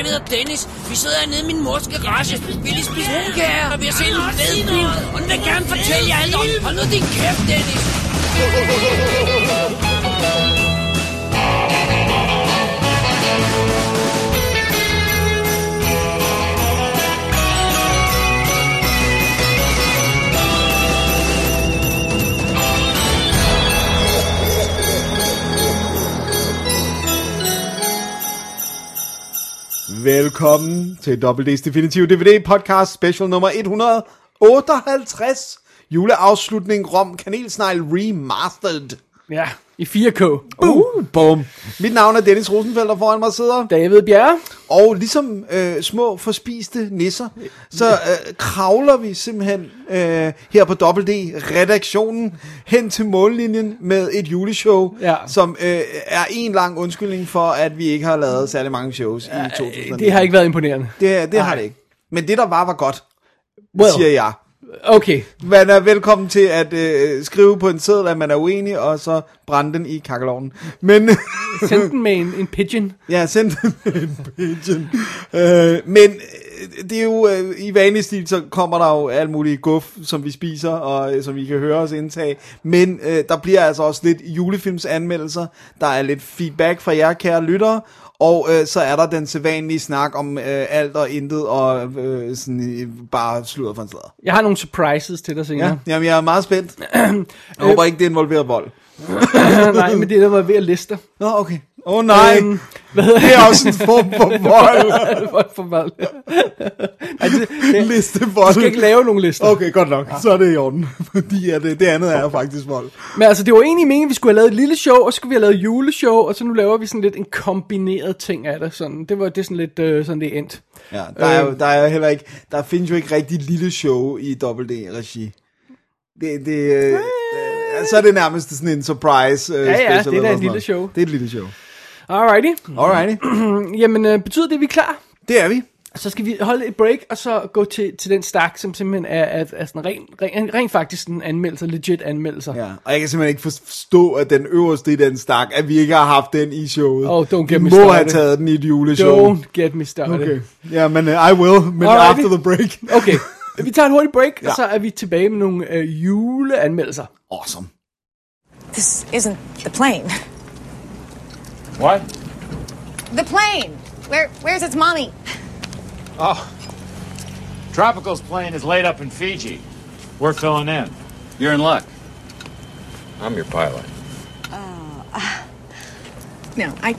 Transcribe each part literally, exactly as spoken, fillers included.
David og Dennis. Vi sidder hernede i min mors garage. Vi lige spise rundkager, og vi har set en fed film. Og den vil gerne fortælle jer alt om. Hold nu din kæft, Dennis. Velkommen til Double D's Definitive D V D podcast special nummer et hundrede otteoghalvtreds. Juleafslutning Rom Kanelsnegl Remastered. Ja, i fire K. Boom. Uh, boom. Mit navn er Dennis Rosenfeldt, og foran mig sidder David Bjerre. Og ligesom øh, små forspiste nisser, så øh, kravler vi simpelthen øh, her på Double D-redaktionen hen til mållinjen med et juleshow, ja. som øh, er en lang undskyldning for, at vi ikke har lavet særlig mange shows ja, i to tusind nitten. Det har ikke været imponerende. Det, det har det ikke. Men det, der var, var godt, well. siger jeg. Okay. Man er velkommen til at øh, skrive på en seddel, at man er uenig, og så brænde den i kakkelovnen. Men send den med en, en pigeon. Ja, send den med en pigeon. Øh, men det er jo øh, i vanlig stil, så kommer der jo alt muligt guf, som vi spiser, og øh, som vi kan høre os indtage. Men øh, der bliver altså også lidt julefilmsanmeldelser. Der er lidt feedback fra jer, kære lyttere. Og øh, så er der den sædvanlige snak om øh, alt og intet, og øh, sådan, øh, bare sludder for en sladder. Jeg har nogle surprises til dig senere. Ja, jamen, jeg er meget spændt. Jeg håber ikke, det involverer vold. Nej, men det der var ved at liste. Nå, okay. Åh oh, nej, øhm, det er også en form for vold. Vold for vold. Ej, det, det, Listevold. Du skal ikke lave nogen lister. Okay, godt nok. Ja. Så er det i orden. Fordi ja, det, det andet er jo faktisk vold. Men altså, det var egentlig meningen, at vi skulle have lavet et lille show, og så skulle vi have lavet juleshow, og så nu laver vi sådan lidt en kombineret ting af det. Sådan. Det var det sådan lidt øh, sådan det endt. Ja, der er jo der er heller ikke, der findes jo ikke rigtig lille show i Double D-regi. Det, det, øh, øh, så er det nærmest sådan en surprise øh, ja, ja, special. det er da et lille show. Det er et lille show. Alrighty. Alrighty. Jamen, øh, betyder det, at vi er klar? Det er vi. Så skal vi holde et break, og så gå til, til den stak, som simpelthen er, er, er sådan ren, ren, ren faktisk en anmeldelse, legit anmeldelser. Ja, og jeg kan simpelthen ikke forstå, at den øverste i den stak, at vi ikke har haft den i showet. Oh, don't get vi me må started. have taget den i et juleshow. Don't get me started. Okay, ja, yeah, men uh, I will, men Alrighty. after the break. Okay, vi tager en hurtig break, ja. og så er vi tilbage med nogle øh, juleanmeldelser. Awesome. This isn't the plane. What? The plane! Where, where's its mommy? Oh. Tropical's plane is laid up in Fiji. We're filling in. You're in luck. I'm your pilot. Uh, no, I,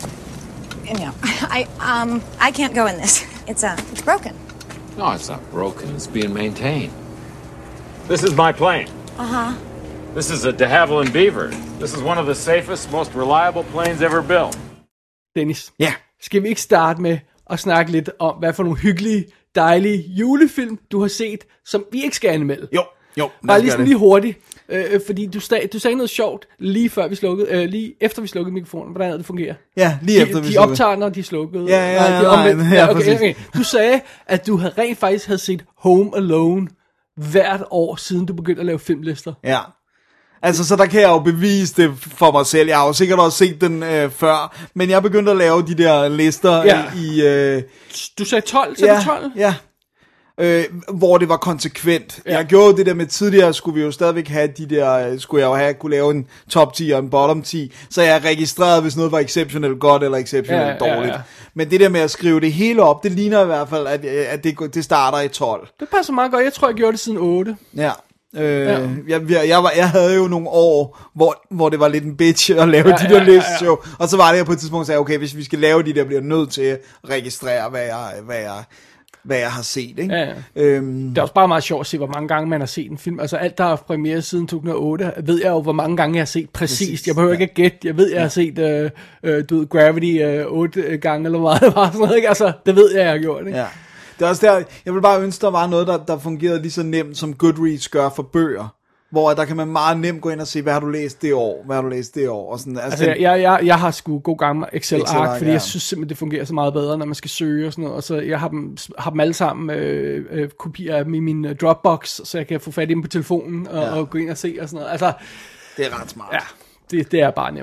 no, I, um, I can't go in this. It's, uh, it's broken. No, it's not broken. It's being maintained. This is my plane. Uh-huh. This is a de Havilland Beaver. This is one of the safest, most reliable planes ever built. Dennis, ja. Skal vi ikke starte med at snakke lidt om, hvad for nogle hyggelige, dejlige julefilm, du har set, som vi ikke skal anmelde? Jo, jo. Bare lige sådan lige hurtigt, øh, fordi du, stag, du sagde noget sjovt lige før vi slukkede, øh, lige efter vi slukkede mikrofonen. Hvordan er det fungerer? Ja, lige de, efter vi de slukkede. optager, når de er slukket. Ja, ja, ja, nej, de omvendt. nej, ja, ja, okay, præcis. okay. Du sagde, at du havde rent faktisk havde set Home Alone hvert år, siden du begyndte at lave filmlister. Ja. Altså, så der kan jeg jo bevise det for mig selv. Jeg har jo sikkert også set den øh, før, men jeg begyndte at lave de der lister ja. i... Øh, du sagde tolv, så ja, du tolv? Ja, øh, hvor det var konsekvent. Ja. Jeg gjorde det der med tidligere, skulle vi jo stadigvæk have de der... Skulle jeg jo have, kunne lave en top ti og en bottom ti, så jeg registrerede, hvis noget var exceptionelt godt eller exceptionelt ja, ja, dårligt. ja. Men det der med at skrive det hele op, det ligner i hvert fald, at, at det, det starter i tolv. Det passer meget godt. Jeg tror, jeg gjorde det siden otte. Ja. Øh, ja. jeg, jeg, jeg, var, jeg havde jo nogle år, hvor, hvor det var lidt en bitch at lave ja, de der ja, ja, listshow, ja. Og så var det jeg på et tidspunkt sagde, okay, hvis vi skal lave de der, bliver jeg nødt til at registrere, hvad jeg, hvad jeg, hvad jeg har set, ikke? Ja, ja. Øhm, det er også bare meget sjovt at se, hvor mange gange man har set en film. Altså alt, der har premiere siden to tusind og otte, ved jeg jo, hvor mange gange jeg har set præcis. præcis. Jeg behøver ja. ikke at gætte. Jeg ved, jeg ja. har set øh, øh, du ved, Gravity øh, otte gange, eller meget, eller sådan noget, ikke? Altså, det ved jeg, jeg har gjort, ikke? Ja. Det er også der, jeg vil bare ønske, der var noget, der, der fungerede lige så nemt, som Goodreads gør for bøger. Hvor der kan man meget nemt gå ind og se, hvad har du læst det år, hvad har du læst det år, og sådan. Altså, altså jeg, jeg, jeg har sgu god gammel Excel-ark, Excel fordi ja. jeg synes simpelthen, det fungerer så meget bedre, når man skal søge og sådan noget, og så jeg har dem, har dem alle sammen, øh, øh, kopier af dem i min uh, Dropbox, så jeg kan få fat i dem på telefonen, og, ja. og gå ind og se og sådan noget, altså. Det er ret smart. Ja, det, det er bare nemmere.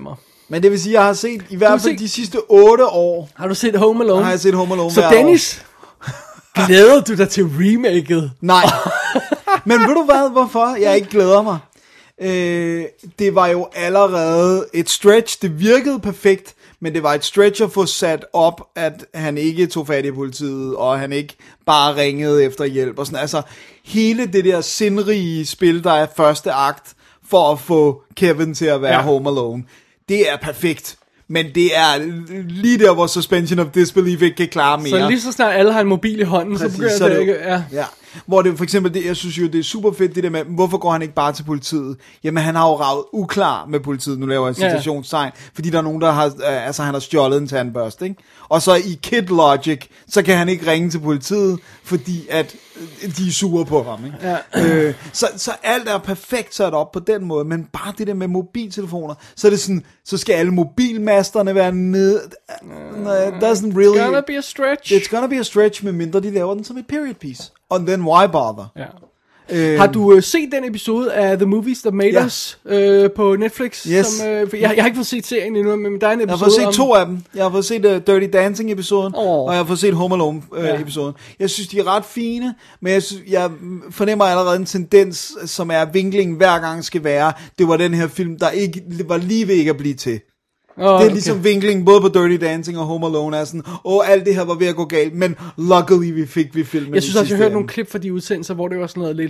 Men det vil sige, at jeg har set i hvert fald set... de sidste otte år. Har du set Home Alone? Har jeg set Home Alone Så hver Dennis, år. Glæder du dig til remaket? Nej. Men ved du hvad, hvorfor jeg ikke glæder mig? Øh, det var jo allerede et stretch. Det virkede perfekt, men det var et stretch at få sat op, at han ikke tog fat i politiet, og han ikke bare ringede efter hjælp. Og sådan. Altså, hele det der sindrige spil, der er første akt, for at få Kevin til at være ja. Home Alone, det er perfekt. Men det er lige der, hvor suspension of disbelief ikke kan klare mere. Så lige så snart alle har en mobil i hånden, Præcis, så begynder så det det ikke... Ja. Ja. Hvor det for eksempel, det, jeg synes jo, det er super fedt, det der med, hvorfor går han ikke bare til politiet? Jamen, han har jo ravet uklar med politiet, nu laver jeg citationstegn, ja. Fordi der er nogen, der har, øh, altså han har stjålet en tandbørste, ikke? Og så i Kid Logic, så kan han ikke ringe til politiet, fordi at øh, de er sure på ham, ikke? Ja. Øh, så, så alt er perfekt sat op på den måde, men bare det der med mobiltelefoner, så er det sådan, så skal alle mobilmasterne være nede. Uh, doesn't really... It's gonna be a stretch. It's gonna be a stretch, medmindre de laver den som et period piece. And then why bother? Ja. Øhm, har du øh, set den episode af The Movies That Made ja. Us øh, på Netflix? Yes. Som, øh, jeg, jeg har ikke fået set serien endnu, men der er en episode. Jeg har fået set om... to af dem. Jeg har fået set uh, Dirty Dancing episoden, oh. og jeg har fået set Home Alone uh, ja. episoden. Jeg synes, de er ret fine, men jeg, synes, jeg fornemmer allerede en tendens, som er, at vinklingen hver gang skal være, det var den her film, der ikke var lige ved ikke at blive til. Oh, det er okay. ligesom vinklingen både på Dirty Dancing og Home Alone er sådan, åh, alt det her var ved at gå galt, men luckily vi fik vi filmen. Jeg synes også, jeg hørte nogle klip fra de udsendelser, hvor det var sådan noget lidt,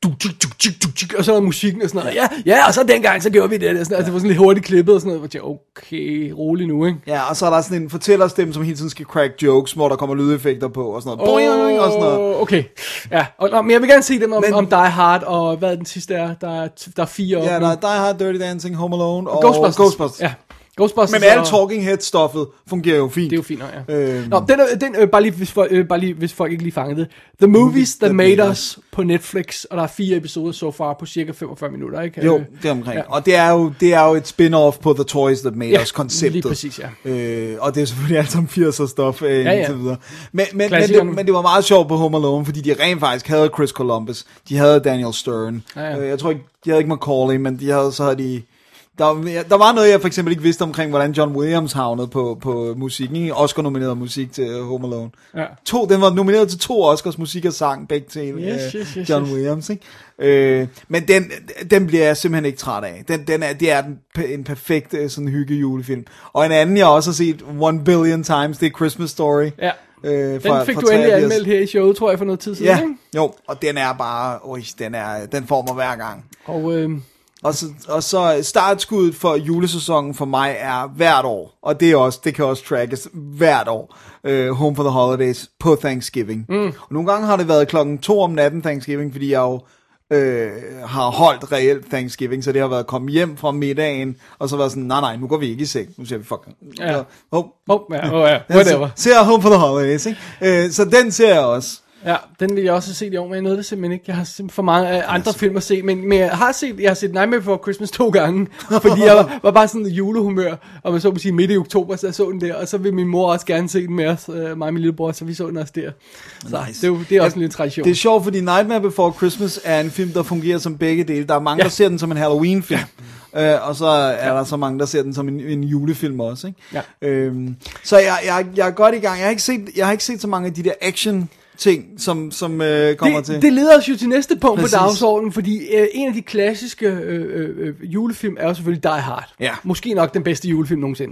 og så var musikken og sådan noget, ja, ja, og så dengang, så gjorde vi det, og sådan, ja. Altså, det var sådan lidt hurtigt klippet og sådan noget, hvor jeg okay, rolig nu, ikke? Ja, og så er der sådan en fortællerstemme, som hele tiden skal crack jokes, hvor der kommer lydeffekter på, og sådan noget, oh, og sådan noget. Okay, ja, og, og, men jeg vil gerne se dem om, men, om Die Hard, og hvad er den sidste er, der er, der er fire op. Ja, der er Die Hard, Dirty Dancing, Home Alone, og Ghostbusters. Ghostbusters. Ja. Men alt Talking Head-stoffet fungerer jo fint. Det er jo fint, ja. Øhm. Nå, den, den øh, bare, lige, hvis folk, øh, bare lige, hvis folk ikke lige fangede det. The Movies That Made Us på Netflix, og der er fire episoder so far på cirka femogfyrre minutter, ikke? Jo, det er omkring. Ja. Og det er, jo, det er jo et spin-off på The Toys That Made ja, Us-konceptet. lige præcis, ja. Øh, og det er selvfølgelig alt sammen firserne-stof. Øh, ja, ja. Men, men, men, det, men det var meget sjovt på Home Alone, fordi de rent faktisk havde Chris Columbus. De havde Daniel Stern. Ja, ja. Øh, jeg tror ikke, de havde ikke Macaulay, men de havde, så havde de... Der, der var noget, jeg for eksempel ikke vidste omkring, hvordan John Williams havnede på, på musikken. Oscar-nomineret musik til Home Alone. Ja. To, den var nomineret til to Oscars musik og sang, begge til yes, yes, yes, John yes. Williams. Ikke? Øh, men den, den bliver jeg simpelthen ikke træt af. Den, den er, det er den, en perfekt sådan hygge julefilm. Og en anden, jeg også har set one billion times, det er Christmas Story. Ja. Øh, fra, den fik du endelig anmeldt her i showet, tror jeg, for noget tid siden. Ja, ikke? Jo, og den er bare, øj, den, er, den får mig hver gang. Og... Øh... Og så, og så startskuddet for julesæsonen for mig er hvert år, og det er også det kan også trackes hvert år. Uh, Home for the Holidays på Thanksgiving. Mm. Og nogle gange har det været klokken to om natten Thanksgiving, fordi jeg jo øh, har holdt reelt Thanksgiving, så det har været at komme hjem fra middagen, og så været sådan, nej nej, nu går vi ikke i seng, nu ser vi fucking. Ja. Så, oh. Oh, ja, oh, ja. Whatever. Så, ser Home for the Holidays, ikke? Uh, så den ser jeg også. Ja, den vil jeg også have set i år, men jeg nåede det simpelthen ikke. Jeg har simpelthen for mange uh, andre film at se, men, men jeg har set, jeg har set Nightmare Before Christmas to gange, fordi jeg var, var bare sådan en julehumør, og man så på sige midt i oktober, så jeg så den der, og så vil min mor også gerne se den med os, uh, mig og min lillebror, så vi så den også der. Så nice. det, er, det er også ja, en lille tradition. Det er sjovt, fordi Nightmare Before Christmas er en film, der fungerer som begge dele. Der er mange, ja. der ser den som en Halloween-film. Ja. Uh, og så er der så mange, der ser den som en, en julefilm også, ikke? Ja. Uh, så jeg, jeg, jeg er godt i gang. Jeg har ikke set, jeg har ikke set så mange af de der action ting, som, som øh, kommer det, til. Det leder os jo til næste punkt Præcis. På dagsordenen, fordi øh, en af de klassiske øh, øh, julefilm er jo selvfølgelig Die Hard. Ja. Måske nok den bedste julefilm nogensinde.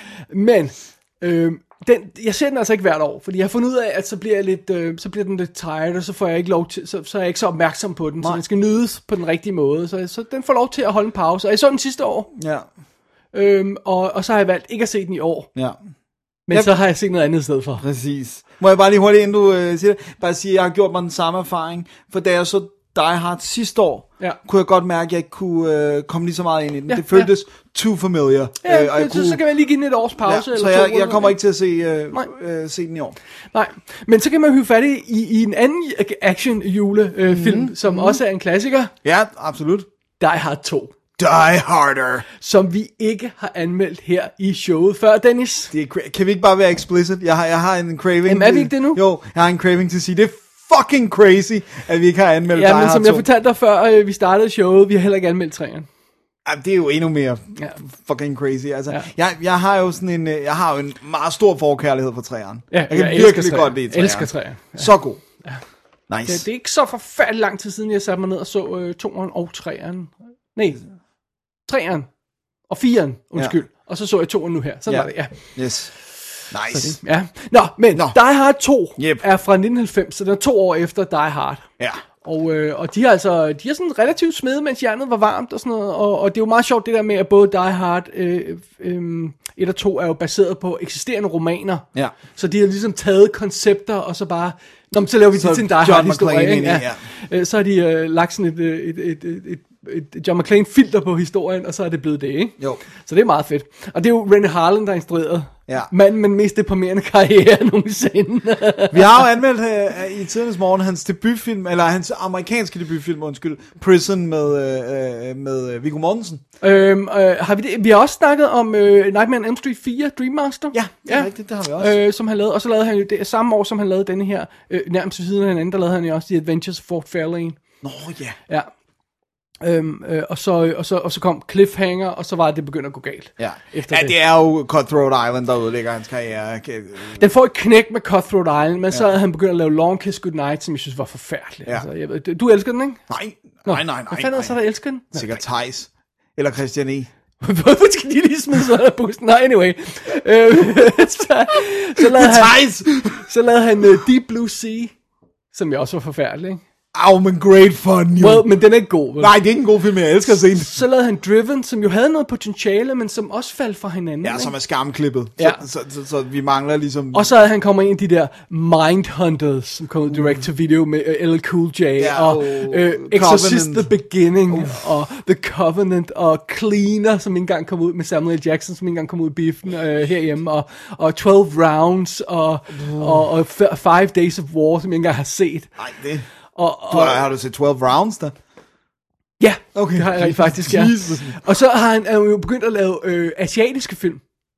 Men øh, den, jeg ser den altså ikke hvert år, fordi jeg har fundet ud af, at så bliver, jeg lidt, øh, så bliver den lidt tired, og så får jeg ikke lov til, så, så er jeg ikke så opmærksom på den, Nej. Så den skal nydes på den rigtige måde. Så, så den får lov til at holde en pause. Og jeg så den sidste år, ja. øhm, og, og så har jeg valgt ikke at se den i år. Ja. Men yep. så har jeg set noget andet i stedet for. Præcis. Må jeg bare lige hurtigt, inden du øh, siger det, bare sige, at jeg har gjort mig den samme erfaring. For da jeg så Die Hard sidste år, ja. kunne jeg godt mærke, at jeg ikke kunne øh, komme lige så meget ind i den. Ja, det føltes ja. too familiar. Ja, øh, og jeg så, kunne... så kan man lige give den et års pause. Ja, eller så jeg, to, jeg kommer ikke til at se, øh, øh, se den i år. Nej, men så kan man hive fat i, i en anden action julefilm, mm-hmm. som mm-hmm. også er en klassiker. Ja, absolut. Die Hard to. Die Harder. Som vi ikke har anmeldt her i showet før, Dennis. Det er, kan vi ikke bare være explicit? Jeg har, jeg har en craving. Jamen, er vi ikke det nu? Jo, jeg har en craving til at sige, det er fucking crazy, at vi ikke har anmeldt ja, Die Hard Ja, men som to. jeg fortalte dig før, øh, vi startede showet, vi har heller ikke anmeldt træerne. Ja, det er jo endnu mere Ja. fucking crazy. Altså, Ja. jeg, jeg har jo sådan en, øh, jeg har jo en meget stor forkærlighed for træerne. Ja, jeg kan jeg virkelig elsker godt lide træer. træerne. Elsker træer. Ja. Så god. Ja. Nice. Det, det er ikke så forfærdeligt lang tid siden, jeg satte mig ned og så øh, toeren og treeren. Nej, treeren og fireren, undskyld. Ja. Og så så jeg toeren nu her. Sådan Ja. var det, ja. Yes. Nice. Ja. Nå, men Nå. Die Hard to Yep. er fra nitten halvfems, så den er to år efter Die Hard. Ja. Og, øh, og de har altså, de har sådan relativt smede, mens jernet var varmt og sådan noget, og, og det er jo meget sjovt det der med, at både Die Hard øh, øh, et og to er jo baseret på eksisterende romaner, Ja. så de har ligesom taget koncepter, og så bare, nå, men så laver vi Så det til en Die John Hard historie, McClane ikke? ind i, Ja. Øh, så har de øh, lagt sådan et, et, et, et, et et John McClane filter på historien, og så er det blevet det, ikke? Jo. Så det er meget fedt. Og det er jo Rennie Harlin, der er instrueret. Ja. Manden med den mest deprimerende karriere nogensinde. Vi har jo anmeldt uh, i tidens morgen hans debutfilm, eller hans amerikanske debutfilm, undskyld, Prison med, uh, med uh, Viggo Mortensen. øhm, øh, har vi, det? Vi har også snakket om øh, Nightmare on Elm Street fire, Dream Master. Ja, det er ja. rigtigt, det har vi også. Øh, som han lavede, og så lavede han jo det samme år, som han lavede denne her, øh, nærmest ved siden af hinanden, der lavede han jo også The Adventures of Fort Fairlane. Nå ja. Ja. Øhm, øh, og, så, og, så, og så kom Cliffhanger, og så var det begyndt at gå galt. Ja. Efter ja, det. det er jo Cutthroat Island, der udlægger hans karriere. Den får et knæk med Cutthroat Island, men så havde han begyndt at lave Long Kiss Goodnight, som jeg synes var forfærdeligt. Ja. Altså, jeg ved, du elsker den, ikke? Nej, nej, nej, nej. Hvad fanden er det så, der elsker den? Sikkert Thijs. Eller Christian E. Hvorfor skal de lige smide sådan af bussen? Nej, anyway. Øh, så, så, lavede han, Thijs! så lavede han uh, Deep Blue Sea, som jeg også var forfærdelig, ikke? Au, men great fun, jo. Well, men den er ikke god, vel? Nej, det er ikke en god film, jeg elsker at se den. Så lavede han Driven, som jo havde noget potentiale, men som også faldt fra hinanden. Ja, ikke? som er skamklippet. Ja. Så, så, så, så vi mangler ligesom... Og så havde han kommet ind i de der Mindhunters, som kom ud direct to video med uh, L L Cool J, Ja, og og uh, Exorcist Covenant. The Beginning, uh. og The Covenant, og Cleaner, som ikke engang kom ud med Samuel Jackson, som ikke engang kom ud i biffen uh, herhjemme, og, og twelve Rounds, og, uh. og, og Five Days of War, som jeg ikke engang har set. Nej, det... Og, Du og, har, har du set twelve Rounds, der? ja, Okay. det har jeg faktisk, ja. Jesus. Og så har han er jo begyndt at lave øh, asiatiske film.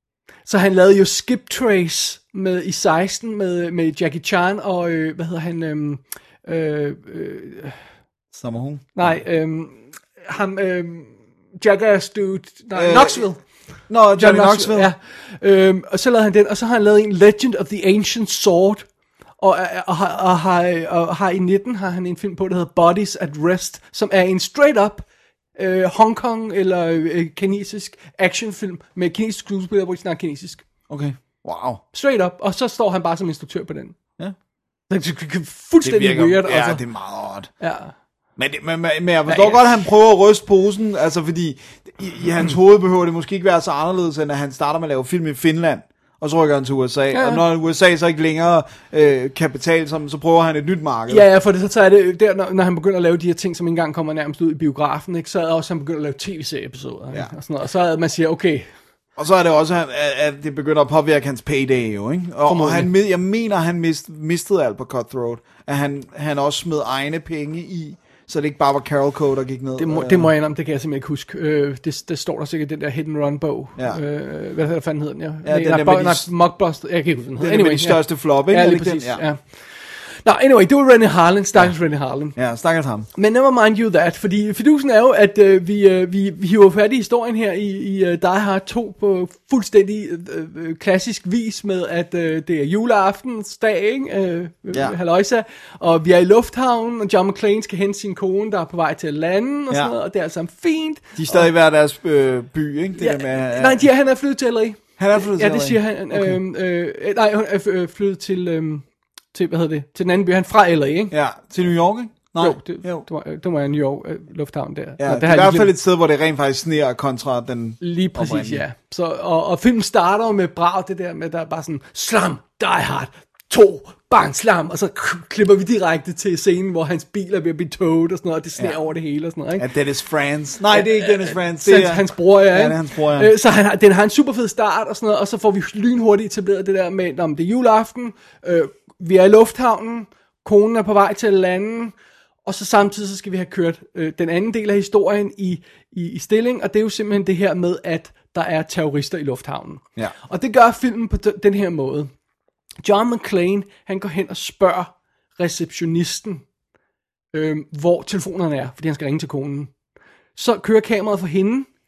Så han lavede jo Skip Trace med, i seksten med, med Jackie Chan og, øh, hvad hedder han, øhm, øh, øh, Sommerhus. nej, øh, ham, øh, Jackass dude, nej, Øh, Knoxville. Nå, Johnny, Johnny Knoxville. Ja. Øhm, og så lavede han den, og så har han lavet en Legend of the Ancient Sword. Og, og, har, og, har, og har i nitten har han en film på, der hedder Bodies at Rest, som er en straight up øh, Hong Kong eller øh, kinesisk actionfilm med kinesisk skuespiller, hvor de snakker kinesisk. Okay. Wow. Straight up. Og så står han bare som instruktør på den. Ja. Det er fuldstændig weird. Ja, altså. det er meget odd. Ja. Men, det, men, men jeg forstår Ja, ja. godt, at han prøver at ryste posen, altså fordi i, i hans hoved behøver det måske ikke være så anderledes, end at han starter med at lave film i Finland, og så rykker han til U S A, Ja, ja. og når U S A så ikke længere øh, kan betale som, så prøver han et nyt marked. Ja, ja, for det, så, så er det der, når, når han begynder at lave de her ting, som ikke engang kommer nærmest ud i biografen, ikke, så er det også, han begynder at lave tv-serieepisoder. Ja. Ja. Og, sådan noget. Og så er det, man siger, okay, Og så er det også, at, at det begynder at påvirke hans payday jo, ikke? Og, og han, jeg mener, han mist, mistede alt på Cutthroat, at han, han også smed egne penge i, så det ikke bare var Carol Code, der gik ned. det må, det må jeg indrømme, det kan jeg simpelthen ikke huske. Øh, det, det står der sikkert i den der Hit and Run bog. Ja. Øh, hvad fanden hedder den? Ja, Ja, den nej, der nej, med de- nej, Mockbuster, jeg kan ikke huske den. Det er Anyway, med de største flop, ikke? Ja, Er lige det ikke præcis, den? ja. ja. Nå, anyway, det var Rennie Harlin, stakkels ja. Rennie Harlin. Ja, stakkels ham. Men never mind you that, fordi fidusen er jo, at øh, vi, øh, vi, vi hiver fat i historien her i, i uh, Die Hard to på fuldstændig øh, øh, klassisk vis med, at øh, det er juleaftensdag, ikke? Øh, Ja. ja. Halløjsa, og vi er i lufthavnen, og John McClane skal hente sin kone, der er på vej til at lande, og Ja. sådan noget, og det er altså fint. De er stadig hver deres øh, by, ikke? Det Ja, der med, nej, de er, han er flyttet til L A. Han er flyttet Ja, til det L A. siger han. Okay. Okay. Øh, øh, nej, hun er f- øh, flyttet til, øh, til, hvad hedder det, til den anden by. Han er fra L A, ikke? Ja, til New York, ikke? Nej. Jo, det, jo. det, var, det var New York øh, lufthavn der. Ja, Nå, det, har er i jeg hvert lige fald glemt. et sted, hvor det rent faktisk sneer kontra den Lige præcis, oprindelige. ja. Så, og, og filmen starter jo med brag, det der med, der er bare sådan, slam, Die Hard, to, bang, slam, og så k- klipper vi direkte til scenen, hvor hans bil er ved at blive towed og sådan noget, og det sner Ja. over det hele og sådan noget, ikke? Ja, Dennis Franz. Nej, det er ikke Dennis Franz. Det Det er er hans bror, ja, Ja, ikke? det er hans bror, ja. Øh, så han har, den har en super fed start og sådan noget, og så får vi lynhurtigt etableret det der med, om det er juleaften, øh, vi er i lufthavnen, konen er på vej til at lande, og så samtidig så skal vi have kørt øh, den anden del af historien i, i, i stilling, og det er jo simpelthen det her med, at der er terrorister i lufthavnen. Ja. Og det gør filmen på d- den her måde. John McClane, han går hen og spørger receptionisten, øh, hvor telefonerne er, fordi han skal ringe til konen. Så kører kameraet for hende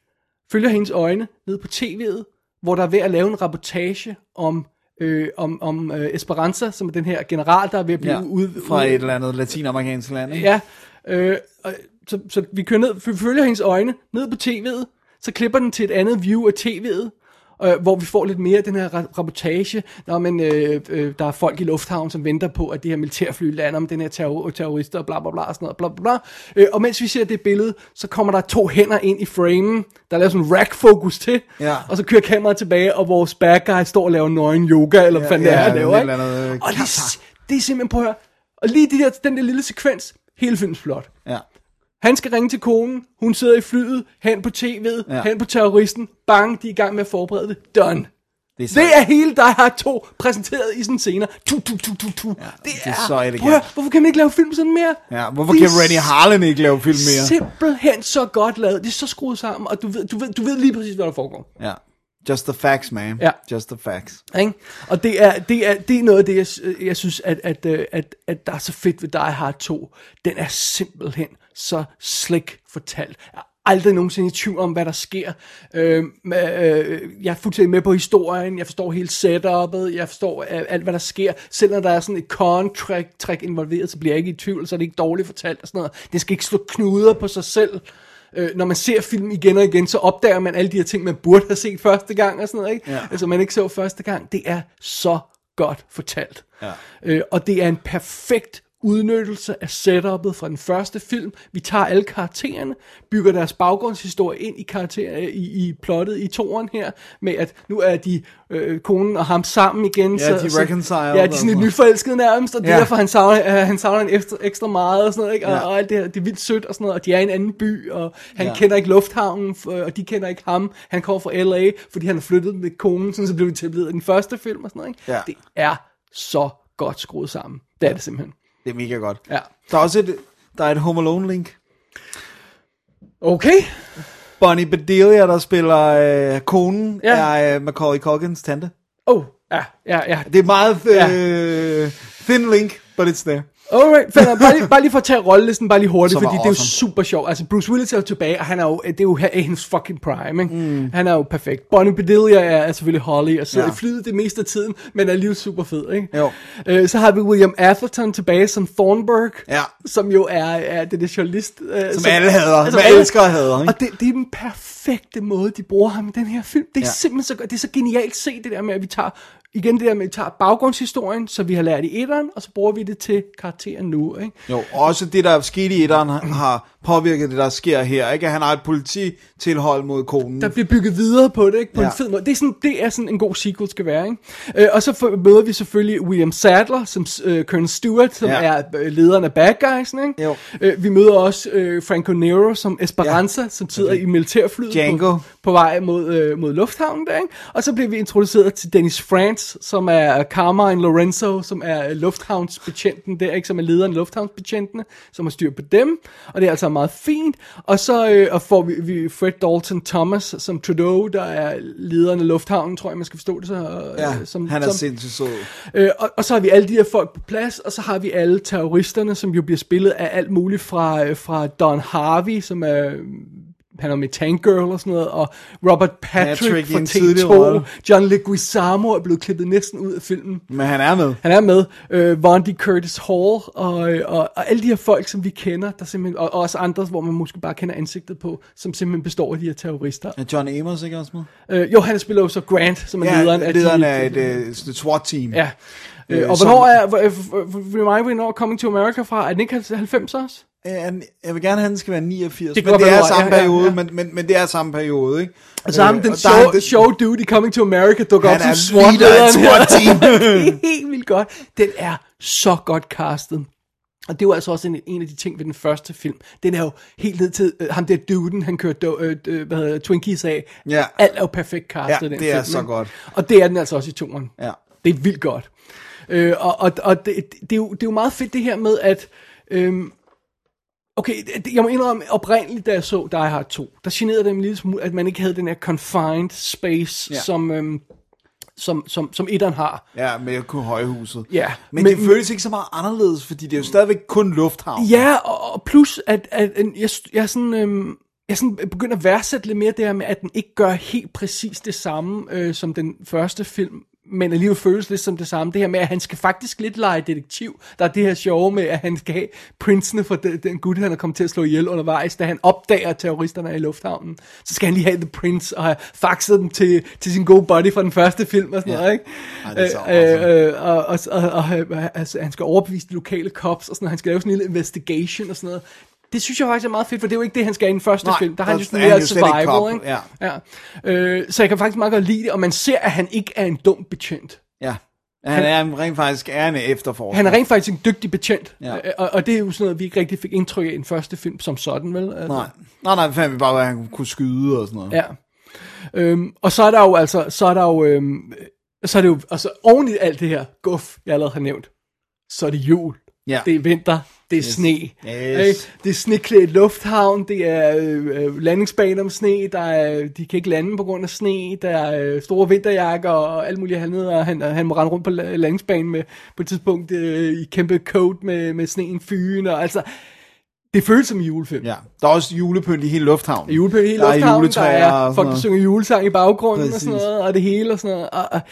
følger hendes øjne ned på tv'et, hvor der er ved at lave en reportage om, øh, om, om øh, Esperanza, som er den her general, der er ved at blive ja, ud... fra ud, et eller andet latinamerikansk land, ikke? Ja, øh, så, så vi kører ned, vi følger hendes øjne ned på tv'et, så klipper den til et andet view af tv'et, øh, hvor vi får lidt mere af den her reportage. Nå, men øh, øh, der er folk i lufthavnen, som venter på, at det her militærfly lander med den her terror- terrorister og bla bla bla og sådan noget, bla bla bla. Øh, og mens vi ser det billede, så kommer der to hænder ind i framen, der laver sådan en rack-fokus til, ja. og så kører kameraet tilbage, og vores bad guy står og laver nøgen yoga, eller hvad fanden ja, det er, ja, han laver, ikke? Andet, øh, og det, det er simpelthen, på at høre, og lige de der, den der lille sekvens, hele filmens flot. Ja. Han skal ringe til konen, hun sidder i flyet, hen på tv'et, ja. hen på terroristen, bang, de er i gang med at forberede det, done. Det er, det er hele Die Hard to præsenteret i sådan scener. Tu, tu, tu, tu, tu. Ja, det, det er, er så elegant. Prøv, hvorfor kan man ikke lave film sådan mere? Ja, hvorfor det kan Rennie Harlin ikke lave film mere? Simpelthen så godt lavet. Det er så skruet sammen, og du ved, du ved, du ved lige præcis, hvad der foregår. Ja. Just the facts, man. Ja. Just the facts. Ikke? Og det er, det, er, det er noget af det, jeg, jeg synes, at, at, at, at der er så fedt ved Die Hard to. Den er simpelthen så slick fortalt. Jeg er aldrig nogensinde i tvivl om, hvad der sker. Øh, øh, jeg er fuldstændig med på historien. Jeg forstår hele setup'et. Jeg forstår øh, alt, hvad der sker. Selv når der er sådan et con-track involveret, så bliver jeg ikke i tvivl. Så er det ikke dårligt fortalt og sådan noget. Det skal ikke slå knuder på sig selv. Øh, når man ser film igen og igen, så opdager man alle de her ting, man burde have set første gang og sådan noget, ikke? Ja. Altså man ikke så første gang. Det er så godt fortalt. Ja. Øh, og det er en perfekt udnyttelse af setup'et fra den første film. Vi tager alle karaktererne, bygger deres baggrundshistorie ind i karakter i, i plottet i toeren her, med at nu er de øh, konen og ham sammen igen. Ja, så, de så, reconciled. Ja, de er sådan lidt nyforelskede nærmest, og det er ja. derfor, han savner, øh, han savner en ekstra, ekstra meget og sådan noget, ikke? Og, ja. og alt det her, det er vildt sødt og sådan noget, og de er i en anden by, og han ja. kender ikke lufthavnen, og de kender ikke ham. Han kommer fra L A, fordi han er flyttet med konen, sådan så blev vi tilblivet i den første film og sådan noget, ikke? Ja. Det er så godt skruet sammen. Det er det simpelthen. Det er mega godt. Ja. Der er også et, der er et Home Alone link. Okay. Bonnie Bedelia, der spiller øh, konen, ja. er øh, Macaulay Culkins tante. Oh, ja, ja, ja. Det er meget øh, ja. thin link, but it's there. Alright, bare lige, bare lige for at tage rollelisten bare lige hurtigt, fordi awesome. det er jo super sjovt. Altså Bruce Willis er jo tilbage, og han er jo, det er jo hendes fucking prime, ikke? Mm. Han er jo perfekt. Bonnie Bedelia er, er selvfølgelig Holly, og sidder ja. i flyet det meste af tiden, men er alligevel super fed, ikke? Jo. Øh, så har vi William Atherton tilbage som Thornburg, ja. som jo er, er det der journalist. Øh, som, som alle hader, altså, som alle elsker og hader, ikke? Og det, det er den perfekte måde, de bruger ham i den her film. Det er ja. simpelthen så, det er så genialt set, det der med, at vi tager, igen det der med, at vi tager baggrundshistorien, så vi har lært i etteren, og så bruger vi det til karakteren nu, ikke? Jo, også det, der skete i etteren, har påvirket det, der sker her, ikke? Han har et polititilhold mod konen. Der bliver bygget videre på det, ikke? På ja. en fed måde. Det er, sådan, det er sådan en god sequel skal være, ikke? Øh, og så for, møder vi selvfølgelig William Sadler, som øh, Colonel Stewart, som ja. er øh, lederen af bad guys, ikke? Jo. Øh, vi møder også øh, Franco Nero som Esperanza, ja. som sidder okay. i militærflyet på, på vej mod, øh, mod lufthavnen der, ikke? Og så bliver vi introduceret til Dennis Franz, som er Carmine Lorenzo, som er lufthavnsbetjenten der, ikke? Som er lederen af lufthavnsbetjentene, som har styr på dem, og det er altså meget fint. Og så øh, og får vi, vi Fred Dalton Thomas som Trudeau, der er lederen af lufthavnen, tror jeg, man skal forstå det så. Øh, ja, som, han er som, sindssygt sød. Øh, og, og så har vi alle de her folk på plads, og så har vi alle terroristerne, som jo bliver spillet af alt muligt fra, øh, fra Don Harvey, som er... Han er med Tank Girl og sådan noget, og Robert Patrick, Patrick fra T to, John Leguizamo er blevet klippet næsten ud af filmen. Men han er med. Han er med. Uh, Von D. Curtis Hall, og, og, og alle de her folk, som vi kender, der simpelthen, og, og også andre, hvor man måske bare kender ansigtet på, som simpelthen består af de her terrorister. Er John Amos ikke også med? Uh, jo, han spiller jo så Grant, som er ja, lederen af, lederen de, af et, et, et SWAT-team. Ja. Uh, og hvornår er, remind me, hvornår Coming to America fra? Er den ikke halvfems også? Jeg vil gerne have, at den skal være niogfirs, det men det er samme ja, periode, ja, ja. Men, men, men det er samme periode, ikke? Altså ham, den show, det, show dude i Coming to America, dukker op som SWAT-lederen. SWAT-team. Det er helt vildt godt. Den er så godt castet. Og det var altså også en, en af de ting ved den første film. Den er jo helt ned til, uh, ham der duden, han kørte uh, uh, hvad hedder, Twinkies af. Ja. Alt er jo perfekt castet ja, den det film. er så godt. Og det er den altså også i toeren. Ja. Det er vildt godt. Uh, og og, og det, det, er jo, det er jo meget fedt det her med, at... Um, Okay, jeg må indrømme, oprindeligt da jeg så Die Hard to, der generede det en lille smule, at man ikke havde den her confined space, ja. som, øhm, som, som, som etteren har. Ja, med kun højhuset. Ja. Men, men det føles ikke så meget anderledes, fordi det er jo stadigvæk kun lufthavn. Ja, og, og plus, at, at, at jeg, jeg er sådan... Øhm, jeg sådan begynder at værdsætte lidt mere det her med, at den ikke gør helt præcis det samme øh, som den første film, men alligevel føles lidt som det samme. Det her med, at han skal faktisk lidt lege detektiv. Der er det her sjove med, at han skal have prinsene for den, den gut, han er kommet til at slå ihjel undervejs, da han opdager terroristerne i lufthavnen. Så skal han lige have The Prince og have faxet dem til, til sin gode buddy fra den første film og sådan ja. noget, ikke? Ej, det er så øh, øh, og, og, og, og altså, han skal overbevise de lokale cops og sådan noget. Han skal lave sådan en lille investigation og sådan noget. Det synes jeg faktisk er meget fedt, for det er jo ikke det, han skal i den første Nej, film. Der har han jo sådan han mere jo slet ikke survival, cop, ikke? ja. Ja. Øh, så jeg kan faktisk meget godt lide det, og man ser, at han ikke er en dum betjent. Ja, han er en, rent faktisk er en efterforsker. Han er rent faktisk en dygtig betjent, Ja. og, og det er jo sådan noget, vi ikke rigtig fik indtryk af i den første film som sådan, vel? Altså, Nej, nej, nej, fandt vi bare, at han kunne skyde og sådan noget. Ja. Øhm, og så er der jo altså, så er der jo, øhm, så er det jo, altså oven i alt det her guf, jeg allerede har nævnt, så er det jul. Ja. Det er vinter, det er Yes. sne. Yes. Ikke? Det er sneklædt lufthavn, det er øh, landingsbaner med sne, der er, de kan ikke lande på grund af sne, der er øh, store vinterjakker og alt muligt andet, og han, han må rende rundt på landingsbanen med, på et tidspunkt øh, i kæmpe coat med, med sneen fyren, og altså, det føles som en julefilm. Ja, der er også julepynt i hele lufthavnen. Julepynt i hele der lufthavnen, der juletræer er og folk, sådan der synger julesang i baggrunden. Præcis. Og sådan noget, og det hele og sådan noget. Og, og,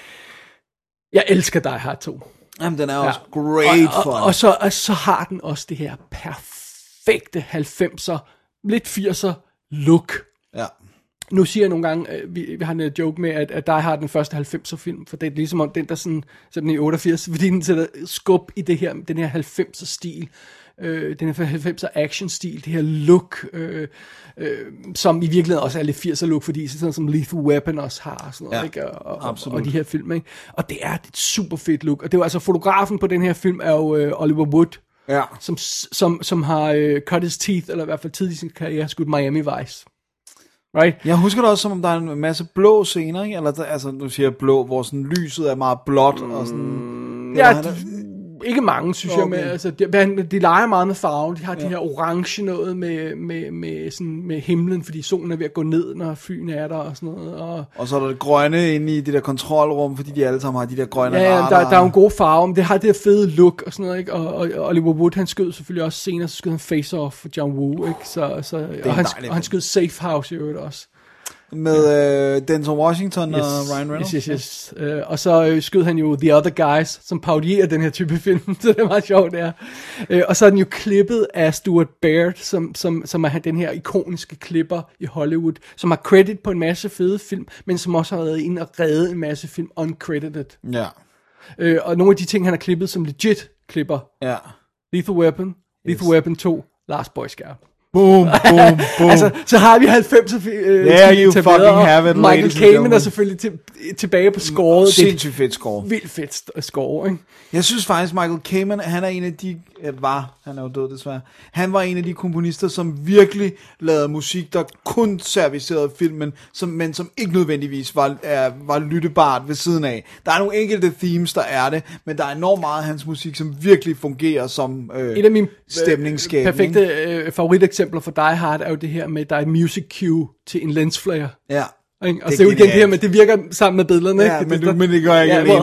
jeg elsker Die Hard to. Jamen, den er Ja. også great og, fun. og, og, så, og så har den også det her perfekte halvfemser, lidt firser look. Ja. Nu siger jeg nogle gange, øh, vi, vi har en joke med, at, at Die Hard den første halvfemser film, for det er ligesom om den, der sådan, sådan i otteogfirs, fordi den sætter skub i det her, den her halvfemser stil, øh, den her halvfemser action stil, det her look, øh, øh, som i virkeligheden også er lidt firser look, fordi sådan som Lethal Weapon også har, og sådan noget, Ja, ikke? Og, og, absolut. og de her film, ikke? Og det er et super fedt look, og det er jo altså, fotografen på den her film er jo øh, Oliver Wood, Ja. som, som, som har øh, cut his teeth, eller i hvert fald tidligere i sin karriere, skudt Miami Vice. Right? Jeg husker det også, som om der er en masse blå scener, ikke? Eller, der, altså, nu siger jeg blå, hvor sådan lyset er meget blåt, og sådan... Ja, han er- de, ikke mange, synes okay. jeg. Med, altså, de, de leger meget med farven. De har ja. de her orange noget med, med, med, sådan, med himlen, fordi solen er ved at gå ned, når flyene er der og sådan noget. Og, Og så er der det grønne inde i det der kontrolrum, fordi de alle sammen har de der grønne ja, ja, radar. der, der er jo en god farve, men det har det her fede look og sådan noget, ikke? Og, og, og Oliver Wood, han skød selvfølgelig også senere, så skød han Face Off for John Woo, ikke? Så, så, og, han, dejligt. og han skød Safe House i øvrigt også. Med øh, Denzel Washington yes. og Ryan Reynolds. Yes, yes, yes. Uh, og så øh, skød han jo The Other Guys, som parodierer den her type film, så det er meget sjovt, det er. Uh, og så er den jo klippet af Stuart Baird, som, som, som er den her ikoniske klipper i Hollywood, som har credit på en masse fede film, men som også har været inde og reddet en masse film uncredited. Ja. Uh, og nogle af de ting, han har klippet som legit klipper. Ja. Lethal Weapon, Lethal Yes. Weapon to, Last Boy Scout. Boom, boom, boom. Altså, så har vi halvfemser øh, There you til fucking bedre, have it, Michael ladies and Kamen er gentlemen. selvfølgelig til, tilbage på scoret. Det er Sindssygt fedt score. vildt fedt st- score, ikke? Jeg synes faktisk, Michael Kamen, han er en af de, ja, var, han er jo død desværre, han var en af de komponister, som virkelig lavede musik, der kun servicerede filmen, som, men som ikke nødvendigvis var, er, var lyttebart ved siden af. Der er nogle enkelte themes, der er det, men der er enormt meget af hans musik, som virkelig fungerer som øh, Et af mine stemningsskabning. øh, perfekte øh, favoriteksempler for Die Hard er jo det her med, at der er et music cue til en lensflare. Ja. Ikke? Og Det er så er jo igen det her genialt. med, det virker sammen med billederne. Ja, ikke? men Det- du- men det gør jeg ikke alene.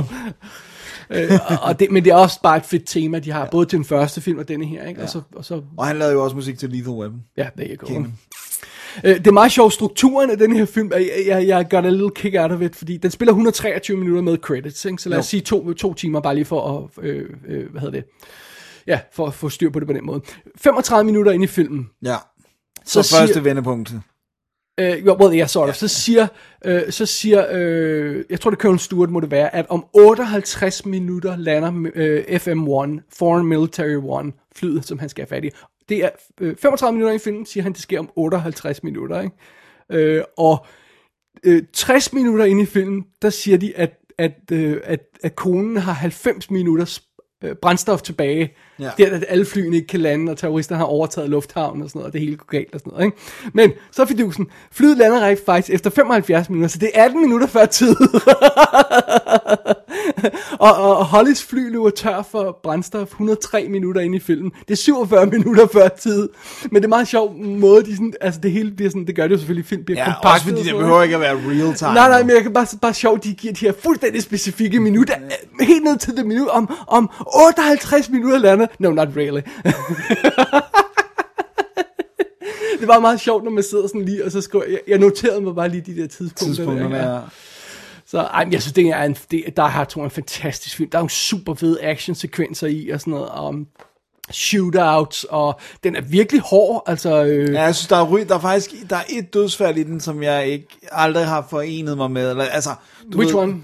well, øh, og, og det, men det er også bare et fedt tema, de har, ja. Både til den første film og denne her. Ikke? Ja. Og så, og så, Og han lavede jo også musik til Lethal Weapon. ja, there you go. Kamen. Øh, det er meget sjovt, strukturen af den her film, jeg, jeg, jeg gør da en lille kick out of it, fordi den spiller et hundrede og treogtyve minutter med credits, ikke? Så lad os Jo. sige to, to timer bare lige for at, øh, øh, hvad hedder det, ja, for at få styr på det på den måde. femogtredive minutter ind i filmen, Ja. Så, Så så første siger- vendepunkt. Øh, well, yeah, sort of. Så siger, øh, så siger øh, jeg tror det Colonel Stewart må det være, at om otteoghalvtreds minutter lander øh, F M et, Foreign Military One, flyet, som han skal have fat i. Det er øh, femogtredive minutter i filmen, siger han, det sker om otteoghalvtreds minutter, ikke? Øh, og øh, tres minutter inde i filmen, der siger de, at, at, øh, at, at konen har halvfems minutters øh, brændstof tilbage. Ja. Det er, at alle flyene ikke kan lande, og terroristerne har overtaget lufthavnen og sådan noget, og det hele går galt og sådan noget, ikke? Men så er fidusen, flyet lander rent faktisk efter femoghalvfjerds minutter, så det er atten minutter før tid. og, og, og Hollys fly løber tør for brændstof et hundrede og tre minutter inde i filmen. Det er syvogfyrre minutter før tid. Men det er meget sjov måde, de sådan, altså det hele bliver sådan, det gør det jo selvfølgelig, film bliver Ja, kompaktet. også fordi og det sådan behøver noget. ikke at være real time. Nej, nej, men jeg kan bare, bare sjovt, de giver de her fuldstændig specifikke minutter, øh, helt ned til det minut, om, om otteoghalvtreds minutter lander. No, not really. det var meget sjovt, når man sidder sådan lige, og så skriver jeg, jeg noterede mig bare lige de der tidspunkter. Tidspunkterne, der, ja. Så ej, jeg synes, det er en, det, der har to en fantastisk film. Der er nogle super fede actionsekvenser i, og sådan noget, og shootouts, og den er virkelig hård, altså... Øh... Ja, jeg synes, der er, ry- der er faktisk, der er et dødsfald i den, som jeg ikke aldrig har forenet mig med, eller, altså... Which ved, one?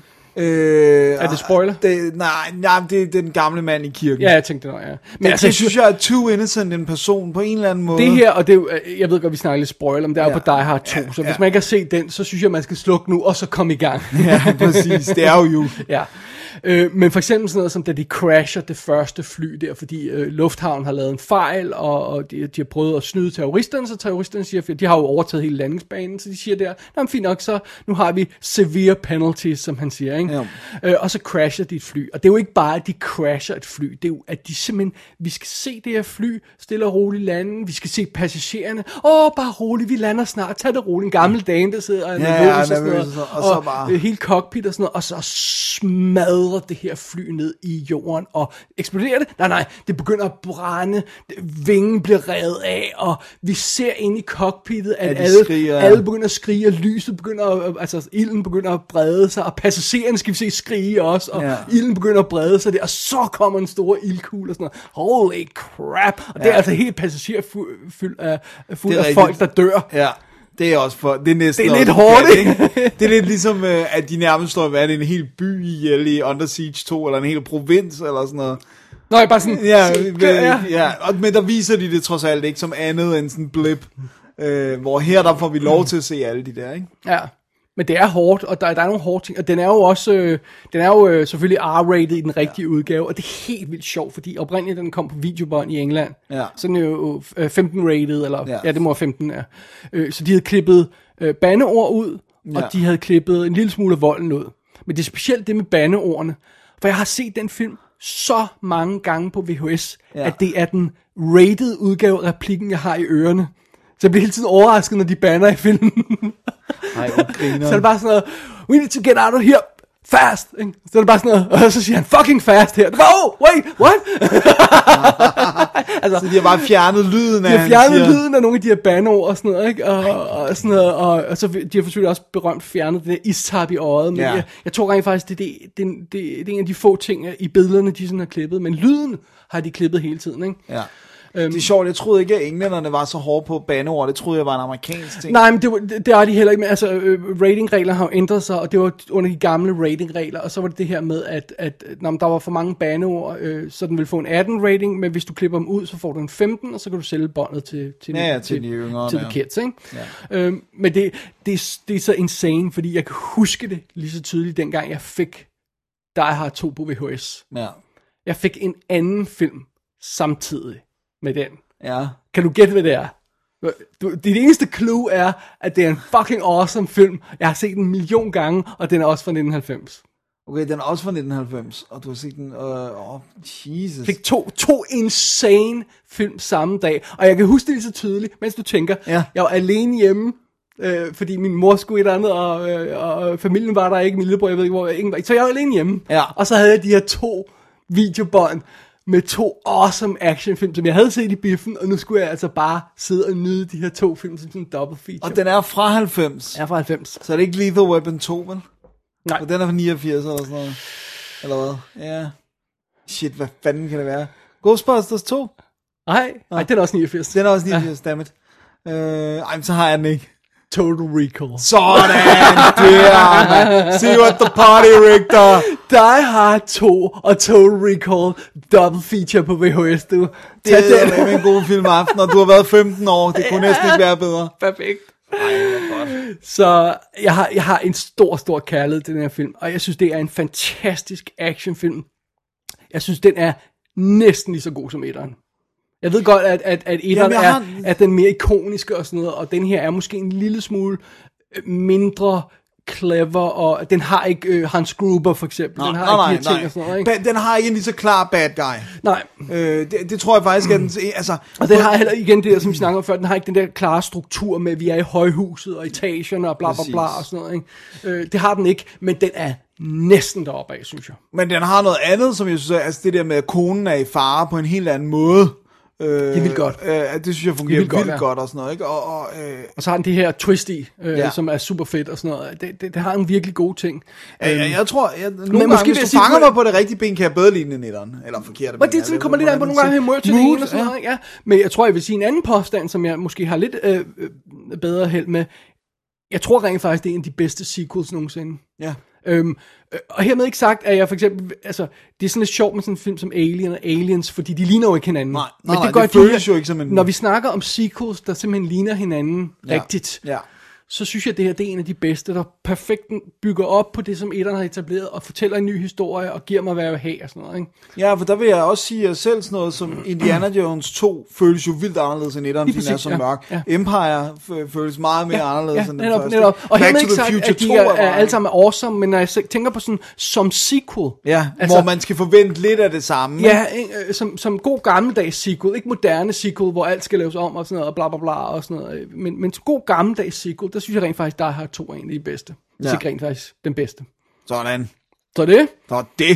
Øh, er det spoiler? Det, nej, nej, det er den gamle mand i kirken. Ja, jeg tænkte det, ja. Men det, altså, det synes jeg er too innocent en person, på en eller anden måde. Det her, og det er jo, jeg ved godt, vi snakker lidt spoiler, men det er jo ja. på Die Hard to, ja, så hvis ja. man ikke har set den, så synes jeg, man skal slukke nu, og så komme i gang. Ja, præcis, det er jo ja. Øh, men for eksempel sådan noget som, da de crasher det første fly der, fordi øh, Lufthavn har lavet en fejl, og, og de, de har prøvet at snyde terroristerne, så terroristerne siger, for de har jo overtaget hele landingsbanen, så de siger der, nå, fint nok, så nu har vi severe penalties, som han siger, ikke? Ja. Øh, og så crasher de et fly, og det er jo ikke bare, at de crasher et fly, det er jo, at de simpelthen, vi skal se det her fly, stille og roligt lande, vi skal se passagererne, åh, bare roligt, vi lander snart, tag det roligt, en gammel dame, der sidder og ja, nervøs ja, og sådan noget, og, og, og så bare... øh, hele cockpit og sådan noget, og så smadrer det her fly ned i jorden, og eksploderer det? Nej, nej, det begynder at brænde, vingen bliver revet af, og vi ser ind i cockpittet, at ja, alle, skriger, alle begynder at skrige, og lyset begynder at, altså ilden begynder at brede sig, og passagererne skal vi se skrige også, og ja. ilden begynder at brede sig der, og så kommer en stor ildkugle og sådan noget. Holy crap! Og det ja. er altså helt passagerfyldt af, fuld af folk, der dør. Ja. Det er også for, det er næsten det er lidt også, hårdt, ja, ikke? Det er lidt ligesom, at de nærmest står ved en hel by ihjel i Under Siege to, eller en hel provins, eller sådan noget. Nå, jeg bare sådan... Ja, ja. ja. Og, men der viser de det trods alt ikke som andet end sådan en blip. Øh, hvor her, der får vi lov til at se alle de der, ikke? Ja. Men det er hårdt, og der, der er nogle hårde ting, og den er jo også, øh, den er jo øh, selvfølgelig R-rated i den rigtige ja. udgave, og det er helt vildt sjovt, fordi oprindeligt den kom på videobånd i England, ja. så den er jo øh, femten-rated, eller ja. ja, det må være femten, ja. Øh, så de havde klippet øh, bandeord ud, og ja. de havde klippet en lille smule af volden ud. Men det er specielt det med bandeordene, for jeg har set den film så mange gange på V H S, ja. at det er den rated udgave af replikken, jeg har i ørerne. Så jeg bliver hele tiden overrasket, når de banner i filmen. Ej, hvor griner. Så er det bare sådan noget, we need to get out of here fast. Ikke? Så er det bare sådan noget, og så siger han fucking fast her. Oh, wait, what? altså, så de har bare fjernet lyden af De har fjernet lyden af nogle af de her bandeord og sådan noget, ikke? Og, og sådan noget, og, og så de har selvfølgelig også berømt fjernet det der istap i øjet. Men ja. jeg, jeg tror rent faktisk, det, det, det, det, det er en af de få ting i billederne, de sådan har klippet. Men lyden har de klippet hele tiden, ikke? Ja. Det er sjovt, jeg troede ikke, at englænderne var så hårde på bandeord. Det troede jeg var en amerikansk ting. Nej, men det, var, det, det er de heller ikke. Men altså, øh, ratingregler har jo ændret sig, og det var under de gamle ratingregler. Og så var det det her med, at, at når der var for mange bandeord, øh, så den ville få en atten rating, men hvis du klipper dem ud, så får du en femten, og så kan du sælge båndet til, til, ja, ja, til, til de yngre. Til ja. de kids, ikke? Ja. Øhm, men det, det, det er så insane, fordi jeg kan huske det lige så tydeligt, dengang jeg fik Die Hard to på V H S. Ja. Jeg fik en anden film samtidig med den. Ja. Kan du gætte, hvad det er? Du, det eneste clue er, at det er en fucking awesome film. Jeg har set den en million gange, og den er også fra nitten halvfems. Okay, den er også fra nitten halvfems, og du har set den, åh, oh, Jesus. Jeg fik to, to insane film samme dag, og jeg kan huske det lige så tydeligt, mens du tænker, ja. jeg var alene hjemme, øh, fordi min mor skulle et eller andet, og, øh, og familien var der ikke, min lillebror, jeg ved ikke hvor, ingen var, så jeg var alene hjemme. Ja. Og så havde jeg de her to videobånd, med to awesome actionfilm, som jeg havde set i biffen, og nu skulle jeg altså bare sidde og nyde de her to film som sådan en double feature. Og den er fra halvfems? Er fra halvfems. Så er det ikke Lethal Weapon to, vel? Nej. Og den er fra niogfirs eller sådan noget. Eller hvad? Ja. Shit, hvad fanden kan det være? Ghostbusters to? Nej, nej, den er også niogfirs. Den er også niogfirs, ja. Dammit. Øh, ej, så har jeg den ikke. Total Recall. Sådan der, see you at the party, Richter. Die Hard to og Total Recall double feature på V H S, du. Det er en god film aften, og du har været femten år. Det kunne næsten ikke være bedre. Perfekt. Ej, det er godt. Så jeg har, jeg har en stor, stor kærlighed til den her film, og jeg synes, det er en fantastisk actionfilm. Jeg synes, den er næsten lige så god som etteren. Jeg ved godt, at, at, at etteren Jamen, er, har... er den mere ikoniske og sådan noget, og den her er måske en lille smule mindre clever, og den har ikke øh, Hans Gruber for eksempel. Nå, den har nej, ikke de her nej, ting og sådan noget, ikke? Ba- den har ikke en lige så klar bad guy. Nej. Øh, det, det tror jeg faktisk, at den... Altså, og den har heller igen det, som vi snakker om før, den har ikke den der klare struktur med, at vi er i højhuset og etagerne og bla bla bla og sådan noget, ikke? Øh, det har den ikke, men den er næsten deroppe af, synes jeg. Men den har noget andet, som jeg synes er, altså det der med, at konen er i fare på en helt anden måde. Øh, det er vildt godt. Øh, det synes jeg fungerer vildt, godt, vildt ja. godt og sådan noget, ikke? Og, og, øh, og så har den det her twist i, øh, ja. som er super fedt og sådan noget. Det, det, det har en virkelig god ting. Jeg, jeg, jeg tror, jeg, nogle men gange, måske hvis vil du jeg fanger sige, mig på det rigtige ben, kan jeg bedre lide den etteren. Eller forkerte ben. Men det sådan, kommer lidt an på nogle gange humør til det ene og sådan noget, ja. Men jeg tror, jeg vil sige en anden påstand, som jeg måske har lidt øh, øh, bedre held med. Jeg tror rent faktisk, det er en af de bedste sequels nogensinde. Ja. Øhm, øh, og hermed ikke sagt, at jeg for eksempel, altså, det er sådan lidt sjovt med sådan en film som Alien og Aliens, fordi de ligner jo ikke hinanden. Nej, men nej, det, gør det de føles her, jo ikke som en... Når vi snakker om sequels, der simpelthen ligner hinanden ja. rigtigt, Ja. så synes jeg, at det her det er en af de bedste, der perfekt bygger op på det, som etteren har etableret, og fortæller en ny historie, og giver mig, hvad jeg vil have, og sådan noget, ikke? Ja, for der vil jeg også sige, at selv sådan noget som Indiana Jones to føles jo vildt anderledes end etteren, fordi den er så ja, mørk. ja. Empire f- føles meget mere ja, anderledes ja, end den netop, første. netop. Og Back hermed to ikke the sagt, Future at de to er, er, er alle sammen awesome, men når jeg tænker på sådan, som sequel. Ja, altså, hvor man skal forvente lidt af det samme. Ja, øh, som, som god gammeldags sequel, ikke moderne sequel, hvor alt skal laves om og sådan noget, og bla bla bla og sådan noget, men, men som god gammeldags sequel, der synes jeg rent faktisk, der har to er en af de bedste. Ja. Så rent faktisk den bedste. Sådan. Så det. Så det.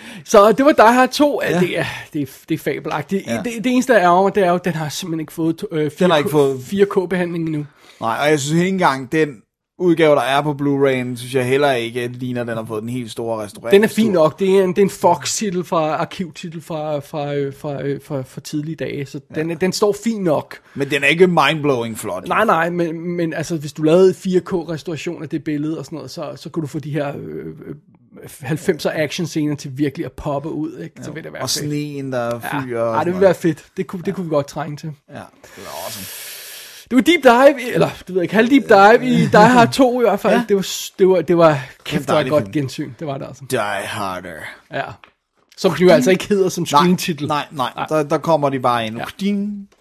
Så det var Die Hard to. Ja. Det, er, det, er, det er fabelagtigt. Ja. Det, det eneste, der er mig, det er jo, at den har simpelthen ikke fået øh, Den har ikke fået- fire K-behandling endnu. Nej, og jeg synes ikke engang, den udgave, der er på Blu-ray'en, synes jeg heller ikke ligner, den har fået den helt store restaurering. Den er fin nok. Det er en, det er en Fox-titel fra, arkivtitel fra, fra, øh, fra, øh, fra, fra tidlige dage. Så ja. den, den står fin nok. Men den er ikke mindblowing flot. Nej, nej, men, men altså, hvis du lavede fire K-restauration af det billede og sådan noget, så, så kunne du få de her øh, halvfemser action-scener til virkelig at poppe ud, ikke? Så vil det være og fedt. sneen, der fyrer. Ja, ej, det ville være fedt. Det kunne, det kunne vi godt trænge til. Ja, det var awesome. Det var deep dive, i, eller du ved ikke, halv deep dive i Die Hard to i hvert fald. Ja. Det var, det var, det var kæft, det var et godt film. Gensyn. Det var det altså. Die Harder. Ja. Som den jo altså ikke hedder som screen-titel. Nej, nej, nej. Der, der kommer de bare ind. Ja.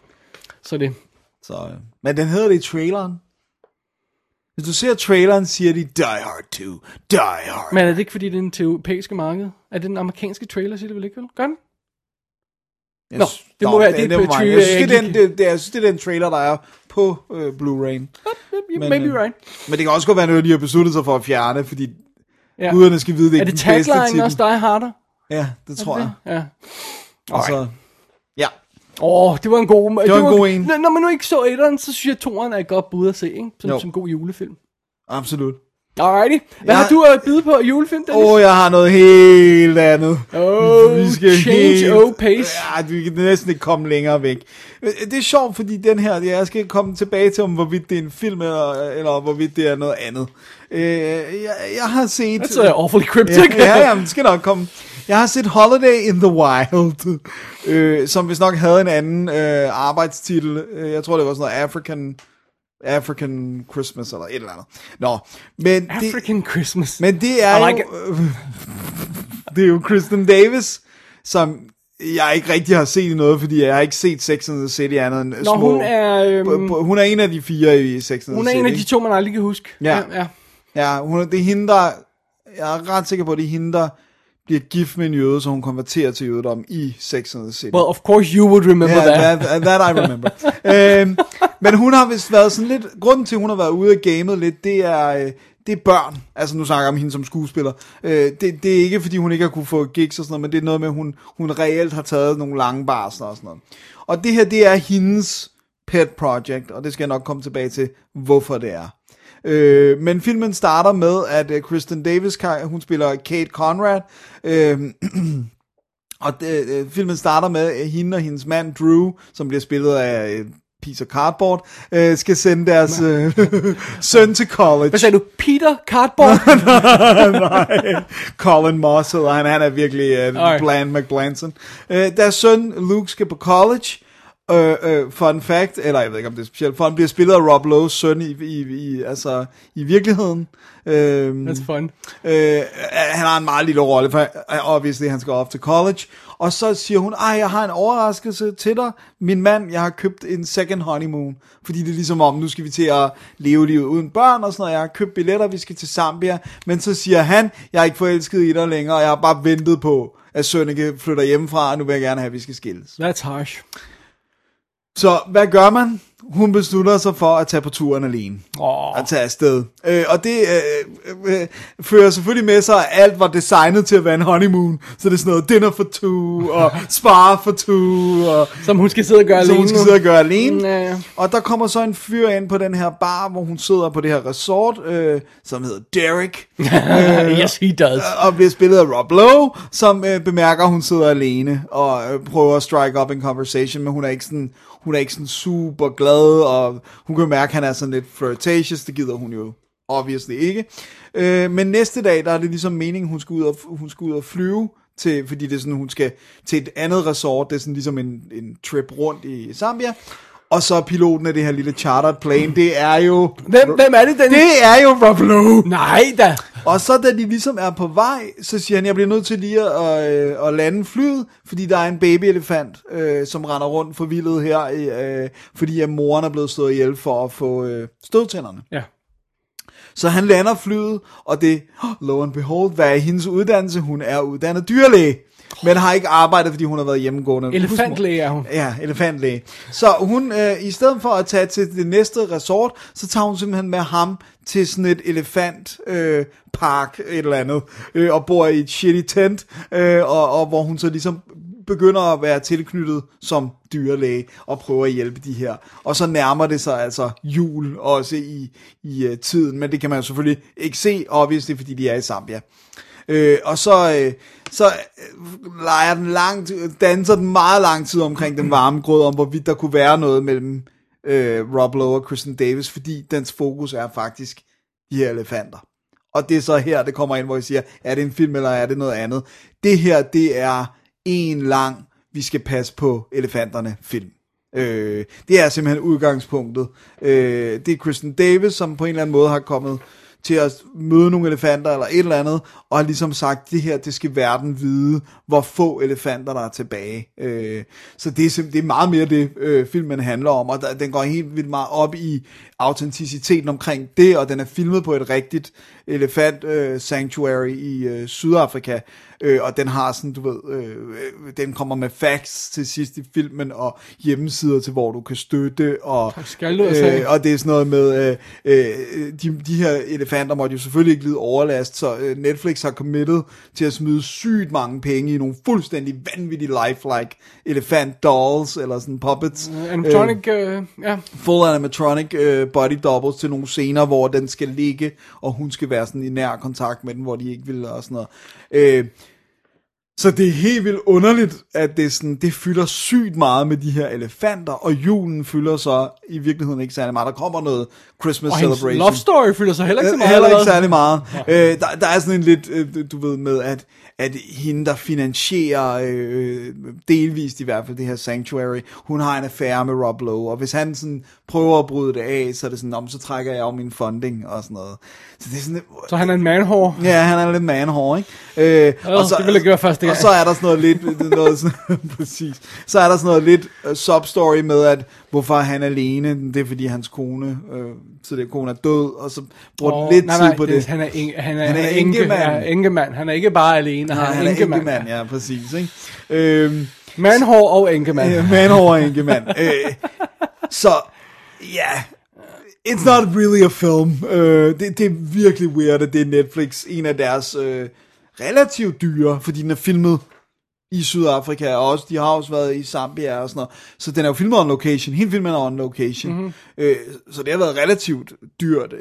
Så det. Så, men den hedder det i traileren. Hvis du ser traileren, siger de Die Hard to, Die Hard. Men er det ikke, fordi det er den til europæiske marked? Er det den amerikanske trailer, siger det vel ikke, vel? Gør den? Jeg Nå, synes- det må Nå, være- det er never på mind. trailer, Jeg synes, det er jeg den, ikke- det, det, jeg synes, det er den trailer, der er på øh, Blu-ray. You may be øh, right. Men det kan også godt være noget, de har besluttet sig for at fjerne, fordi Ja. guderne skal vide, det er Er ikke det den bedste tagline titel. også Die Harder? Ja, det tror jeg. Ja. Og så, ja. Åh, oh, det var en god... Det var en god en. Når, når man nu ikke så etteren, så synes jeg, at toeren er et godt bud at se, ikke? Som, Jo. som god julefilm. Absolut. Alrighty. Hvad Jeg- har du at byde på af julefilm, Dennis? Åh, oh, jeg har noget helt andet. Oh, change oh pace. Ja, vi kan næsten ikke komme længere væk. Det er sjovt, fordi den her, jeg skal komme tilbage til, om hvorvidt det er en film, eller, eller hvorvidt det er noget andet. Øh, jeg, jeg har set... That's uh, awfully cryptic. Ja, ja, men det skal nok komme. Jeg har set Holiday in the Wild, øh, som vist nok havde en anden øh, arbejdstitel. Jeg tror, det var sådan noget African... African Christmas eller et eller andet. Nå, men African det, Christmas. men det er I jo like øh, det er jo Kristen Davis, som jeg ikke rigtig har set i noget, fordi jeg har ikke set Sex and the City andet end Nå, små. hun er... Øhm, b- b- hun er en af de fire i Sex and the hun er City. en af de to, man aldrig kan huske. Ja. ja. Ja, hun, er- det er hende, der... Jeg er ret sikker på, at det er hende, der bliver gift med en jøde, så hun konverterer til jødedom i Sex and the City. Well, of course you would remember Yeah, that. that. That I remember. øhm, men hun har vist været sådan lidt... Grunden til, at hun har været ude af gamet lidt, det er... Øh, det er børn. Altså, nu snakker jeg om hende som skuespiller. Øh, det, det er ikke, fordi hun ikke har kunne få gigs og sådan noget, men det er noget med, at hun, hun reelt har taget nogle lange barsler og sådan noget. Og det her, det er hendes pet project, og det skal jeg nok komme tilbage til, hvorfor det er. Øh, men filmen starter med, at uh, Kristen Davis, hun spiller Kate Conrad, øh, og det, øh, filmen starter med, at hende og hendes mand Drew, som bliver spillet af øh, piece of cardboard, øh, skal sende deres øh, søn til college. Hvad sagde du? Peter Cardboard? Nej, Colin Moss hedder han, han er virkelig uh, Bland McBlanson. Øh, deres søn Luke skal på college. Uh, uh, fun fact, eller jeg ved ikke om det er specielt, for han bliver spillet af Rob Lowe's søn i, i, i, altså, i virkeligheden. Uh, That's fun. Uh, han har en meget lille rolle, for obviously han skal op til college. Og så siger hun, ej, jeg har en overraskelse til dig, min mand, jeg har købt en second honeymoon. Fordi det er ligesom om, nu skal vi til at leve livet uden børn og sådan noget. Jeg har købt billetter, vi skal til Zambia. Men så siger han, jeg er ikke forelsket i dig længere, og jeg har bare ventet på, at Sønneke flytter hjemmefra, og nu vil jeg gerne have, at vi skal skilles. That's harsh. Så hvad gør man? hun beslutter sig for at tage på turen alene. Oh. At tage afsted. Øh, og det øh, øh, fører selvfølgelig med sig, at alt var designet til at være en honeymoon. Så det er sådan noget dinner for two, og spa for two. Og, som hun skal sidde og gøre som alene. hun skal sidde og gøre alene. Mm, ja, ja. Og der kommer så en fyr ind på den her bar, hvor hun sidder på det her resort, øh, som hedder Derek. øh, yes, he does. Og bliver spillet af Rob Lowe, som øh, bemærker, at hun sidder alene og øh, prøver at strike up en conversation, men hun er ikke sådan... Hun er ikke sådan super glad, og hun kan mærke, at han er sådan lidt flirtatious. Det gider hun jo obviously ikke. Øh, men næste dag, der er det ligesom meningen, hun skal ud og, hun skal ud og flyve, til, fordi det er sådan, hun skal til et andet resort. Det er sådan ligesom en, en trip rundt i Zambia. Og så piloten af det her lille chartered plane, det er jo... Hvem, hvem er det, Dennis? Det er jo Rob Lowe. Nej da. Og så da de ligesom er på vej, så siger han, jeg bliver nødt til lige at, øh, at lande flyet, fordi der er en babyelefant, øh, som render rundt forvildet her, øh, fordi at moren er blevet slået ihjel for at få øh, stødtænderne. Ja. Så han lander flyet, og det, oh, lo and behold, hvad er hendes uddannelse? Hun er uddannet dyrlæge, men har ikke arbejdet, fordi hun har været hjemmegående. Elefantlæge er hun. Ja, elefantlæge. Så hun, øh, i stedet for at tage til det næste resort, så tager hun simpelthen med ham til sådan et elefant øh, park, et eller andet, øh, og bor i et shitty tent, øh, og, og hvor hun så ligesom begynder at være tilknyttet som dyrlæge og prøver at hjælpe de her. Og så nærmer det sig altså jul også i, i uh, tiden, men det kan man jo selvfølgelig ikke se, obviously, fordi de er i Zambia. Øh, og så, øh, så øh, leger den langt, danser den meget lang tid omkring den varme grød, om hvorvidt der kunne være noget mellem øh, Rob Lowe og Kristen Davis, fordi dens fokus er faktisk de her elefanter. Og det er så her, det kommer ind, hvor jeg siger, er det en film, eller er det noget andet? Det her, det er en lang, vi skal passe på elefanterne film. Øh, det er simpelthen udgangspunktet. Øh, det er Kristen Davis, som på en eller anden måde har kommet til at møde nogle elefanter eller et eller andet, og har ligesom sagt, det her, det skal verden vide, hvor få elefanter der er tilbage. Øh, så det er, det er meget mere det, øh, filmen handler om, og der, den går helt vildt meget op i autenticiteten omkring det, og den er filmet på et rigtigt elefant øh, sanctuary i øh, Sydafrika, øh, og den har sådan, du ved, øh, den kommer med facts til sidst i filmen, og hjemmesider til, hvor du kan støtte, og, øh, og det er sådan noget med, øh, øh, de, de her elefanter måtte jo selvfølgelig ikke lide overlast, så øh, Netflix har committed til at smide sygt mange penge i nogle fuldstændig vanvittige lifelike elefant dolls, eller sådan puppets. Uh, animatronic, øh, uh, ja. Full animatronic øh, body doubles til nogle scener, hvor den skal ligge, og hun skal være sådan i nær kontakt med den, hvor de ikke vil, og sådan noget. Øh, så det er helt vildt underligt, at det, sådan, det fylder sygt meget med de her elefanter, og julen fylder så i virkeligheden ikke særlig meget. Der kommer noget Christmas og Celebration. Love Story fylder så heller ikke så meget. Heller ikke særlig meget. Ja. Øh, der, der er sådan en lidt, øh, du ved, med at, at hende, der finansierer øh, delvist i hvert fald det her sanctuary, hun har en affære med Rob Lowe, og hvis han sådan prøver at bryde det af, så er det sådan, om så trækker jeg jo min funding og sådan noget. Så det er sådan, så han er en manhår. Ja, han er lidt manhår, ikke? Øh, oh, og så, det vil jeg gøre første gang. Og så er der sådan noget lidt, noget sådan, præcis. Så er der sådan noget lidt uh, substory med, at hvorfor er han alene? Det er fordi hans kone, øh, så det kone er død, og så bruger oh, lidt nej, tid nej, på det. det. Han er, en, han er, han er, er enkemand. Ja, enkemand. Han er ikke bare alene, nej, han er han er enkemand. enkemand, ja, præcis, ikke? Øhm, manhår og enkemand. Øh, manhår og enkemand. øh, så, ja... Yeah. It's not really a film. Uh, det, det er virkelig weird, at det er Netflix, en af deres uh, relativt dyre, fordi den er filmet i Sydafrika, og også, de har også været i Zambia og sådan noget. Så den er jo filmet on location. Hele filmen er on location. Mm-hmm. Uh, så det har været relativt dyrt.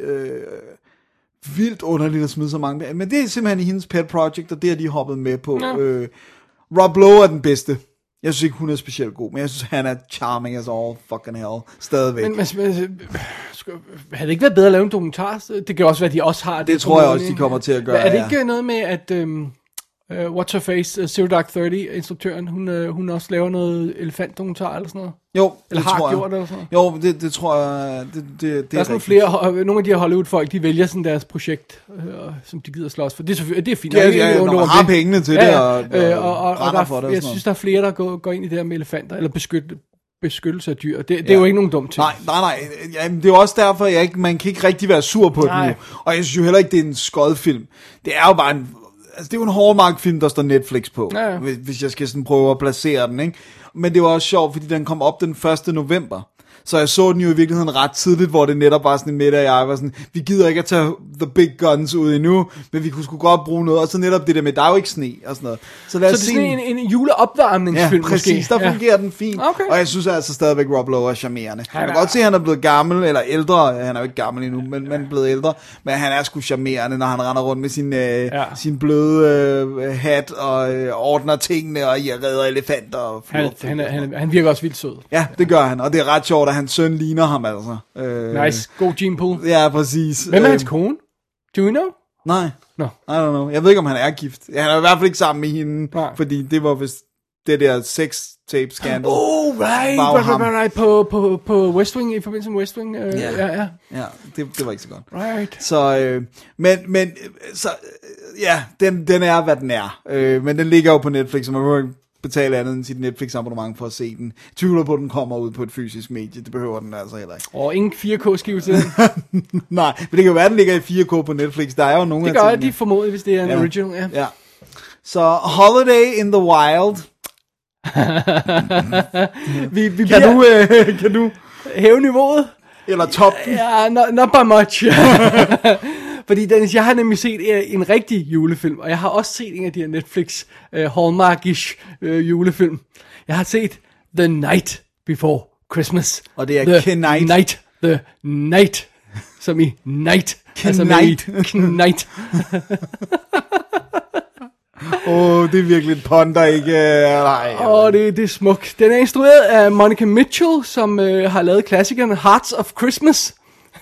Uh, vildt underligt at smide så mange. Men det er simpelthen i hendes pet project, og det har de hoppet med på. Ja. Uh, Rob Lowe er den bedste. Jeg synes ikke, hun er specielt god, men jeg synes, han er charming as all fucking hell. Stadigvæk. Men, men, men havde det ikke været bedre at lave en dokumentar? Det kan også være, at de også har det. Det tror jeg også, de kommer til at gøre, er det ja. ikke noget med, at um, uh, What's Her Face, uh, Zero Dark Thirty, instruktøren, hun, uh, hun også laver noget elefantdokumentar eller sådan noget? Jo, eller det har tror jeg. gjort eller sådan noget? Jo, det, det tror jeg, det, det, det der er, er sådan flere, nogle af de her Hollywood-folk, de vælger sådan deres projekt, øh, som de gider slås for. Det er, selvfølgelig, det er fint. Ja, ja, ja, når man har pengene til ja, det, og, øh, og, og, og der, for det. Jeg synes, der er flere, der går, går ind i det her med elefanter, eller beskytte, beskyttelse af dyr. Det, det ja. er jo ikke nogen dumt ting. Nej, nej, nej. Jamen, det er jo også derfor, jeg ikke, man kan ikke rigtig være sur på nej. den nu. Og jeg synes jo heller ikke, det er en skodfilm. Det er jo bare en... Altså, det er jo en Hallmark-film, der står Netflix på, ja, ja. Hvis, hvis jeg skal sådan prøve at placere den, ikke? Men det var også sjovt, fordi den kom op den første november. Så jeg så den jo i virkeligheden ret tidligt, hvor det netop var sådan en middag, jeg var sådan, vi gider ikke at tage the big guns ud endnu, men vi kunne sgu godt bruge noget, og så netop det der med, der er jo ikke sne og sådan noget. Så, lad Så os det er se sådan en, en juleopvarmningsfilm ja, præcis, måske. der fungerer ja. den fint. Okay. Og jeg synes altså stadigvæk, Rob Lowe er charmerende. Jeg kan er- godt se, at han er blevet gammel, eller ældre. Han er jo ikke gammel endnu, men, men blevet ældre. Men han er sgu charmerende, når han render rundt med sin, øh, Ja. sin bløde øh, hat, og øh, ordner tingene, og I redder elefanter. Og flyver, Han, han, er- han, er- han virker også vildt sød. Ja, det gør han, og det er ret sjovt, at hans søn ligner ham altså. Øh, Nice. God Gene Pool. Ja, præcis. Hvem er Øh, hans kone? Do you know? Nej. Nå. I don't know. Jeg ved ikke, om han er gift. Han er i hvert fald ikke sammen med hende, Nej. fordi det var vist det der sex-tape-scandal. Oh, right, var jo right, ham. right, right, på, på, på West Wing, i forbindelse med West Wing. Uh, Ja. ja, ja. Ja, det, det var ikke så godt. Right. Så, øh, men, men, øh, så, øh, ja, den, den er, hvad den er. Øh, men den ligger jo på Netflix, og man må ikke betale andet end sit Netflix-abonnement for at se den. Jeg tvivler på, at den kommer ud på et fysisk medie. Det behøver den altså heller ikke. Og ingen fire K-skive til den. Nej, men det kan jo være, at den ligger i fire K på Netflix. Der er jo nogle Det af gør tingene. de formodet, hvis det er en Ja. original, ja. Ja. Så Holiday in the Wild. Vi, vi Kan bliver du, øh, kan du, hæve niveauet. eller top den? Ja, not, not by much. Fordi Dennis, jeg har nemlig set øh, en rigtig julefilm, og jeg har også set en af de her Netflix uh, Hallmark-ish uh, julefilm. Jeg har set The Night Before Christmas. Og det er The Knight. Night. The Night. Som i night. Altså Knight. med i Knight. Åh, oh, det er virkelig et pun, der ikke... Uh, nej. Og det, det er smukt. Den er instrueret af Monica Mitchell, som øh, har lavet klassikeren Hearts of Christmas,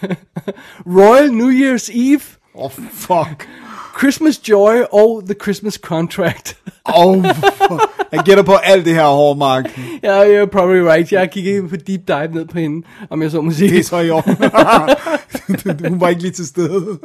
Royal New Year's Eve, Åh, oh, fuck. Christmas Joy og The Christmas Contract. Åh, oh, jeg gætter på alt det her Hallmark. Ja, yeah, you're probably right. Jeg kiggede på deep dive ned på hende, om jeg så må sige. Det er så i orden. Hun var ikke lige til stede.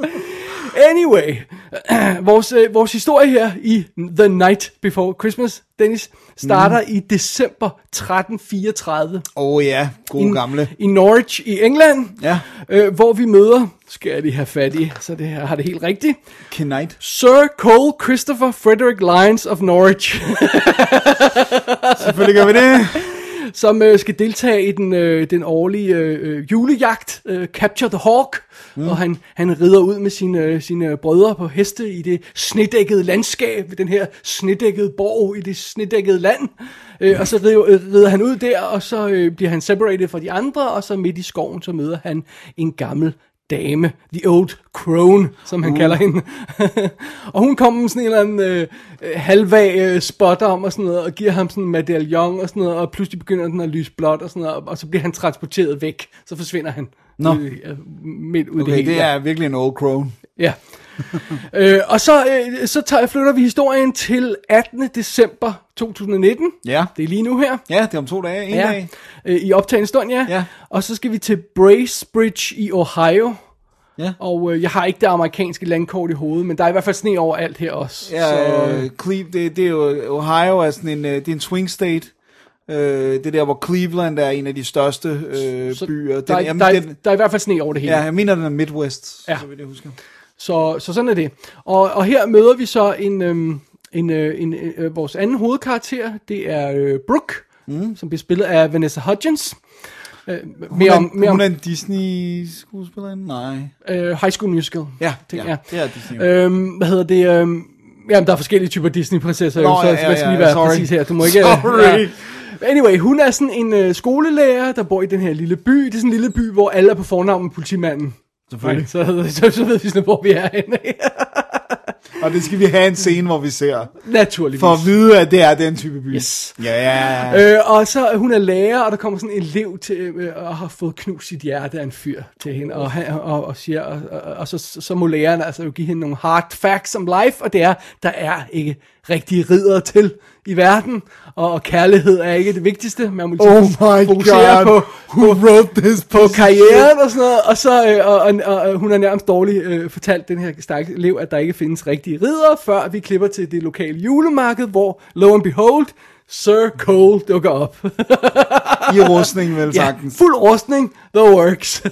Anyway, vores, øh, vores historie her i The Night Before Christmas, Dennis, starter mm. i december tretten fireogtredive. Åh oh, ja, gode i, gamle. I Norwich i England, Ja. øh, hvor vi møder, skal jeg lige have fat i, så det her har det helt rigtigt, Knight. Sir Cole Christopher Frederick Lyons of Norwich, Selvfølgelig gør vi det. som øh, skal deltage i den, øh, den årlige øh, julejagt, øh, Capture the Hawk, mm. og han, han rider ud med sine, øh, sine brødre på heste i det snedækkede landskab, den her snedækkede borg i det snedækkede land, øh, og så rider, øh, rider han ud der, og så øh, bliver han separated fra de andre, og så midt i skoven, så møder han en gammel dame, the old crone, som han uh. kalder hende. Og hun kommer med sådan en eller anden øh, halvvag øh, spotter om og sådan noget, og giver ham sådan en medaljon og sådan noget, og pludselig begynder den at lyse blåt og sådan noget, og så bliver han transporteret væk, så forsvinder han. Nå. Øh, midt ud i Okay, det hele. det er virkelig en old crone. Ja. øh, og så, øh, så tager, flytter vi historien til attende december to tusind nitten. Ja. Det er lige nu her. Ja, det er om to dage, en Ja. dag. Øh, I optagende stund, ja. Ja. Og så skal vi til Bracebridge i Ohio. Ja. Og øh, jeg har ikke det amerikanske landkort i hovedet, men der er i hvert fald sne over alt her også. Ja, så, øh, Cle- det, det er jo, Ohio er sådan en, øh, det er en swing state. Øh, det er der, hvor Cleveland er en af de største øh, så byer. Den, der, er- jamen, der, er- den, der er i hvert fald sne over det hele. ja, jeg mener, den er Midwest, Ja. så vil jeg huske. Så, så sådan er det. Og, og her møder vi så en, øhm, en, øh, en øh, vores anden hovedkarakter. Det er øh, Brooke, mm. som bliver spillet af Vanessa Hudgens. Øh, Hun, mere er, om, mere hun om er en Disney-skuespillerinde? Nej. øh, High School Musical. Ja, ting, ja, det er Disney. Øhm, hvad hedder det? Øhm, jamen, der er forskellige typer Disney-prinsesser, Nå, jo, så ja, jeg skal ja, lige ja, være sorry. præcis her. Du må ikke... Sorry. Ja. Anyway, hun er sådan en øh, skolelærer, der bor i den her lille by. Det er sådan en lille by, hvor alle er på fornavn med politimanden. Selvfølgelig. Så, så, så ved vi sådan, hvor vi er henne. Og det skal vi have en scene, hvor vi ser. Naturligvis. For at vide, at det er den type by. Yes. Ja, ja, ja. Øh, og så hun er lærer, og der kommer sådan en elev til, øh, og har fået knust sit hjerte af en fyr til hende, og, han, og, og siger, og, og, og så, så må læreren altså jo give hende nogle hard facts om life, og det er, der er ikke rigtige ridder til i verden, og, og kærlighed er ikke det vigtigste, man må Oh ligesom my fokusere God. på, Who wrote this på karrieren og sådan noget, og så øh, og, og, og, og hun har nærmest dårligt øh, fortalt den her stakkels elev, at der ikke findes rigtige ridder, før vi klipper til det lokale julemarked, hvor lo and behold, Sir Cole dukker op. I rustning, vel Ja, sagtens. fuld rustning, the works.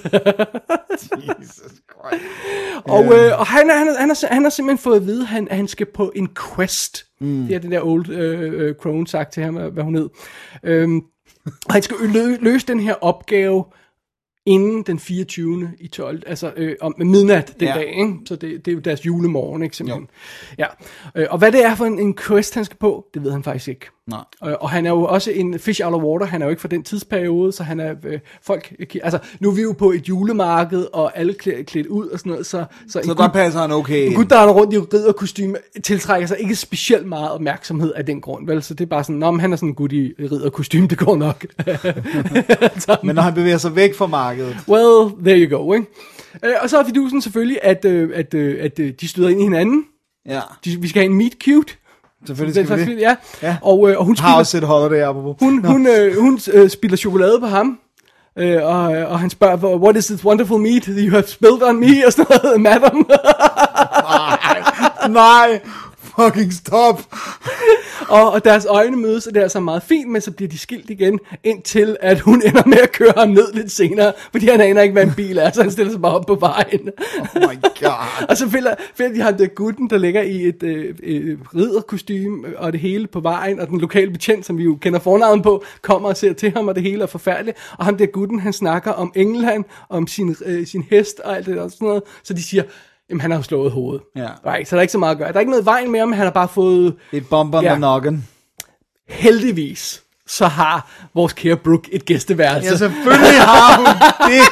Jesus Christ. og øh, og han, er, han, er, han, har, han har simpelthen fået at vide, at han, at han skal på en quest. Mm. Det er den der old øh, øh, crone sagt til ham, hvad hun hed. Øhm, Og han skal lø- løse den her opgave inden den fireogtyvende i tolv, altså øh, om midnat den ja. dag, ikke? Så det, det er jo deres julemorgen, ikke, simpelthen. Jo. Ja. Øh, og hvad det er for en, en quest, han skal på, det ved han faktisk ikke. Nej. Øh, og han er jo også en fish out of water, han er jo ikke fra den tidsperiode, så han er, øh, folk, altså, nu er vi jo på et julemarked, og alle klædt, klædt ud og sådan noget, så... Så, Så en der gut, passer han okay. en gut, der er rundt i ridderkostyme, tiltrækker sig ikke specielt meget opmærksomhed af den grund, vel? Så det er bare sådan, nå, men han er sådan en gut i ridderkostyme, det går nok. så, Men når han bevæger sig væk fra markedet. Well, there you go, ikke? Øh, og så er fidusen selvfølgelig, at, øh, at, øh, at øh, de støder ind i hinanden. Ja. De, vi skal have en meet cute. Selvfølgelig skal vi det. Ja. Ja. Og, øh, og hun spiller, Har også set Holiday, apropos. hun, hun, øh, hun øh, spiller chokolade på ham. Øh, og, og han spørger, what is this wonderful meat you have spilled on me? Og sådan noget, madam. Nej, nej, fucking stop. og, og deres øjne mødes, og det er altså meget fint, men så bliver de skilt igen, indtil at hun ender med at køre ham ned lidt senere, fordi han aner ikke, hvad en bil er, så han stiller sig bare op på vejen. Oh my god. Og så finder, finder de ham der gutten, der ligger i et, øh, et ridderkostyme, og det hele på vejen, og den lokale betjent, som vi jo kender fornavnet på, kommer og ser til ham, og det hele er forfærdeligt. Og ham der gutten, han snakker om England, om sin, øh, sin hest og alt det der og sådan noget, så de siger, jamen han har jo slået hovedet. Ja. Right, så der er ikke så meget at gøre. Der er ikke noget i vejen med ham, han har bare fået... Et bomb on Ja. the noggin. Heldigvis, så har vores kære Brooke et gæsteværelse. Ja, selvfølgelig har hun det.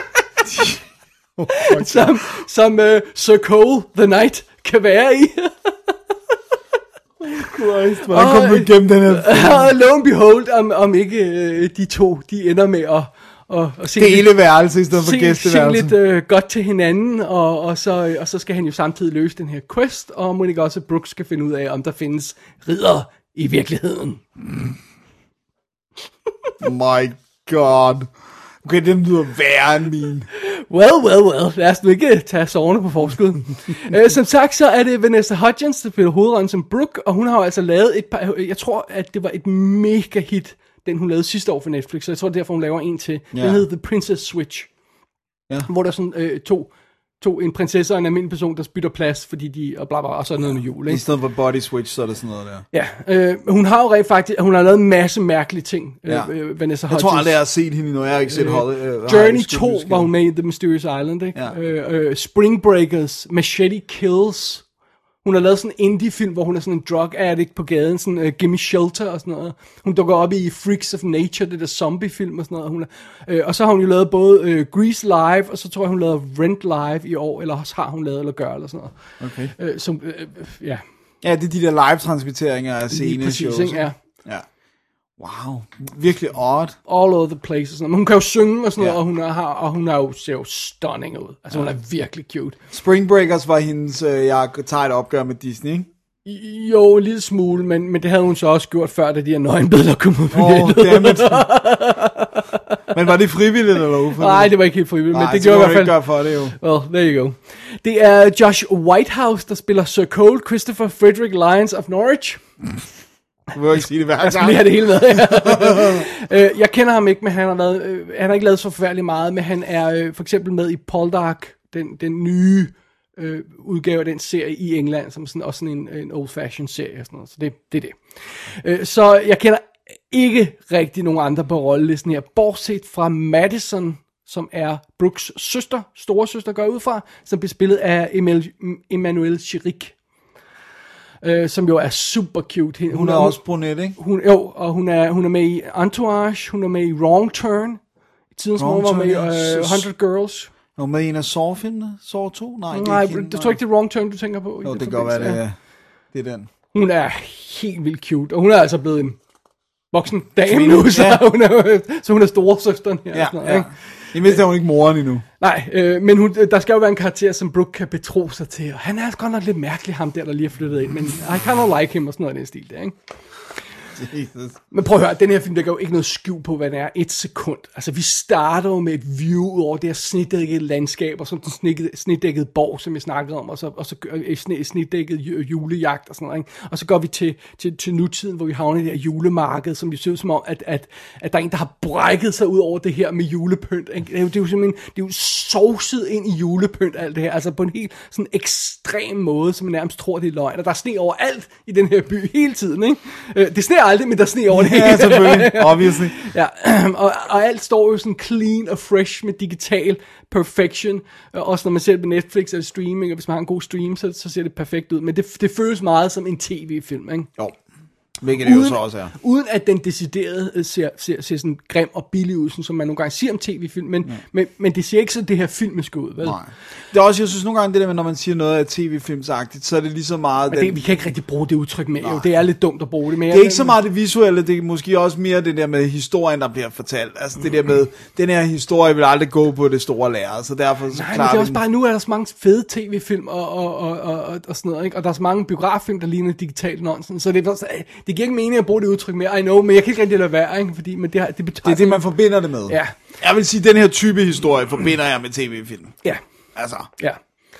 Oh, som, som uh, Sir Cole the Knight kan være i. Christ, hvordan kom du igennem den her film? Og lo and behold, om, om ikke uh, de to, de ender med at, at, at se Dele lidt, værelse i stedet for se, se gæsteværelse. lidt uh, godt til hinanden, og, og, så, og så skal han jo samtidig løse den her quest, og må ikke også Brooke skal finde ud af, om der findes ridder i virkeligheden. My god. Okay, den lyder værre end min. Well, well, well. Lad os nu ikke tage sårene på forskud. uh, som sagt, så er det Vanessa Hudgens, der spiller hovedrollen som Brooke, og hun har jo altså lavet et par... Jeg tror, at det var et mega hit, den hun lavede sidste år for Netflix, så jeg tror, derfor hun laver en til. Ja. Den hedder The Princess Switch. Ja. Hvor der er sådan øh, to... to, en prinsesse og en almindelig person, der bytter plads, fordi de, og bla bla, og så er noget med jul, I ikke? stedet for body switch, så er det sådan noget der. Ja, øh, hun har jo rent faktisk, hun har lavet en masse mærkelige ting, Ja. øh, Vanessa Jeg Hudgens. tror aldrig, jeg har set hende endnu. Jeg har ikke set Holly. Øh, Journey to var hun med i The Mysterious Island, ikke? Ja. Øh, øh, Spring Breakers, Machete Kills. Hun har lavet sådan en indie-film, hvor hun er sådan en drug addict på gaden, sådan uh, Gimme Shelter og sådan noget. Hun dukker op i Freaks of Nature, det der zombie-film og sådan noget. Hun er, øh, og så har hun jo lavet både øh, Grease Live, og så tror jeg, hun lavede Rent Live i år, eller også har hun lavet eller gør, eller sådan noget. Okay. Øh, som, øh, ja, Ja, det er de der live-transmitteringer af lige scene-shows. præcis, ikke? Ja. Ja. Wow. Virkelig odd. All over the place og sådan noget. Men hun kan jo synge og sådan noget, Ja. og hun, er, og hun er jo, ser jo stunning ud. Altså, hun er virkelig cute. Spring Breakers var hendes, øh, jeg tager et opgør med Disney, ikke? Jo, en lille smule, men, men det havde hun så også gjort før, da de her nøgenbilleder kom ud på Åh, oh, nettet. dammit. Men var det frivilligt eller ufrivilligt? Nej, det var ikke helt frivilligt, men Nej, det så gjorde i kan hvert du fald... ikke gøre for det jo. Well, there you go. Det er Josh Whitehouse, der spiller Sir Cole, Christopher Frederick Lyons of Norwich. Du vil jo ikke sige det hver Jeg skal gang. lige have det hele med. øh, jeg kender ham ikke, men han har, været, øh, han har ikke lavet så forfærdeligt meget, men han er øh, for eksempel med i Poldark, den, den nye øh, udgave af den serie i England, som sådan, også sådan en, en old-fashioned serie og sådan noget. Så det, det er det. Øh, så jeg kender ikke rigtig nogen andre på rollelisten her, bortset fra Madison, som er Brooks søster, store søster går jeg ud fra, som bliver spillet af Emil, Emmanuel Chiric. Øh, som jo er super cute. Hun, Hun er også brunette, ikke? Hun, jo, og hun er, hun er med i Entourage, hun er med i Wrong Turn. I tidens morgen var med i Turn, ja. uh, hundred Girls. Hun er med i en af Saw-filmene. Saw to? Nej, det er Nej, ikke hende, det tror ikke, det er Wrong Turn, du tænker på. i Jo, den det kan godt være, forbindelse. det er, det er den. Hun er helt vildt cute, og hun er altså blevet en voksen dame Kvinde, nu, så, ja. hun er, så hun er storesøsteren her. Ja, og sådan noget, ja. ikke? I mindst er hun ikke moren endnu. Nej, øh, men hun, der skal jo være en karakter, som Brooke kan betro sig til, og han er godt nok lidt mærkelig, ham der, der lige er flyttet ind, men I kind of like him og sådan noget i den stil der, ikke? Jesus. Men prøv at høre, den her film, der går jo ikke noget skjul på, hvad det er. Et sekund. Altså, vi starter jo med et view over det her snitdækkede landskab, og så den snitdækkede, snitdækkede borg, som jeg snakkede om, og så, og så øh, snitdækket julejagt og sådan noget, ikke? Og så går vi til, til, til nutiden, hvor vi havner i det her julemarked, som det ser ud som om, at, at, at der er en, der har brækket sig ud over det her med julepynt. Ikke? Det, er jo, det er jo simpelthen, det er jo sovset ind i julepynt, alt det her. Altså på en helt sådan ekstrem måde, som man nærmest tror, det er løgn. Og der er sne overalt i den her by hele tiden, ikke? Øh, det sneer aldrig, men der er sne over det hele. Ja, selvfølgelig. Obviously. Ja, og, og alt står jo sådan clean og fresh med digital perfection. Også når man ser det på Netflix eller streaming, og hvis man har en god stream, så, så ser det perfekt ud. Men det, det føles meget som en tv-film, ikke? Jo. Hvilket det jo så også er. Uden at den decideret ser, ser, ser sådan grim og billig ud, sådan, som man nogle gange siger om tv-film, men, ja. men, men det ser ikke så det her film skal ud, vel? Nej. Det er også, jeg synes nogle gange det der med, når man siger noget af tv-filmsagtigt, så er det lige så meget... Men det, den... vi kan ikke rigtig bruge det udtryk med, jo. Det er lidt dumt at bruge det med. Det er ikke så meget det visuelle, det er måske også mere det der med historien, der bliver fortalt. Altså det der med, den her historie vil aldrig gå på det store lærred, så derfor så Nej, klarer men det er også den... bare, nu er der så mange fede tv-film og, og, og, og, og, og sådan noget, ikke? Og der er så mange biograffilm, der ligner digitalt nonsens, så det, er, det giver ikke mening at bruge det udtryk mere, I know, men jeg kan ikke rigtig lade være, ikke? Fordi, men det, det, betyder, det er det, man forbinder det med. Ja. Jeg vil sige, at den her type historie forbinder jeg med tv-film. Ja. Altså. Ja.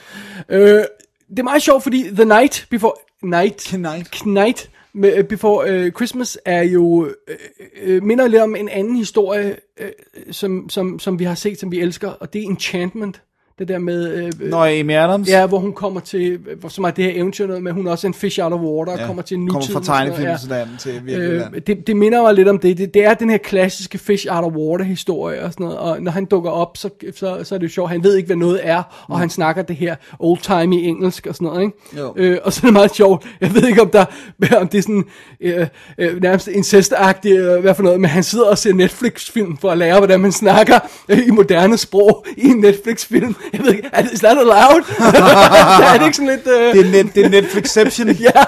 Øh, det er meget sjovt, fordi The Night Before... Night... Knight. Night Before uh, Christmas er jo... Uh, uh, minder lidt om en anden historie, uh, som, som, som vi har set, som vi elsker, og det er Enchantment. Det der med... Øh, Nå, Amy Adams? Ja, hvor hun kommer til... Som er det her eventyr noget med, hun er også en fish out of water, og ja, kommer til nutiden. Kommer fra tegnefilmsland ja. til virkeligheden. Øh, det, det minder mig lidt om det. det. Det er den her klassiske fish out of water historie og sådan noget. Og når han dukker op, så, så, så er det jo sjovt. Han ved ikke, hvad noget er, og mm. han snakker det her old-timey engelsk og sådan noget, ikke? Øh, og så er det meget sjovt. Jeg ved ikke, om, der, om det er sådan øh, øh, nærmest incest-agtigt, øh, hvad for noget, men han sidder og ser Netflix-film for at lære, hvordan man snakker øh, i moderne sprog i en Netflix-film. Jeg ved ikke, er det, is that allowed? Er det ikke sådan lidt... Uh... Det er, net, det er Netflixception. Ja,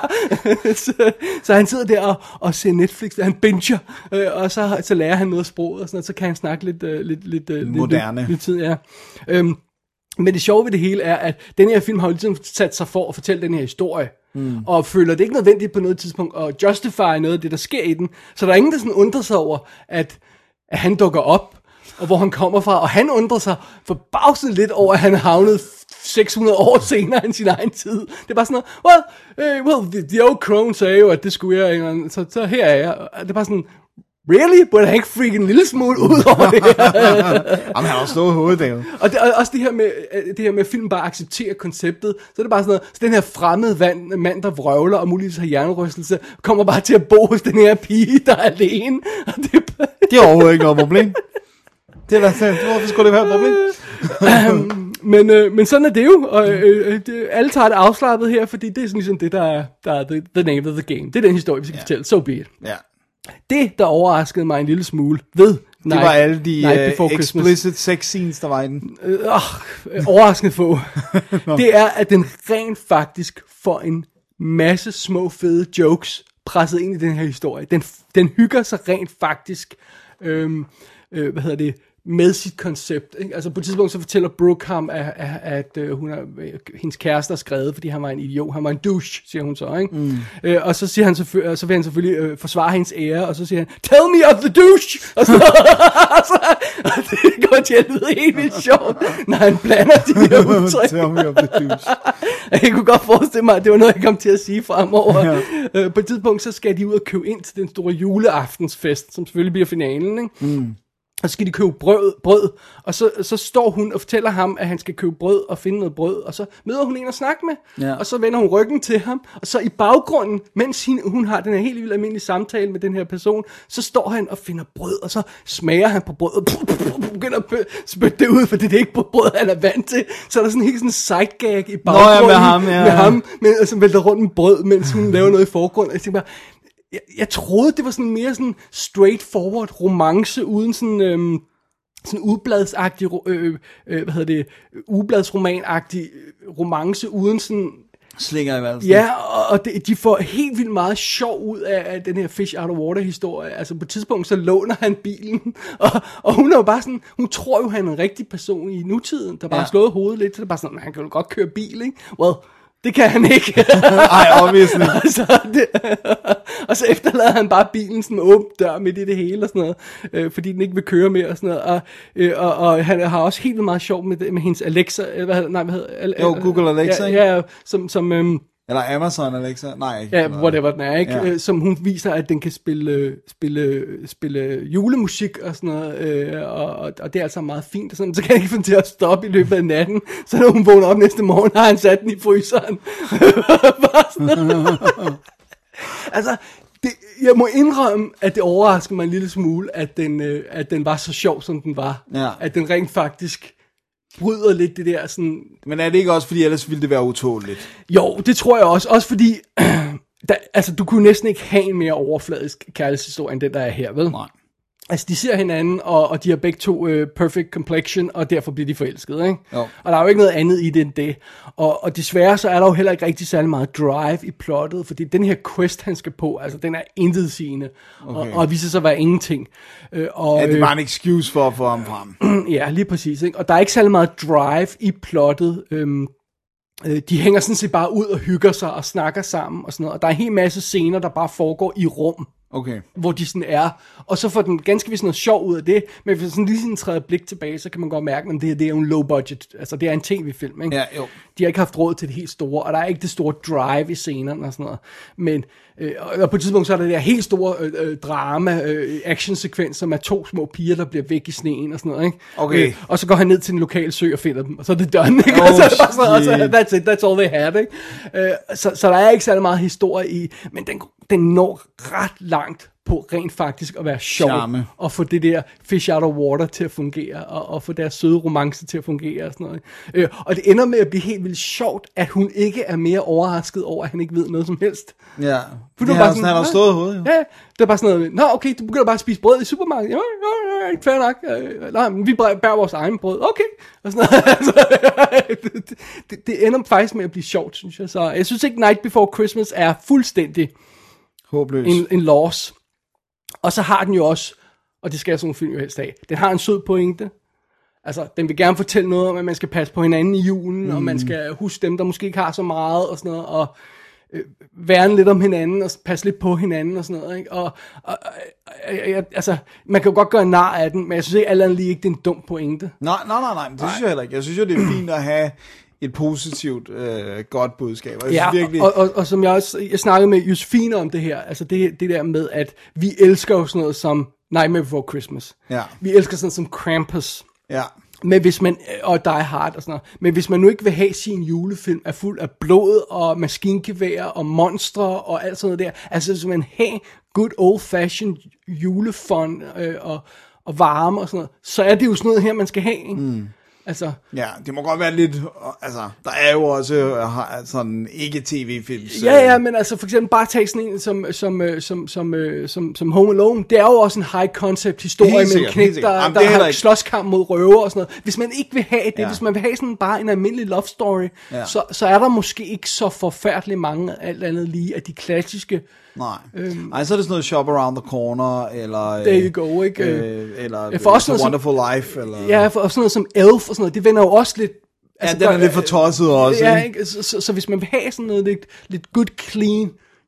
så, så han sidder der og, og ser Netflix, han binger, øh, og så, så lærer han noget af sproget, og sådan noget, så kan han snakke lidt... Uh, lidt, lidt uh, moderne. Lidt, lidt tid, ja. Øhm, men det sjove ved det hele er, at den her film har jo ligesom sat sig for at fortælle den her historie, mm. og føler det ikke nødvendigt på noget tidspunkt at justify noget af det, der sker i den, så der er ingen, der sådan undrer sig over, at, at han dukker op, og hvor han kommer fra, og han undrer sig forbavset lidt over, at han er havnet seks hundrede år senere end sin egen tid. Det er bare sådan noget, well, uh, well the, the old crone sagde jo, at det skulle jeg, så, så her er jeg. Det er bare sådan, really? Burde han ikke freak en lille smule ud over det her? Jamen, han har også stået hoveddelen. Og, det, og også det her med, det her med, at filmen bare accepterer konceptet, så er det bare sådan noget, så den her fremmede vand, mand, der vrøvler og muligvis har hjernerystelse, kommer bare til at bo hos den her pige, der er alene. Og det, er det er overhovedet ikke noget problem. Det er da sådan, hvorfor skulle det være et problem? um, men, øh, men sådan er det jo, og øh, det, alle tager det afslappet her, fordi det er sådan ligesom det, der er, der er the, the name of the game. Det er den historie, vi skal yeah. fortælle, so be it. Ja. Det, der overraskede mig en lille smule ved det Night, var alle de uh, explicit Christmas. sex scenes, der var i den. Øh, øh, overraskende få. Det er, at den rent faktisk får en masse små fede jokes presset ind i den her historie. Den, den hygger sig rent faktisk, øh, øh, hvad hedder det, med sit koncept. Ikke? Altså på et tidspunkt så fortæller Brooke ham, at, at, at uh, hun er, hendes kæreste er skrevet, fordi han var en idiot. Han var en douche, siger hun så. Ikke? Mm. Øh, og så, siger han selvfø- så vil han selvfølgelig øh, forsvare hendes ære, og så siger han, tell me of the douche! Og, så, og, så, og det går til at lyde helt vildt sjovt, når han blander de her udtryk. Tell me of the douche. Jeg kunne godt forestille mig, at det var noget, jeg kom til at sige fremover. Ja. Øh, på et tidspunkt så skal de ud og købe ind til den store juleaftensfest, som selvfølgelig bliver finalen. Ikke? Mm. Og så skal de købe brød, brød og så, så står hun og fortæller ham, at han skal købe brød og finde noget brød, og så møder hun en at snakke med, ja. Og så vender hun ryggen til ham, og så i baggrunden, mens hun, hun har den her helt vildt almindelige samtale med den her person, så står han og finder brød, og så smager han på brød, og begynder at spytte det ud, for det er ikke på brød, han er vant til. Så er der sådan en helt sådan sidegag i baggrunden. Nå, ja, med ham, ja. Med ham, men, som vælter rundt med brød, mens hun laver noget i forgrunden. Jeg tænker bare, jeg, jeg troede, det var sådan mere sådan straightforward romance, uden sådan... Øhm, sådan ubladsagtig, øh, øh, hvad hedder det, ubladsromanagtig romance, uden sådan... Slinger i valsen. Ja, og, og det, de får helt vildt meget sjov ud af, af den her fish out of water historie. Altså på et tidspunkt, så låner han bilen, og, og hun er jo bare sådan, hun tror jo, han er en rigtig person i nutiden, der bare ja. har slået hovedet lidt, så det er bare sådan, han kan jo godt køre bil, ikke? Well... Det kan han ikke. Ej, obviously. og, så det, og så efterlader han bare bilen sådan åben dør midt i det hele og sådan noget, øh, fordi den ikke vil køre mere og sådan noget. Og, øh, og, og han har også helt vildt meget sjov med, med hendes Alexa, hvad hedder, nej, hvad hedder, al, jo, Google Alexa, ja, ja, som, som øhm, eller Amazon Alexa, nej. Ja, whatever den er, ikke? Ja. Øh, som hun viser, at den kan spille, spille, spille julemusik og sådan noget, øh, og, og det er altså meget fint og sådan. Så kan jeg ikke få til at stoppe i løbet af natten, så når hun vågner op næste morgen, har han sat den i fryseren. Altså, Det, jeg må indrømme, at det overraskede mig en lille smule, at den, øh, at den var så sjov, som den var. Ja. At den rent faktisk bryder lidt det der sådan... Men er det ikke også, fordi ellers ville det være utåligt? Jo, det tror jeg også. Også fordi, der, altså du kunne næsten ikke have en mere overfladisk kærlighedshistorie, end den der er her, vel? Nej. Altså, de ser hinanden, og, og de har begge to uh, perfect complexion, og derfor bliver de forelskede, ikke? Jo. Og der er jo ikke noget andet i det end det. Og, og desværre så er der jo heller ikke rigtig særlig meget drive i plottet, fordi den her quest, han skal på, altså, den er intetsigende, okay. og, og viser sig at være ingenting. Uh, og, Ja, det er bare en excuse for at få ham frem. Ja, lige præcis, ikke? Og der er ikke særlig meget drive i plottet. Øhm, øh, de hænger sådan set bare ud og hygger sig og snakker sammen og sådan noget. Og der er en hel masse scener, der bare foregår i rum. Okay. Hvor de sådan er, og så får den ganske vist noget sjov ud af det, men hvis sådan lige sådan træder blik tilbage, så kan man godt mærke, at det her det er jo en low budget, altså det er en tv-film, ikke? Ja, jo. De har ikke haft råd til det helt store, og der er ikke det store drive i scenerne og sådan noget, men øh, og på et tidspunkt så er der det der helt store øh, øh, drama, øh, actionsekvenser med to små piger, der bliver væk i sneen og sådan noget, ikke? Okay. Øh, og så går han ned til en lokal sø og finder dem, og så er det done, ikke? Oh, og så er det bare sådan, og så, that's it, that's all they had, ikke? Øh, så, så der er ikke særlig meget historie i, men den, den når ret langt på rent faktisk at være sjov, Charme. og få det der fish out of water til at fungere, og, og få deres søde romance til at fungere, og sådan noget. Øh, og det ender med at blive helt vildt sjovt, at hun ikke er mere overrasket over, at han ikke ved noget som helst. Ja, For det du har, bare sådan, han har stået i hovedet, jo. Ja, det er bare sådan noget, nå okay, du begynder bare at spise brød i supermarkedet. Ja, ja, ja, fair nok. Øh, nej, men vi bærer vores egen brød. Okay. Og sådan noget. Altså, det, det, det ender faktisk med at blive sjovt, synes jeg. Så jeg synes ikke Night Before Christmas er fuldstændig Håbløs. en, en loss. Og så har den jo også, og det skal sådan nogle film jo helst af, den har en sød pointe. Altså, den vil gerne fortælle noget om, at man skal passe på hinanden i julen, mm. og man skal huske dem, der måske ikke har så meget, og sådan noget, og øh, værne lidt om hinanden, og passe lidt på hinanden, og sådan noget, ikke? Og, og øh, øh, altså, man kan jo godt gøre nar af den, men jeg synes ikke, alt andet lige ikke, det er en dum pointe. Nej, nej, nej, nej, det synes jeg heller ikke. Jeg synes jo, det er fint at have et positivt, øh, godt budskab. Og jeg Ja, synes virkelig... og, og, og som jeg også, jeg snakkede med Josefine om det her, altså det, det der med, at vi elsker jo sådan noget som Nightmare Before Christmas. Ja. Vi elsker sådan noget som Krampus. Ja. Men hvis man, og Die Hard og sådan noget, men hvis man nu ikke vil have sin julefilm er fuld af blod og maskingevær og monstre og alt sådan noget der, altså hvis man have good old fashioned julefun øh, og, og varme og sådan noget, så er det jo sådan noget her, man skal have, ikke? Mm. Altså, Ja, det må godt være lidt, altså, der er jo også øh, sådan ikke tv-films. ja, ja, men altså for eksempel bare tage sådan en som, som, øh, som, som, øh, som, som Home Alone, det er jo også en high concept historie Helt med en sikkert, knægt, helt sikkert. der, Jamen, der det er heller har ikke- slåskamp mod røver og sådan noget. Hvis man ikke vil have det, Ja. hvis man vil have sådan bare en almindelig love story, Ja. så, så er der måske ikke så forfærdeligt mange alt andet lige af de klassiske. Nej. Øhm, Ej, så er det sådan noget Shop Around the Corner, eller... There you go, ikke? Øh, eller Ja, for også It's a noget som- Wonderful Life, eller... Ja, for, og sådan noget som Elf og sådan noget, det vender jo også lidt. Ja, den er lidt for tosset også, Ja, ikke? ikke? Så, så, så hvis man vil have sådan noget lidt, lidt good, clean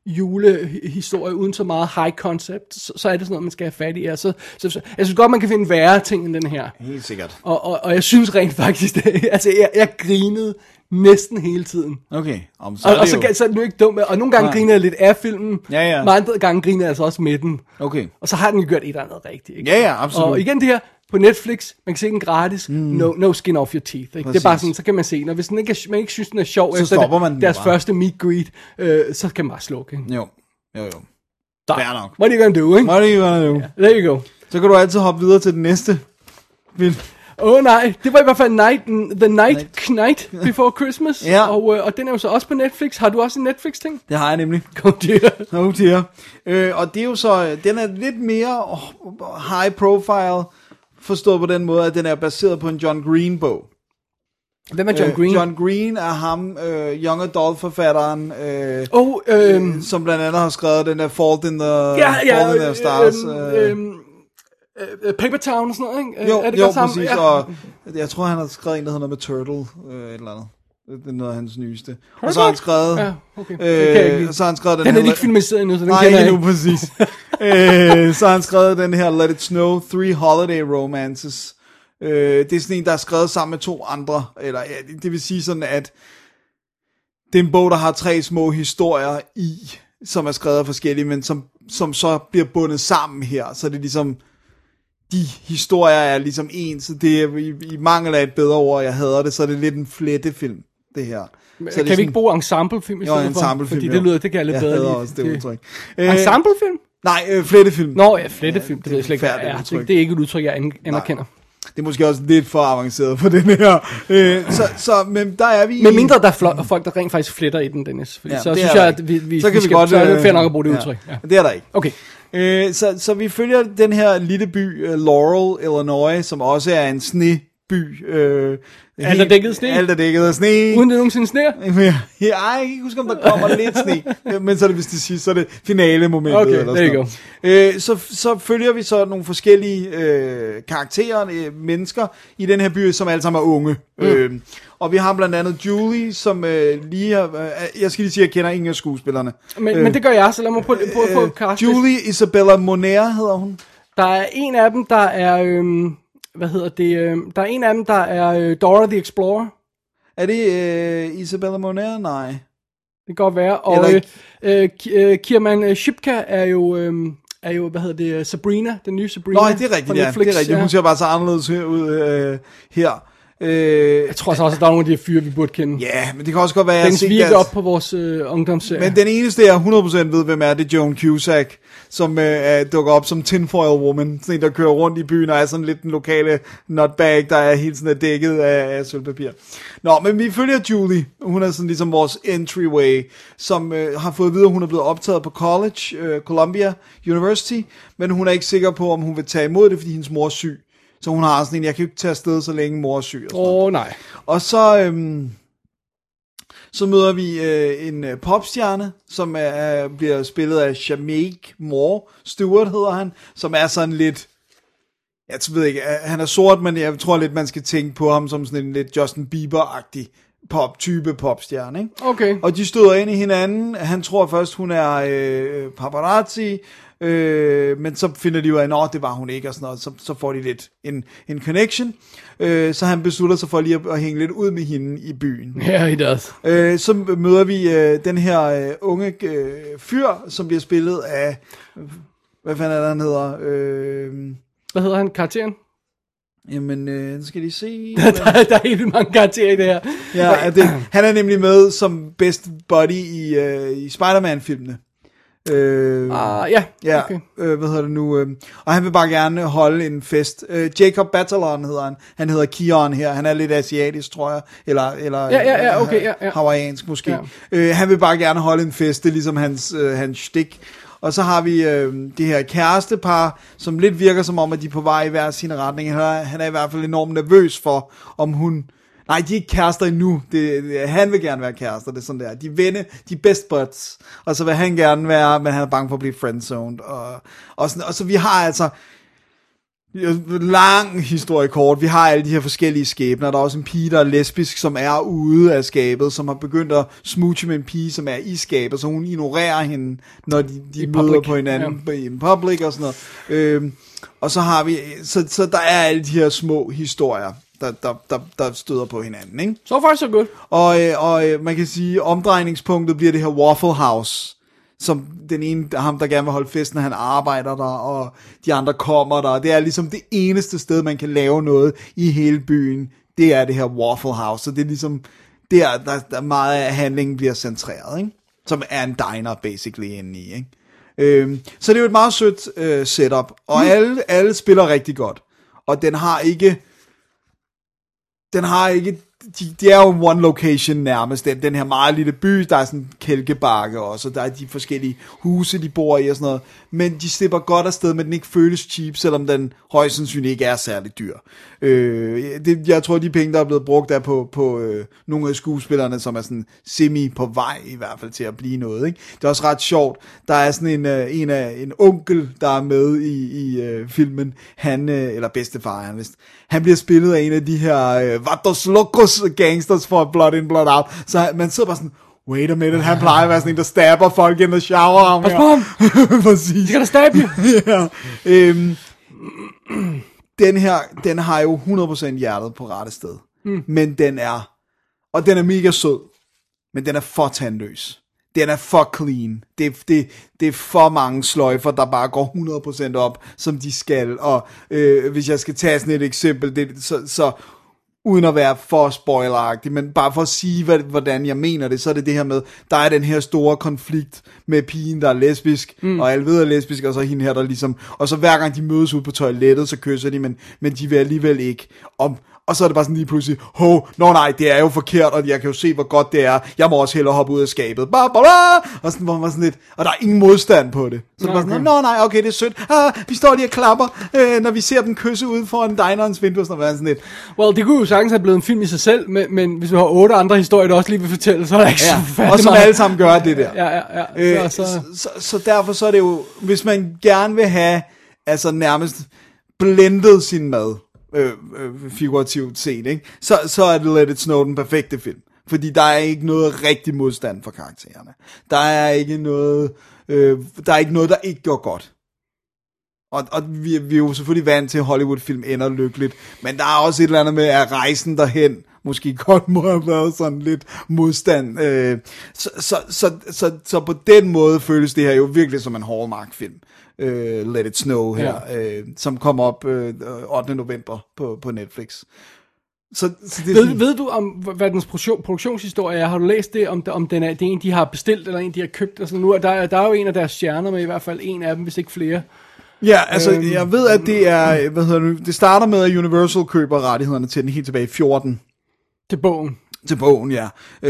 julehistorie uden så meget high concept, så, så er det sådan noget, man skal have fat i. Altså, så, så, jeg synes godt, man kan finde værre ting end den her. Helt sikkert. Og, og, og jeg synes rent faktisk, det, altså jeg, jeg grinede næsten hele tiden. Okay, om, så Og, er og det så, jo... kan- så er den jo ikke dum, og nogle gange Nej. griner jeg lidt af filmen, Ja, ja. men andre gange griner jeg altså også med den. Okay. Og så har den jo gjort et eller andet rigtigt. Ikke? Ja, ja, absolut. Og igen det her, på Netflix, man kan se den gratis, mm. no, no skin off your teeth. Ikke? Det er bare sådan, så kan man se den, og hvis den ikke er, man ikke synes, den er sjov, Så efter stopper det- man den deres bare. første meet greet, øh, så kan man bare slukke. Ikke? Jo, jo, jo. Så, Fair nok. what are you gonna do, ikke? What are you gonna do? There you go. Så kan du altid hoppe videre til den næste film. Åh oh, nej, det var i hvert fald night, The Night Night Before Christmas, Ja. og, øh, og den er jo så også på Netflix. Har du også en Netflix-ting? Det har jeg nemlig. Kom dear. Oh dear. Øh, og det er jo så, den er lidt mere high profile, forstået på den måde, at den er baseret på en John Green-bog. Hvem er John Green? Øh, John Green er ham, øh, young adult-forfatteren, øh, Oh, øhm, øh, som blandt andet har skrevet den der Fault in the, ja, ja, Fault in the Stars. øhm, Øh, øhm, øh, Paper Town og sådan noget, ikke? jo, er det jo godt sammen? præcis, Ja. og jeg tror, han har skrevet en, der hedder noget med Turtle, øh, et eller andet. Det er noget af hans nyeste. Og så har han skrevet... Ja, okay. Det kan jeg Øh, ikke. så har han skrevet den, Den er her... ikke filmatiseret endnu, så den Nej, kender jeg ikke ikke. nu præcis. øh, så har han skrevet den her Let It Snow, Three Holiday Romances. Øh, det er sådan en, der er skrevet sammen med to andre. Eller, ja, det, det vil sige sådan, at det er en bog, der har tre små historier i, som er skrevet af forskellige, men som, som så bliver bundet sammen her. Så det er ligesom... De historier er ligesom en, så det er i, i mangel af et bedre ord, jeg hader det, så er det lidt en flettefilm. det her. Kan Så vi sådan, ikke bruge ensemblefilm i jo, stedet for? ensemblefilm, Fordi jo. det lyder, det kan jeg lidt jeg bedre hader lide. også det udtryk. Ensemblefilm? Nej, øh, flettefilm. Nå ja, flettefilm, det, det ved er jeg slet ikke, hvad forfærdeligt er. udtryk. Det, det er ikke et udtryk, jeg anerkender. Det er måske også lidt for avanceret for den her. Øh, så, så, men der er vi... Men mindre der er flo- folk, der rent faktisk fletter i den, Dennis. Fordi Ja, så det synes er jeg, der at vi, vi, så kan vi vi skal, godt, så er det øh, fair nok at bruge det ja. udtryk. Ja. Det er der ikke. Okay. Øh, så, så vi følger den her lille by, uh, Laurel, Illinois, som også er en sneby. Øh, Alt er dækket af sne? Alt er dækket af sne. Uden det nogensinde sneer? Ja, jeg kan ikke huske, om der kommer lidt sne, men så er det, hvis det siger, så er det finale momentet. Okay, eller there sådan you noget. Øh, så, så følger vi så nogle forskellige øh, karakterer, øh, mennesker i den her by, som alle sammen er unge. Mm. Øh, og vi har blandt andet Julie, som øh, lige har, øh, jeg skal lige sige, at jeg kender ingen af skuespillerne. Men, øh, men det gør jeg, så lad mig prøve på at kaste. Julie Isabella Moner hedder hun. Der er en af dem, der er... Øhm, hvad hedder det? Øhm, der er en af dem, der er øh, Dora the Explorer. Er det øh, Isabella Moner? Nej. Det kan godt være. Og Eller øh, øh, Ki- øh, Kierman Shipka er jo... Øh, er jo, hvad hedder det, Sabrina, den nye Sabrina. Nå, det er rigtigt, ja. Det er rigtigt. Hun ser bare så anderledes ud øh, her. Øh, Jeg tror så også, at der er nogle af de fyre, vi burde kende. Ja, men det kan også godt være, at jeg Den virker op på vores øh, ungdomsserie. Men den eneste, jeg hundrede procent ved, hvem er, det er Joan Cusack, som øh, dukker op som tinfoil woman. Sådan en, der kører rundt i byen og er sådan lidt den lokale nutbag, der er helt sådan er dækket af, af sølvpapir. Nå, men vi følger Julie. Hun er sådan ligesom vores entryway, som øh, har fået at vide, at hun er blevet optaget på college, øh, Columbia University, men hun er ikke sikker på, om hun vil tage imod det, fordi hendes mor er syg. Så hun har sådan en, jeg kan jo ikke tage afsted, så længe mor er syg. Åh, oh, nej. Og så, øhm, så møder vi øh, en øh, popstjerne, som er, bliver spillet af Shameik Moore Stewart, hedder han, som er sådan lidt, jeg ved ikke, han er sort, men jeg tror lidt, man skal tænke på ham som sådan en lidt Justin Bieber-agtig pop-type popstjerne, ikke? Okay. Og de støder ind i hinanden. Han tror først, hun er øh, paparazzi, øh, men så finder de jo af, at det var hun ikke, og sådan noget. Så, så får de lidt en, en connection. Øh, så han beslutter sig for lige at, at hænge lidt ud med hende i byen. Ja, yeah, he does. Øh, så møder vi øh, den her øh, unge øh, fyr, som bliver spillet af, hvad fanden er det, han hedder? Øh, Hvad hedder han, karakteren? Jamen, øh, nu skal de se. der, der er helt vildt mange karakterer i det her. Ja, er det, han er nemlig med som best buddy i, øh, i Spider-Man-filmene. Øh, Ah, ja, ja, okay. øh, hvad hedder det nu? Øh, og han vil bare gerne holde en fest. Øh, Jacob Batalon hedder han. Han hedder Keon her. Han er lidt asiatisk, tror jeg. Eller, eller Ja, ja, ja, okay, ja, ja. hawaiiansk måske. Ja. Øh, han vil bare gerne holde en fest. Det er ligesom hans, øh, hans stik. Og så har vi øh, det her kærestepar, som lidt virker som om, at de er på vej i hver sin retning. Han er, han er i hvert fald enormt nervøs for, om hun... Nej, de er ikke kærester endnu. Det, det, han vil gerne være kærester, det er sådan der. De er venner, de er best buds. Og så vil han gerne være, men han er bange for at blive friendzoned. Og, og, sådan, og så vi har altså... lang historie kort. Vi har alle de her forskellige skæbner. Der er også en pige, der er lesbisk, som er ude af skabet, som har begyndt at smooche med en pige, som er i skabet, så hun ignorerer hende, når de, de møder public. på hinanden ja. i public og sådan noget. Øhm, og så har vi, så, så der er alle de her små historier, der, der, der, der støder på hinanden, ikke? So far, so good. Og, øh, og øh, man kan sige, omdrejningspunktet bliver det her Waffle House, som den ene, ham der gerne vil holde festen, han arbejder der, og de andre kommer der. Det er ligesom det eneste sted, man kan lave noget i hele byen. Det er det her Waffle House. Så det er ligesom, der, der, der meget af handlingen bliver centreret, ikke? Som er en diner, basically, inde i, ikke? Øhm, så det er jo et meget sødt øh, setup. Og mm. alle, alle spiller rigtig godt. Og den har ikke... Den har ikke... De, de er jo one location nærmest, den, den her meget lille by, der er sådan en kælkebakke også, og der er de forskellige huse, de bor i og sådan noget, men de slipper godt afsted, men den ikke føles cheap, selvom den højst sandsynligt ikke er særlig dyr. Øh, det, jeg tror, de penge, der er blevet brugt, er på, på øh, nogle af skuespillerne, som er sådan semi på vej i hvert fald til at blive noget, ikke? Det er også ret sjovt, der er sådan en, øh, en, af, en onkel, der er med i, i øh, filmen, han, øh, eller bedstefar, han vist, han bliver spillet af en af de her øh, Vatos Locos gangsters for Blood In, Blood Out. Så man sidder bare sådan, wait a minute, han plejer at være sådan en, der stabber folk in the shower. Ham Pas på ham! Præcis. Skal der stab you? Ja. Øhm, den her, den har jo hundrede procent hjertet på rette sted. Mm. Men den er, og den er mega sød, men den er for tandløs. Den er for clean. Det, det, det er for mange sløjfer, der bare går hundrede procent op, som de skal. Og øh, hvis jeg skal tage sådan et eksempel, det, så, så uden at være for spoileragtig, men bare for at sige, hvad, hvordan jeg mener det, så er det det her med, der er den her store konflikt med pigen, der er lesbisk, mm. og alle ved er lesbisk, og så hende her, der ligesom, og så hver gang de mødes ud på toilettet, så kysser de, men, men de vil alligevel ikke. Om, og så er det bare sådan lige pludselig, hov, nå nej, det er jo forkert, og jeg kan jo se, hvor godt det er, jeg må også hellere hoppe ud af skabet, bah, bah, bah! Og sådan, hvor man sådan lidt, og der er ingen modstand på det. Så okay. Det er bare sådan, nå nej, okay, det er sødt, ah, vi står lige og klapper, øh, når vi ser dem kysse ud foran dinerens vindue, sådan, sådan lidt. Well, det kunne jo sagtens have blevet en film i sig selv, men, men hvis du har otte andre historier, du også lige vil fortælle, så er der ikke ja, så færdig og som meget. alle sammen gør det der. Ja, ja, ja. Øh, så, så... Så, så, så derfor så er det jo, hvis man gerne vil have, altså nærmest blendet sin mad, Øh, øh, figurativt set, ikke? Så, så er det Let It Snow den perfekte film. Fordi der er ikke noget rigtig modstand for karaktererne. Der er ikke noget, øh, der er ikke noget, der ikke går godt. Og, og vi, vi er jo selvfølgelig vant til, at Hollywood-film ender lykkeligt. Men der er også et eller andet med, at rejsen derhen måske godt må have været sådan lidt modstand. Øh, så, så, så, så, så på den måde føles det her jo virkelig som en Hallmark-film. Uh, Let It Snow her, ja. uh, som kom op uh, ottende november på, på Netflix. Så, så det ved, sådan... ved du om, hvad dens produktion, produktionshistorie er? Har du læst det, om, om den er, det er en, de har bestilt, eller en, de har købt? Og sådan. Nu er der, der er jo en af deres stjerner med, i hvert fald en af dem, hvis ikke flere. Ja, altså, øhm, jeg ved, at det er, hvad hedder det, det starter med, at Universal køber rettighederne til den helt tilbage i fjorten. Til bogen. Til bogen, ja.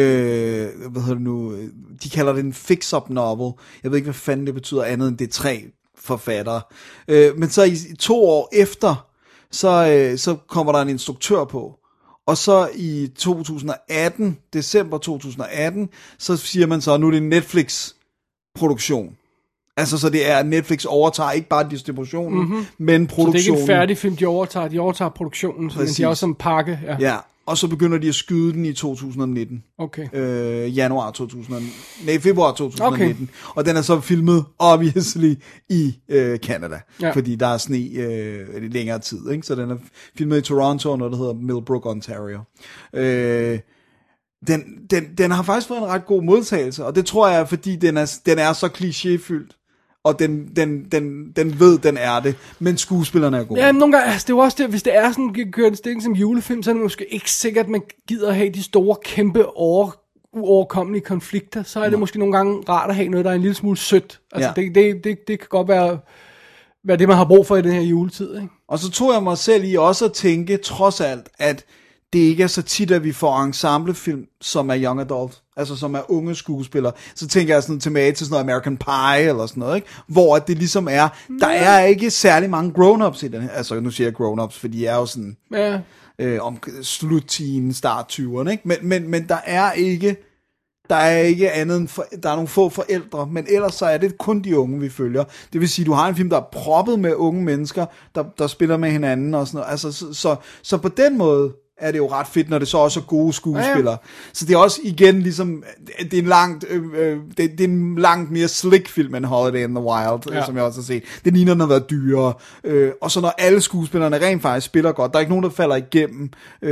Øh, hvad hedder det nu? De kalder det en fix-up novel. Jeg ved ikke, hvad fanden det betyder andet end det er tre forfattere. Øh, men så i, i to år efter, så, øh, så kommer der en instruktør på. Og så i to tusind og atten, december to tusind og atten, så siger man så, at nu er det en Netflix-produktion. Altså, så det er, Netflix overtager ikke bare distributionen, mm-hmm. men produktionen. Så det er ikke en færdig film, de overtager. De overtager produktionen, så de er også som pakke. Ja. ja, og så begynder de at skyde den i to tusind og nitten. Okay. Øh, januar to tusind og nitten. Nej, februar to tusind og nitten. Okay. Og den er så filmet, obviously, i øh, Canada. Ja. Fordi der er sne øh, i længere tid, ikke? Så den er filmet i Toronto, og noget, der hedder Millbrook, Ontario. Øh... Den, den, den har faktisk fået en ret god modtagelse, og det tror jeg, fordi den er, den er så klichéfyldt, og den, den, den, den ved, den er det, men skuespillerne er gode. Ja, nogle gange, altså det er jo også det, hvis det er sådan, kører det stik som julefilm, så er det måske ikke sikkert, at man gider at have de store, kæmpe, over, uoverkommelige konflikter, så er det Nå. måske nogle gange rart at have noget, der er en lille smule sødt. Altså ja. det, det, det, det kan godt være, være det, man har brug for i den her juletid, ikke? Og så tog jeg mig selv i også at tænke, trods alt, at det ikke er så tit, at vi får ensemblefilm, som er young adult, altså som er unge skuespillere. Så tænker jeg sådan tilbage til sådan noget American Pie, eller sådan noget, ikke? Hvor det ligesom er, der er ikke særlig mange grown-ups i den her, altså nu siger jeg grown-ups, fordi de er jo sådan, ja. øh, om slut-teen, start tyverne, ikke? Men, men, men der er ikke, der er ikke andet end, for, der er nogle få forældre, men ellers så er det kun de unge, vi følger. Det vil sige, du har en film, der er proppet med unge mennesker, der, der spiller med hinanden og sådan noget. Altså, så, så, så på den måde er det jo ret fedt, når det så også er gode skuespillere. Ja, ja. Så det er også igen ligesom, det er en langt, øh, det, det er en langt mere slick film end Holiday in the Wild, ja. som jeg også har set. Det ligner, den har været dyrere. Øh, og så når alle skuespillerne rent faktisk spiller godt, der er ikke nogen, der falder igennem,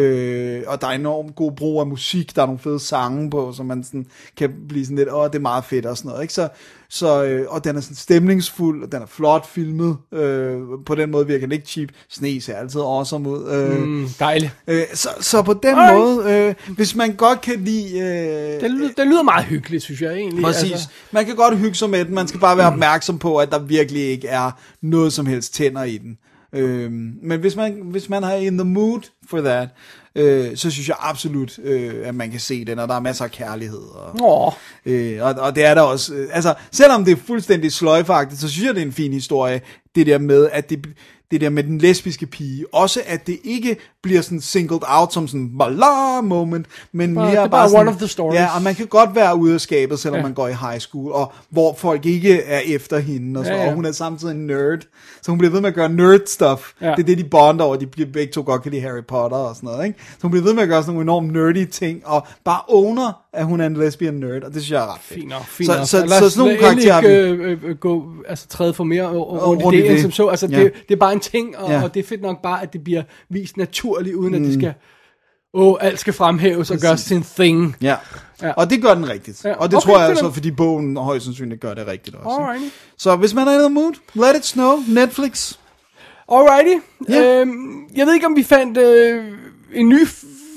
øh, og der er enormt god brug af musik, der er nogle fede sange på, så man sådan kan blive sådan lidt, åh, det er meget fedt og sådan noget, ikke? Så Så, øh, og den er sådan stemningsfuld, og den er flot filmet, øh, på den måde virker den ikke cheap. Sne ser altid awesome ud. Øh, mm, dejligt. Øh, så, så på den Ej. måde, øh, hvis man godt kan lide... Øh, det, lyder, det lyder meget hyggeligt, synes jeg egentlig. Præcis. Altså. Man kan godt hygge sig med den, man skal bare være opmærksom på, at der virkelig ikke er noget som helst tænder i den. Øh, men hvis man, hvis man er in the mood for that, øh, så synes jeg absolut, øh, at man kan se den, og der er masser af kærlighed. Og, øh, og, og det er der også. Øh, altså, selvom det er fuldstændig sløjfagtigt, så synes jeg, det er en fin historie, det der med, at det, det der med den lesbiske pige, også at det ikke bliver sådan singled out som sådan bala moment, men mere det er bare, bare bare sådan, one of the stories. Ja, og man kan godt være ude af skabet, selvom ja. man går i high school, og hvor folk ikke er efter hende, og, så, ja, ja. og hun er samtidig en nerd, så hun bliver ved med at gøre nerd stuff. Ja. Det er det, de bonder over, de begge to godt kan lide Harry Potter og sådan noget, ikke? Så hun bliver ved med at gøre sådan nogle enormt nerdy ting, og bare owner, at hun er en lesbian nerd, og det synes jeg er ret fedt. Fint nok, fint så, nok. så, så, så, så sådan nogle karakterer har vi... Øh, øh, gå, altså træde for mere rundt i det, end som så. Altså, ja. det, det er bare en ting, og, ja. og det er fedt nok bare, at det bliver vist naturligt, uden mm. at det skal... Åh, alt skal fremhæves og gøres til en thing. Ja. ja, og det gør den rigtigt. Ja. Og det okay, tror jeg altså, fordi bogen højst sandsynligt gør det rigtigt også. Alrighty. Så hvis man er i the mood, Let It Snow, Netflix. Alrighty. Yeah. Øhm, jeg ved ikke, om vi fandt øh, en ny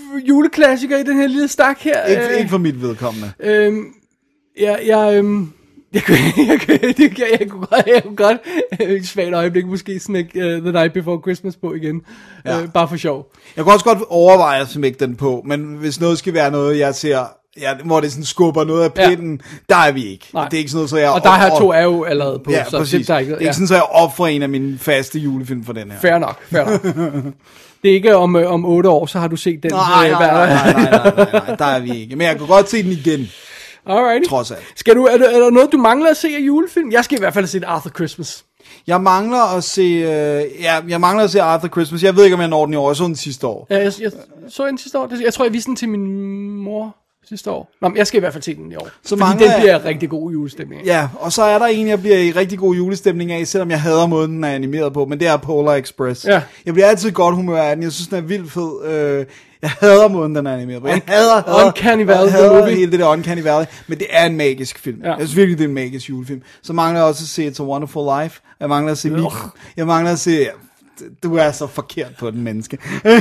juleklassiker i den her lille stak her. Ikke, øh, ikke for mit vedkommende. Øhm, jeg, jeg, øhm, jeg, kunne, jeg, kunne, jeg, jeg, jeg kunne godt, jeg kunne godt øh, et svagt øjeblik måske smække uh, The Night Before Christmas på igen. Ja. Øh, bare for sjov. Jeg kunne også godt overveje at smække den på, men hvis noget skal være noget, jeg ser, ja, hvor det sådan skubber noget af pitten, ja. Der er vi ikke. Nej. Det er ikke sådan noget, så jeg... Og der her to er jo allerede på, ja, så præcis. det, der er ikke, det er ikke sådan, så jeg offrer en af mine faste julefilm for den her. Fair nok, fair nok. Det er ikke om, øh, om otte år, så har du set den. Nej, øh, nej, nej, nej, nej, nej, nej, nej, der er vi ikke. Men jeg kunne godt se den igen. Alrighty. Trods alt. Skal du, er, der, er der noget, du mangler at se af julefilm? Jeg skal i hvert fald have set Arthur Christmas. Jeg mangler at se, øh, ja, jeg mangler at se Arthur Christmas. Jeg ved ikke, om jeg når den i år. Jeg så den sidste år. Ja, jeg, jeg så den sidste år. Jeg tror, jeg viste den til min mor sidste år. Nå, men jeg skal i hvert fald se den i år. Så fordi mangler den jeg- bliver rigtig god julestemning. Ja, og så er der en, jeg bliver i rigtig god julestemning af, selvom jeg hader måden, den er animeret på, men det er Polar Express. Ja. Jeg bliver altid godt humør af den. Jeg synes, den er vildt fed. Øh, jeg hader måden, den er animeret på. Jeg hader, hader, Uncanny Valley, jeg the hader movie. hele det der Uncanny Valley, men det er en magisk film. Ja. Jeg synes virkelig, det er en magisk julefilm. Så mangler jeg også at se It's a Wonderful Life. Jeg mangler at se Meet, jeg mangler at se... Ja, du er så forkert på den, menneske.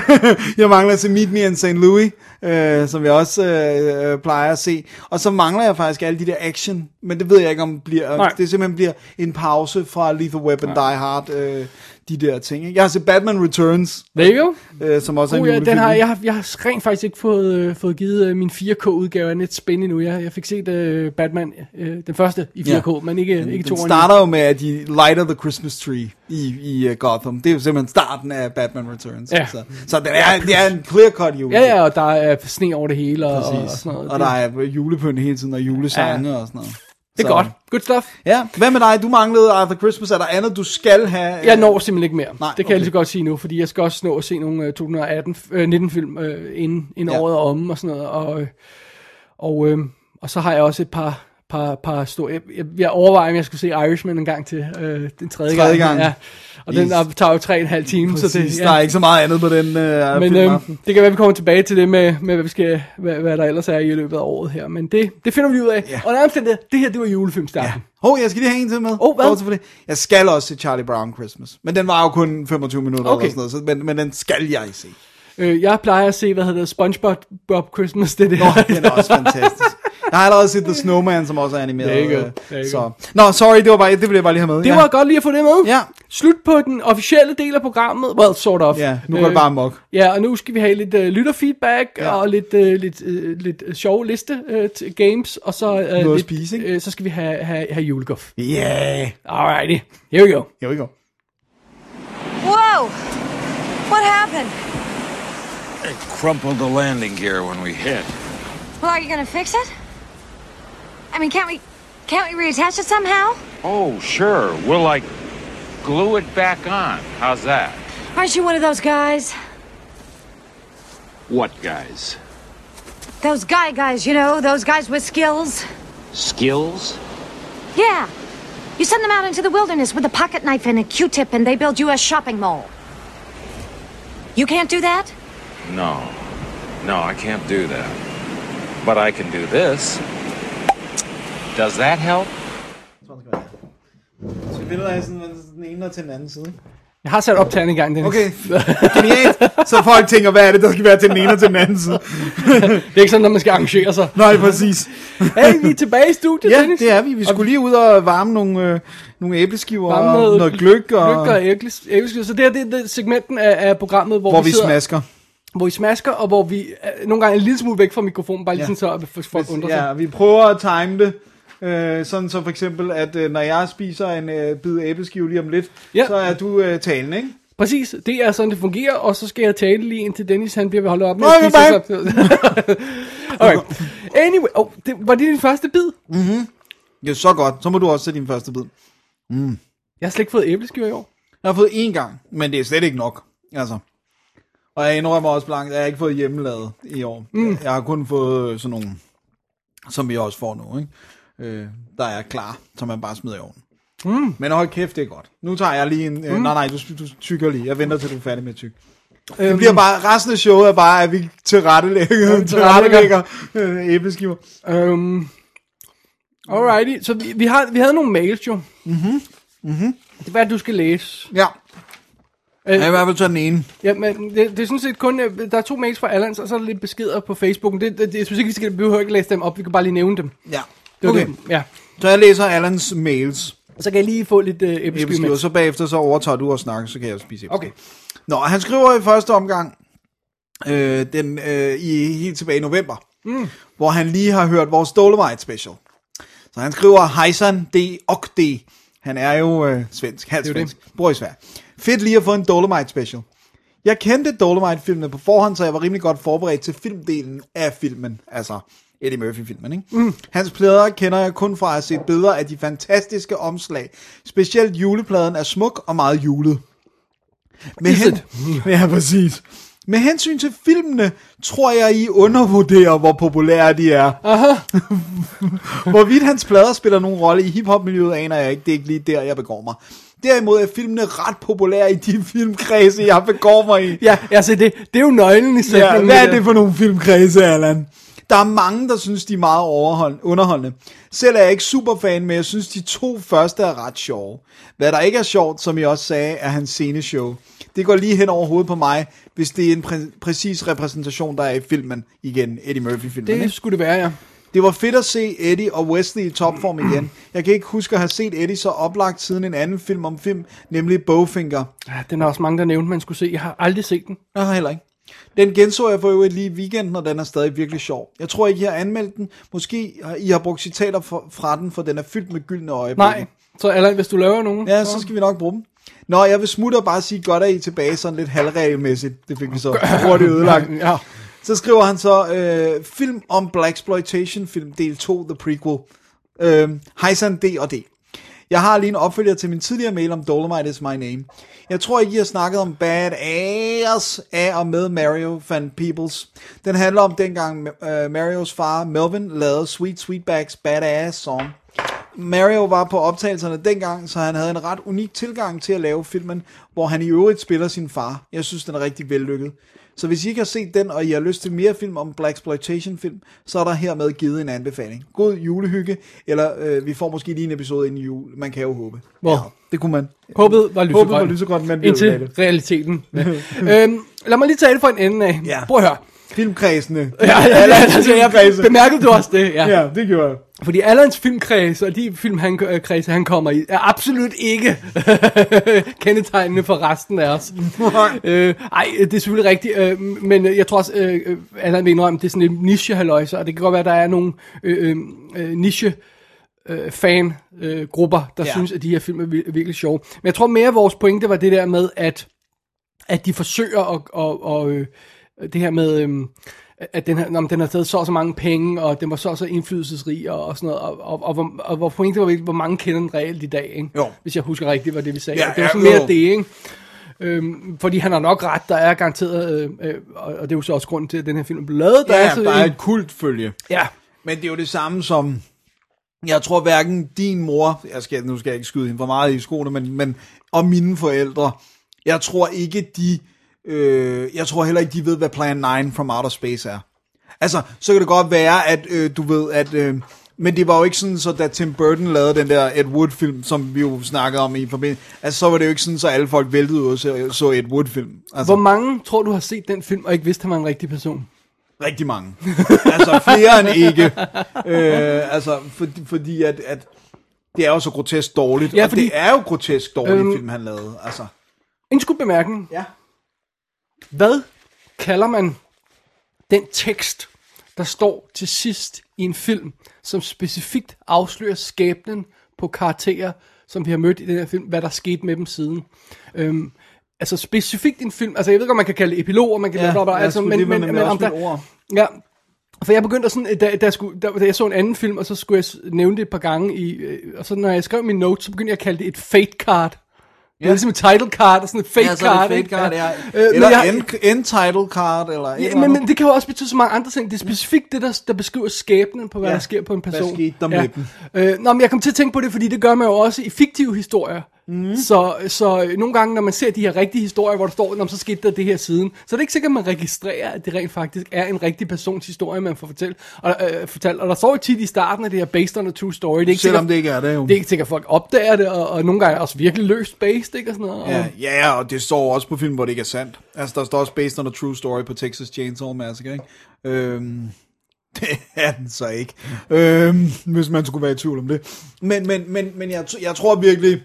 Jeg mangler at se Meet Me in Saint Louis, øh, som jeg også øh, øh, plejer at se. Og så mangler jeg faktisk alle de der action, men det ved jeg ikke, om bliver, Nej. det simpelthen bliver en pause fra Lethal Weapon, Die Hard, øh, de der ting. Ikke? Jeg har set Batman Returns, There you go. øh, som også er en Oh, ja, julefilm. den har, jeg, har, jeg har rent faktisk ikke fået, øh, fået givet øh, min fire K-udgave af Net Spin endnu. Jeg, jeg fik set øh, Batman, øh, den første i fire K, Ja. men ikke, ikke to Den starter jo med, at de lighter the Christmas tree i, i uh, Gotham. Det er jo simpelthen starten af Batman Returns. Ja. Så, så den er, det er en clear-cut julefilm. Ja, ja, og der er sne over det hele og, og Præcis. sådan noget. Og der er julepynt hele tiden, og julesange Ja. og sådan noget. Det er Så- godt. Good stuff. Ja, hvad med dig? Du manglede Arthur Christmas. Er der andet, du skal have? Jeg når simpelthen ikke mere. Nej, det kan okay. jeg lige så godt sige nu, fordi jeg skal også nå at se nogle uh, to tusind atten, uh, nitten film uh, inden, inden Ja. året er omme og sådan noget. Og, øh, og, uh, og så har jeg også et par, par, par store... Jeg, jeg, jeg overvejer, om jeg skulle se Irishman en gang til. Uh, den tredje, Tredje gang. Ja. Og den Yes. der tager jo tre og en halv time. Præcis, Så det, der er ikke så meget andet på den uh, Men film. øh, det kan være, vi kommer tilbage til det med, med hvad, vi skal, hvad, hvad der ellers er i løbet af året her. Men det, det finder vi ud af. Ja. Og nærmest det, det her, det var julefilmstarten. Ja. Hov, jeg skal lige have en til med. Åh, hvad? Bortset fra det. Jeg skal også se Charlie Brown Christmas. Men den var jo kun femogtyve minutter Okay. eller sådan noget. Så, men, men den skal jeg se. Øh, jeg plejer at se, hvad hedder det, SpongeBob Bob Christmas, det er det. Nå, den er også fantastisk. Jeg har allerede set The Snowman, som også er animeret. There you go. øh, There you så. go. Nå, sorry, det var bare, det ville jeg bare lige have med. Det ja. var godt lige at få det med. Ja. Slut på den officielle del af programmet. Well, sort of. Ja, nu går det bare amok. Ja, og nu skal vi have lidt uh, lytterfeedback Ja. og lidt, uh, lidt, uh, lidt uh, sjove liste uh, til games. Og så, uh, Noget at lidt, spise, ikke? uh, så skal vi have, have, have juleguff. Yeah. Alrighty, here we go. Here we go. Whoa! What happened? It crumpled the landing gear when we hit. Well, are you gonna fix it? I mean, can't we, can't we reattach it somehow? Oh, sure. We'll, like, glue it back on. How's that? Aren't you one of those guys? What guys? Those guy guys, you know, those guys with skills. Skills? Yeah. You send them out into the wilderness with a pocket knife and a Q-tip and they build you a shopping mall. You can't do that? No. No, I can't do that. But I can do this. Does that help? Så vi finder sådan den ene og til den anden side. Jeg har sat optageren i gang, Dennis. Okay, genialt. Så folk tænker, hvad er det, der skal være til den ene og til den anden side? Det er ikke sådan, når man skal arrangere sig. Nej, præcis. Hey, vi er tilbage i studiet, Ja, Dennis. det er vi. Vi skulle lige ud og varme nogle, øh, nogle æbleskiver Varme og noget noget gløk, og, Gløk og æbles- æbleskiver. Så det her det er det segmenten af, af programmet, hvor, hvor vi sidder, smasker. hvor vi smasker, og hvor vi øh, nogle gange er en lille smule væk fra mikrofonen, bare lige Ja. sådan så, at folk undrer sig. Ja, vi prøver at time det. Øh, sådan så for eksempel, at øh, når jeg spiser en øh, bid æbleskive lige om lidt, Ja. så er du øh, talende, ikke? Præcis, det er sådan, det fungerer, og så skal jeg tale lige indtil Dennis, han bliver ved at holde op med Nå, at jeg spise. Så... Alright. Anyway, oh, det, var det din første bid? Ja, så godt. Så må du også sætte din første bid. Jeg har slet ikke fået æbleskiver i år. Jeg har fået én gang, men det er slet ikke nok. Altså. Og jeg indrømmer også blankt, at jeg har ikke fået hjemmelavet i år. Mm. Jeg har kun fået sådan nogle, som vi også får nu, ikke? Øh, der er klar, som man bare smider i ovnen. Mm. Men hold kæft, det er godt. Nu tager jeg lige en... Øh, mm. Nej, nej, du, du tykker lige. Jeg venter til du er færdig med at tykke. Øhm. Det bliver bare... Resten af showet er bare, at vi tilrettelægger, tilrettelægger øh, æbleskiver. Um, alrighty, så vi, vi, har, vi havde nogle mails jo. Mhm. Mhm. Det er hvad du skal læse. Ja. Jeg er i hvert fald så den ene. Ja, men det, det er sådan set kun, der er to mails fra Allan, og så er der lidt beskeder på Facebook. Det, det, det, jeg synes ikke, vi skal behøver ikke læse dem op, vi kan bare lige nævne dem. Ja, Det okay. det. Ja. Så jeg læser Allans mails. Så kan jeg lige få lidt uh, æbleskiver. Og så bagefter så overtager du og snakker, så kan jeg spise æbleskiver. Okay. Nå, han skriver i første omgang, øh, den, øh, i, helt tilbage i november, mm. hvor han lige har hørt vores Dolomite special. Så han skriver, Hejsan D og D. Han er jo øh, svensk, halvt svensk, bor i Sverige. Fedt lige at få en Dolomite special. Jeg kendte Dolomite-filmene på forhånd, så jeg var rimelig godt forberedt til filmdelen af filmen. Altså Eddie Murphy-filmen, ikke? Mm. Hans plader kender jeg kun fra at have set billeder af de fantastiske omslag. Specielt julepladen er smuk og meget julet. Med hen... Ja, præcis. Med hensyn til filmene, tror jeg, I undervurderer, hvor populære de er. Hvorvidt hans plader spiller nogen rolle i hiphop-miljøet, aner jeg ikke. Det er ikke lige der, jeg begår mig. Derimod er filmene ret populære i de filmkredse, jeg begår mig i. Ja, altså det, det er jo nøglen i sætningen. Ja, hvad er det for nogle filmkredse, Allan? Der er mange, der synes, de er meget underholdende. Selv er jeg ikke superfan, men jeg synes, de to første er ret sjove. Hvad der ikke er sjovt, som I også sagde, er hans sceneshow. Det går lige hen over hovedet på mig, hvis det er en præ- præcis repræsentation, der er i filmen igen, Eddie Murphy-filmen. Det skulle det være, ja. Det var fedt at se Eddie og Wesley i topform igen. Jeg kan ikke huske at have set Eddie så oplagt siden en anden film om film, nemlig Bowfinger. Ja, den er også mange, der nævnte, man skulle se. Jeg har aldrig set den. Jeg har heller ikke. Den genså jeg for øvrigt lige i weekenden, og den er stadig virkelig sjov. Jeg tror ikke, I har anmeldt den. Måske I har brugt citater fra den, for den er fyldt med gyldne øjeblikke. Nej, så Allan, hvis du laver nogen. Ja, så skal vi nok bruge dem. Nå, jeg vil smutte og bare sige godt, at I er tilbage sådan lidt halvregelmæssigt. Det fik vi så hurtigt ødelagt. Ja. Så skriver han så, øh, film om Blaxploitation film, del to, The Prequel. Øh, Hejsan D og D. Jeg har lige en opfølger til min tidligere mail om Dolomite is my name. Jeg tror ikke, I har snakket om Badass af og med Mario Van Peebles. Den handler om dengang uh, Marios far Melvin lavede Sweet Sweetback's Badass Song. Mario var på optagelserne dengang, så han havde en ret unik tilgang til at lave filmen, hvor han i øvrigt spiller sin far. Jeg synes, den er rigtig vellykket. Så hvis I ikke har set den, og I har lyst til mere film om Blaxploitation film, så er der hermed givet en anbefaling. God julehygge, eller øh, vi får måske lige en episode inden jul. Man kan jo håbe. Hvor? Ja, det kunne man. Håbet var lysegrønt. Håbet var lysegrønt, men indtil realiteten. Ja. øhm, lad mig lige tage det for en ende af. Ja. Prøv at høre. Filmkredsene. Ja, ja, ja, altså, jeg bemærkede du også det. Ja, ja det gjorde jeg. Fordi Allans filmkreds og de filmkreds, han kommer i, er absolut ikke kendetegnende for resten af os. øh, ej, det er selvfølgelig rigtigt, øh, men jeg tror også, øh, Allan vil indrømme, det er sådan en niche-halløjse, og det kan godt være, at der er nogle øh, øh, niche øh, fan-grupper, øh, der ja. synes, at de her film er vir- virkelig sjove. Men jeg tror mere, at vores pointe var det der med, at, at de forsøger at... Og, og, øh, det her med, øhm, at den, her, når den har taget så og så mange penge, og den var så og så indflydelsesrig, og, og sådan noget, og, og, og, og, og hvor pointet var, hvor mange kender den reelt i dag, ikke? Jo. Hvis jeg husker rigtigt, var det vi sagde. Ja, det var sådan ja, mere jo. det, ikke? Øhm, fordi han har nok ret, der er garanteret, øh, øh, og det er jo så også grunden til, at den her film blev lavet. Der Ja, er, så der er en, et kultfølge. Ja. Men det er jo det samme som, jeg tror hverken din mor, jeg skal, nu skal jeg ikke skyde hende for meget i skoene, men, men og mine forældre, jeg tror ikke de, øh, jeg tror heller ikke de ved, hvad Plan nine from Outer Space er. Altså, så kan det godt være, at øh, du ved, at, øh, men det var jo ikke sådan, så da Tim Burton lavede den der Ed Wood-film, som vi jo snakkede om i forbindelse, altså så var det jo ikke sådan, så alle folk væltede ud og så, så Ed Wood-film. Altså, Hvor mange tror du har set den film, og ikke vidste, han var en rigtig person? Rigtig mange. Altså flere end ikke. Øh, altså, for, fordi at, at det er jo så grotesk dårligt, ja, og fordi, det er jo grotesk dårligt øhm, film, han lavede. Altså. En skud bemærkning. Ja. Hvad kalder man den tekst, der står til sidst i en film, som specifikt afslører skæbnen på karakterer, som vi har mødt i den her film, hvad der skete med dem siden? Øhm, altså specifikt en film, altså jeg ved ikke, om man kan kalde det epiloger, man kan Ja, kalde det, altså, men, det, men, men, men om der, ord. ja, for jeg begyndte at sådan, da, da, jeg skulle, da, da jeg så en anden film, og så skulle jeg nævne det et par gange, i, og så når jeg skrev min notes, så begyndte jeg at kalde det et fate card. Det er ligesom et title card, og sådan et fate ja, så card. Er det fate card, ja. Øh, eller jeg, end, end title card, eller ja, men, men det kan jo også betyde så mange andre ting. Det er specifikt det, der, der beskriver skæbnen på, hvad ja. der sker på en person. Hvad skete der med ja. dem? Øh, nå, men jeg kom til at tænke på det, fordi det gør man jo også i fiktive historier. Mm. Så, så nogle gange, når man ser de her rigtige historier, hvor der står, når så skete der det her siden, så er det ikke sikkert, at man registrerer, at det rent faktisk er en rigtig persons historie, man får fortælle. Og, øh, fortalt. Og der står jo tit i starten af det her based on a true story. Det er ikke Selvom sikkert, det ikke er det jo. Det er ikke sikkert, at folk opdager det, og, og nogle gange er også virkelig løst based, ikke? Og sådan noget. Ja, ja, og det står også på film, hvor det ikke er sandt. Altså, der står også based on a true story på Texas Chainsaw Massacre, ikke? Øhm, det er den så ikke. Øhm, hvis man skulle være i tvivl om det. Men, men, men, men jeg, jeg tror virkelig...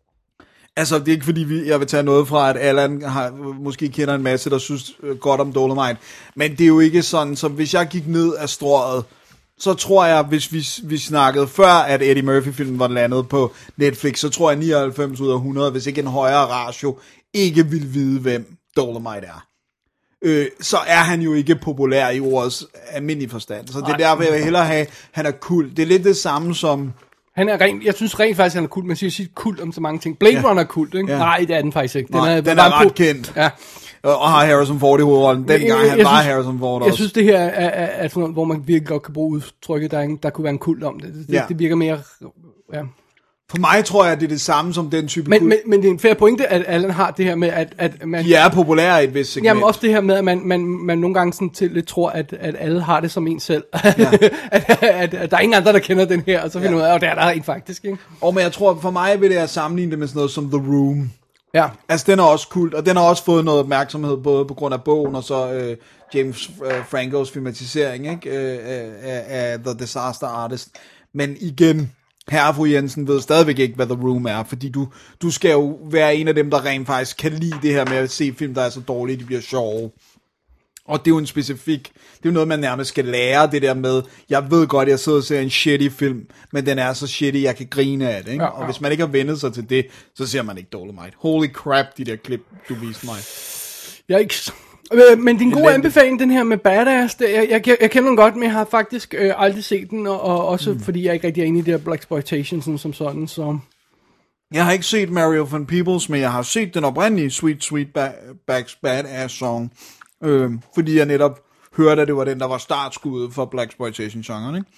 Altså, det er ikke fordi, vi, jeg vil tage noget fra, at Allan har, måske kender en masse, der synes godt om Dolomite. Men det er jo ikke sådan, så hvis jeg gik ned af strøget, så tror jeg, hvis vi, vi snakkede før, at Eddie Murphy-filmen var landet på Netflix, så tror jeg nioghalvfems ud af hundrede, hvis ikke en højere ratio, ikke vil vide, hvem Dolomite er. Øh, så er han jo ikke populær i ordets almindelige forstand. Så det er derfor, jeg vil hellere have, han er cool. Det er lidt det samme som... Han er rent, jeg synes rent faktisk, han er kult. Man siger sit kult om så mange ting. Blade ja. Runner er kult, ikke? Ja. Nej, det er den faktisk ikke. Den Nej, er, den er ret kendt. Ja. Og har Harrison Ford i hovedrollen. Dengang han var Harrison Ford også. Jeg synes, det her er, er, er sådan noget, hvor man virkelig godt kan bruge udtrykket, der, en, der kunne være en kult om det. Det, ja. det virker mere... Ja. For mig tror jeg, at det er det samme som den type men, men, men det er en fair pointe, at Allan har det her med, at, at man... De er populære i et vist segment. Jamen også det her med, at man, man, man nogle gange sådan til lidt tror, at, at alle har det som en selv. Ja. at, at, at der er ingen andre, der kender den her, og så finder man ja. ud af, at det er der en faktisk, ikke? Og men jeg tror, for mig vil det at sammenligne det med sådan noget som The Room. Ja. Altså den er også kult, og den har også fået noget opmærksomhed, både på grund af bogen, og så øh, James øh, Francos filmatisering, ikke? Øh, af, af The Disaster Artist. Men igen... Herre fru Jensen ved stadigvæk ikke, hvad The Room er, fordi du, du skal jo være en af dem, der rent faktisk kan lide det her med at se film, der er så dårlige, de bliver sjove. Og det er jo en specifik, det er jo noget, man nærmest skal lære, det der med, jeg ved godt, jeg sidder og ser en shitty film, men den er så shitty, jeg kan grine af det, ikke? Ja, ja. Og hvis man ikke har vendet sig til det, så ser man ikke Dolomite. Holy crap, de der klip, du viste mig. Yikes. Men din gode anbefaling, den her med Badass, det, jeg, jeg, jeg kender den godt, men jeg har faktisk øh, aldrig set den, og, og også mm. fordi jeg ikke rigtig er inde i det her Blaxploitation sådan, som sådan, så... Jeg har ikke set Mario Van Peebles, men jeg har set den oprindelige Sweet Sweet ba- Backs Badass song, øh, fordi jeg netop hørte, at det var den, der var startskuddet for Blaxploitation-genren, ikke?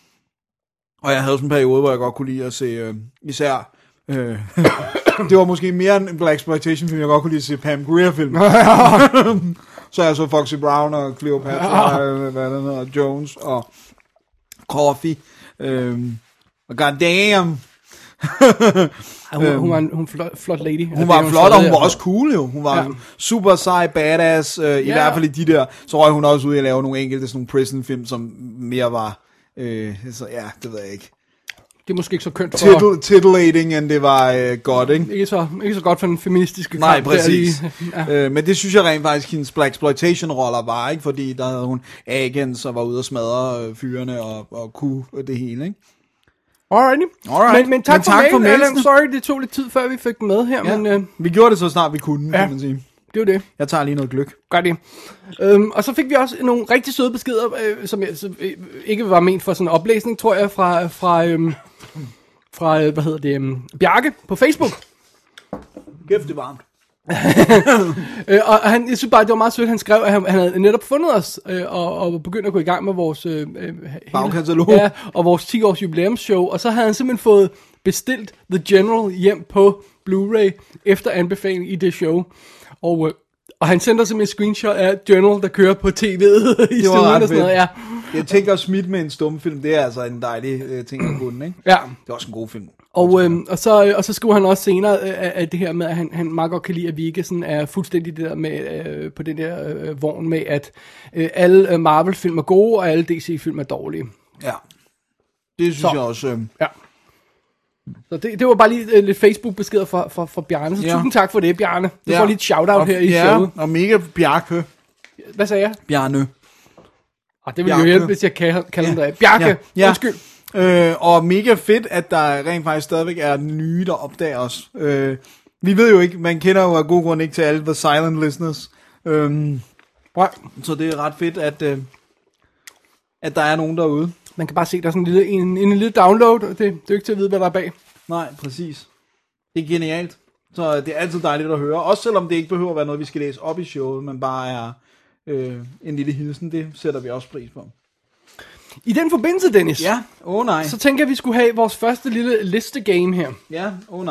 Og jeg havde sådan en periode, hvor jeg godt kunne lide at se øh, især... Øh, det var måske mere en Blaxploitation-film, jeg godt kunne lide at se Pam Grier-film. Så jeg så Foxy Brown og Cleopatra, og, hvad det hedder, Jones og Coffee. Øhm, og goddamn. hun, hun var en hun flot, flot lady. Hun var flot, og hun var også cool jo. Hun var ja. super sej, badass. Øh, I ja. hvert fald i de der, så røg hun også ud i at lave nogle enkelte sådan nogle prison-film, som mere var, øh, så ja, det ved jeg ikke. Det er måske ikke så kønt for... Tittle, titillating, end det var øh, godt, ikke? Ikke så, ikke så godt for den feministiske kamp. Nej, præcis. Ja. Øh, men det synes jeg rent faktisk, hendes Blaxploitation-roller var, ikke? Fordi der havde hun agents og var ude og smadre øh, fyrene og, og kunne det hele, ikke? Alrighty. Alright. Men, men tak, men tak for, for mailen, Allan. Sorry, det tog lidt tid, før vi fik den med her, ja. men... Øh... Vi gjorde det så snart vi kunne, ja. kan man sige. Det var det. Jeg tager lige noget gløk. Gør det. Øhm, og så fik vi også nogle rigtig søde beskeder, øh, som jeg, så, øh, ikke var ment for sådan en oplæsning, tror jeg, fra... fra øh, fra, hvad hedder det, um, Bjarke på Facebook. Kæft, det er varmt. øh, og han, jeg synes bare, det var meget sødt, han skrev, at han, han havde netop fundet os, øh, og, og begyndt at gå i gang med vores øh, bagkatalog. Ja, og vores ti års jubilæumsshow, og så havde han simpelthen fået bestilt The General hjem på Blu-ray, efter anbefaling i det show. Og, øh, og han sendte os simpelthen en screenshot af General, der kører på tv'et i stuen og sådan noget, ja. Jeg tænker at smidt med en stumfilm, det er altså en dejlig øh, ting at kunne, ikke? Ja. Det er også en god film. Og, øh, og, så, og så skriver han også senere øh, af det her med, at han, han meget godt kan lide, at vi ikke sådan er fuldstændig det der med, øh, på den der øh, vogn med, at øh, alle øh, Marvel-film er gode, og alle D C-film er dårlige. Ja, det synes så. jeg også. Øh... Ja. Så det, det var bare lige øh, lidt Facebook-beskeder fra, fra, fra Bjarne, så ja. tusind tak for det, Bjarne. Du ja. får lige et shout-out og, her i ja, showet. Og mega Bjarke. Hvad sagde jeg? Bjarne. Og det vil jo hjælpe, hvis jeg kalder ja. ham der. Bjarke, ja. Ja. Undskyld. Øh, og mega fedt, at der rent faktisk stadigvæk er nye, der opdager os. Øh, vi ved jo ikke, man kender jo af god grund ikke til alle the silent listeners. Øh, så det er ret fedt, at, øh, at der er nogen derude. Man kan bare se, der er sådan en lille, en, en lille download, og det, det er jo ikke til at vide, hvad der er bag. Nej, præcis. Det er genialt. Så det er altid dejligt at høre. Også selvom det ikke behøver at være noget, vi skal læse op i showet, men bare er øh, en lille hilsen. Det sætter vi også pris på. I den forbindelse, Dennis, ja, åh oh, nej. så tænker jeg, at vi skulle have vores første lille listegame her. Ja, åh oh, nej.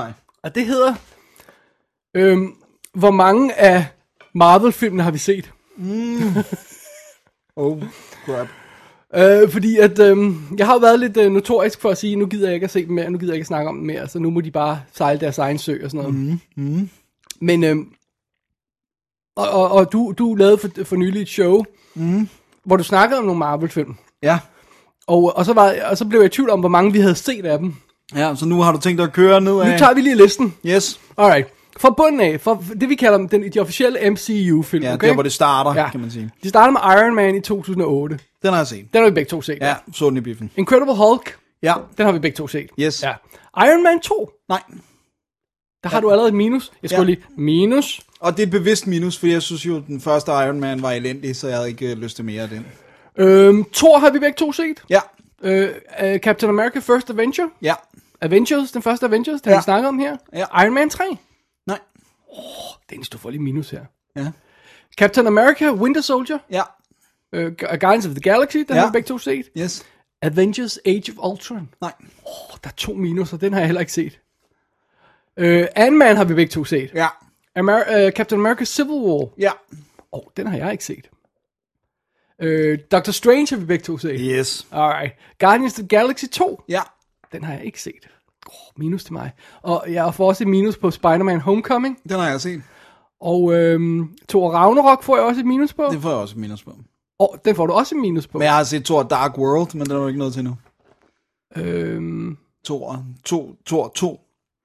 Og det hedder, øhm, hvor mange af Marvel-filmene har vi set? Mm. Oh, crap. Øh, fordi at, øhm, jeg har jo været lidt øh, notorisk for at sige, nu gider jeg ikke at se dem mere, nu gider jeg ikke at snakke om dem mere, så nu må de bare sejle deres egen sø og sådan noget. Mm. Mm. Men, øhm, og, og, og du, du lavede for, for nylig et show, Mm. hvor du snakkede om nogle Marvel-film. Ja. Og, og, så var, og så blev jeg i tvivl om, hvor mange vi havde set af dem. Ja, så nu har du tænkt dig at køre ned af... Nu tager vi lige listen. Yes. Alright. Fra bunden af, for det vi kalder den, de officielle M C U-film, Ja, okay? der hvor det starter, Ja. kan man sige. De starter med Iron Man i to tusind og otte. Den har jeg set. Den har vi begge to set. Ja, så den i biffen. Incredible Hulk, Ja. den har vi begge to set. Yes. Ja. Iron Man to, Nej. der har du allerede et minus. Jeg skulle Ja. lige minus. Og det er et bevidst minus, fordi jeg synes jo, den første Iron Man var elendig, så jeg havde ikke øh, lyst til mere af den. Øhm, Thor har vi begge to set. Ja. Øh, uh, Captain America First Avenger. Ja. Avengers, den første Avengers, den Ja. vi snakker om her. Ja. Iron Man tre. Nej. Dennis, du får lige minus her. Ja. Captain America Winter Soldier. Ja. Uh, Guardians of the Galaxy, den Ja. har vi begge to set. Yes. Avengers Age of Ultron. Nej. Oh, der er to minuser, den har jeg heller ikke set. Uh, Ant-Man har vi begge to set. Ja. Amer- uh, Captain America Civil War. Ja. Oh, den har jeg ikke set. Uh, Doctor Strange har vi begge to set. Yes. Alright. Guardians of the Galaxy to. Ja. Den har jeg ikke set. Oh, minus til mig. Og jeg får også et minus på Spider-Man Homecoming. Den har jeg set. Og øhm, Thor Ragnarok får jeg også et minus på. Det får jeg også et minus på. Og den får du også et minus på. Men jeg har set Thor Dark World, men den er jo ikke noget til nu. Øhm, Thor, to, Thor to.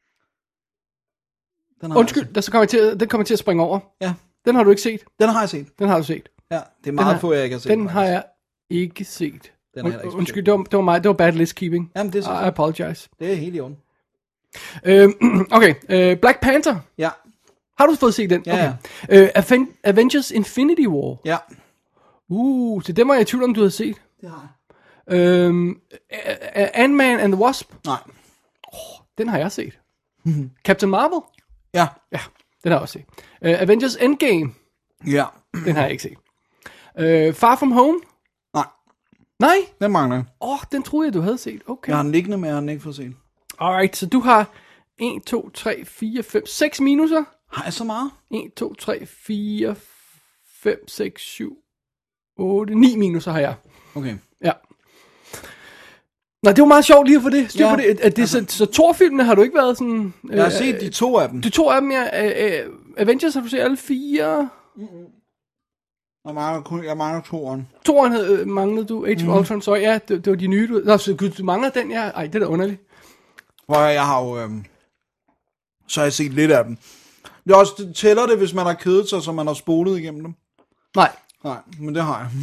Den har undskyld, der så kommer jeg til, den kommer til at springe over. Jeg set. Den har du ikke set. Ja, den har jeg set. Den har du set. Ja, det er Den meget har- få, jeg ikke har set. Den faktisk. har jeg ikke set. Den er heller ikke Undskyld, det var, det var mig. Det var bad list keeping. Jamen, det er I apologize. Det er helt i orden. Øhm, okay, øh, Black Panther. Ja. Har du fået set den? Ja, Okay. Øh, Aven- Avengers Infinity War. Ja. Uh, så det var jeg i tvivl om, du havde set. Det har jeg. Øhm, A- A- Ant-Man and the Wasp. Nej. Den har jeg set. Captain Marvel. Ja. Ja, den har jeg også set. Uh, Avengers Endgame. Ja. Den har jeg ikke set. Uh, Far From Home. Nej. Nej. Den mangler jeg. Åh, oh, den troede jeg, du havde set. Okay. Jeg har den liggende, men jeg har den ikke fået set. Alright, så du har en, to, tre, fire, fem, seks minuser. Har jeg så meget? en, to, tre, fire, fem, seks, syv, otte, ni minuser har jeg. Okay. Ja. Nå, det var meget sjovt lige at få det. Styr Ja, på det. At det altså- så, så Thor-filmene har du ikke været sådan... Jeg har set de to af dem. De to af dem, ja. Øh, øh, Avengers har du set alle fire. Jeg mangler, kun, jeg mangler toeren. Toren havde øh, manglede du. Age of Ultron, så ja, det, det var de nye. Du, nå, så gud, du mangler den, ja. Ej, det er da underligt. Hvor jeg har jo... Øhm, så har jeg set lidt af dem. Det er også, det tæller det, hvis man har kedet sig, så man har spolet igennem dem. Nej. Nej, men det har jeg.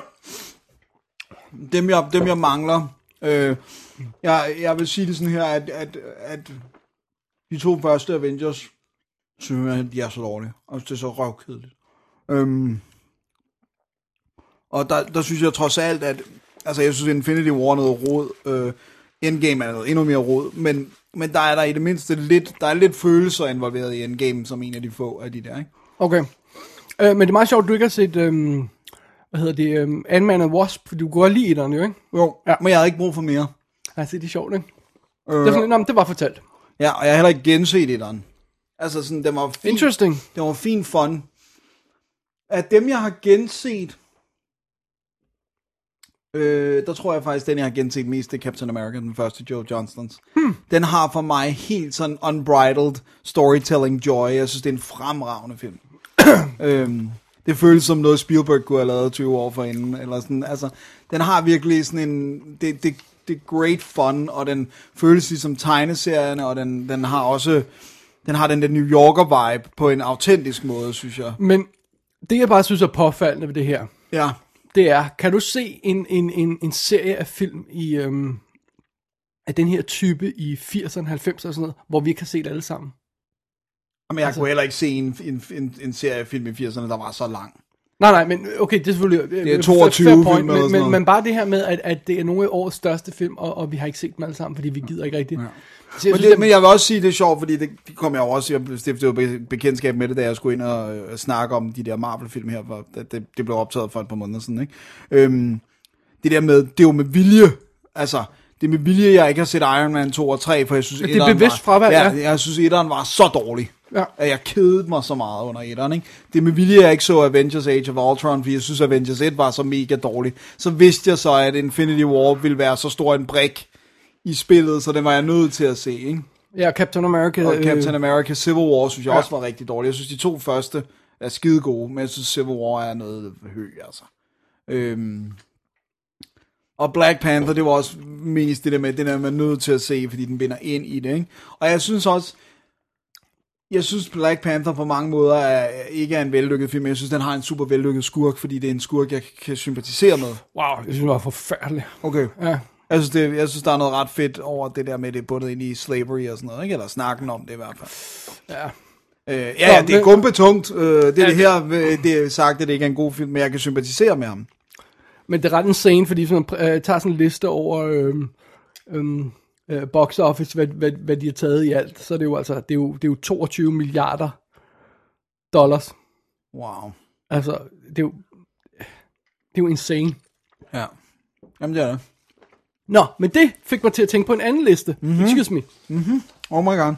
dem, jeg dem jeg mangler... Øh, jeg, jeg vil sige det sådan her, at, at, at de to første Avengers, synes jeg, de er så dårlige. Og det er så røvkedeligt. Øhm, og der, der synes jeg trods alt, at... Altså, jeg synes, Infinity War er noget rod. Øh, Endgame er noget endnu mere rod. Men, men der er der i det mindste lidt... Der er lidt følelser involveret i Endgame, som en af de få af de der, ikke? Okay. Øh, men det er meget sjovt, at du ikke har set... Øhm, hvad hedder det? Øhm, Ant-Man and Wasp, for du går lige i den jo, ikke? Jo, Ja. men jeg havde ikke brug for mere. Altså, det er sjovt, ikke? Øh, Det er sådan, nå, men det var fortalt. Ja, og jeg har heller ikke genset etteren. Altså sådan, den var fin. Interesting. Det var fin fun. Af dem, jeg har genset, øh, der tror jeg faktisk, den jeg har genset mest, det er Captain America, den første Joe Johnstons. Hmm. Den har for mig helt sådan unbridled storytelling joy. Jeg synes, det er en fremragende film. øhm, det føles som noget Spielberg kunne have lavet tyve år forinden. Eller sådan. Altså, den har virkelig sådan en... Det, det, det er great fun, og den føles ligesom tegneserierne, og den, den har også... Den har den der New Yorker-vibe på en autentisk måde, synes jeg. Men det, jeg bare synes er påfaldende ved det her, Ja. det er, kan du se en, en, en, en serie af film i, øhm, af den her type i firserne, halvfemserne og sådan noget, hvor vi ikke har set alle sammen? Men jeg altså, kunne heller ikke se en, en, en, en seriefilm i firserne, der var så lang. Nej, nej, men okay, det er selvfølgelig... Det er toogtyve fair point, film eller men, sådan men, noget. men bare det her med, at, at det er nogle af årets største film, og, og vi har ikke set dem alle sammen, fordi vi gider ikke rigtigt. Ja. Så jeg Men, synes, det, men jeg vil også sige, det er sjovt, fordi det, det kom jeg jo også, jeg stiftede jo bekendtskab med det, da jeg skulle ind og øh, snakke om de der Marvel-film her, for det, det, det blev optaget for et par måneder siden, ikke? Øhm, det der med, det er jo med vilje, altså, det er med vilje, jeg ikke har set Iron Man to og tre, for jeg synes, det er bevidst fravalg, ja. ja. Jeg synes, etteren var så dårlig. Ja. At jeg kedede mig så meget under etteren, ikke? Det er med vilje, jeg ikke så Avengers Age of Ultron, fordi jeg synes, Avengers et var så mega dårlig. Så vidste jeg så, at Infinity War ville være så stor en brik i spillet, så det var jeg nødt til at se, ikke? Ja, Captain America. Og Captain America Civil War synes jeg ja. også var rigtig dårlig. Jeg synes, de to første er skide gode, men jeg synes, Civil War er noget høj, altså. Øhm. Og Black Panther, det var også mest det der med, den er man nødt til at se, fordi den binder ind i det, ikke? Og jeg synes også, jeg synes Black Panther på mange måder er, ikke er en vellykket film, men jeg synes, den har en super vellykket skurk, fordi det er en skurk, jeg kan sympatisere med. Wow, jeg synes, det var forfærdeligt. Okay. Ja. Jeg synes, det, jeg synes, der er noget ret fedt over det der med, det bundet ind i slavery og sådan noget, ikke? Eller snakken om det i hvert fald. Ja. Øh, ja, ja, det er gumpetungt. Øh, det er det her, det er sagt, at det ikke er en god film, men jeg kan sympatisere med ham. Men det er ret insane, fordi hvis man øh, tager sådan en liste over øh, øh, øh, box office, hvad, hvad, hvad de har taget i alt, så er det jo altså, det er jo, det er jo toogtyve milliarder dollars. Wow. Altså, det er jo, det er jo insane. Ja. Jamen, det er det. Nå, men det fik mig til at tænke på en anden liste. Mm-hmm. Excuse me. Mm-hmm. Oh my god.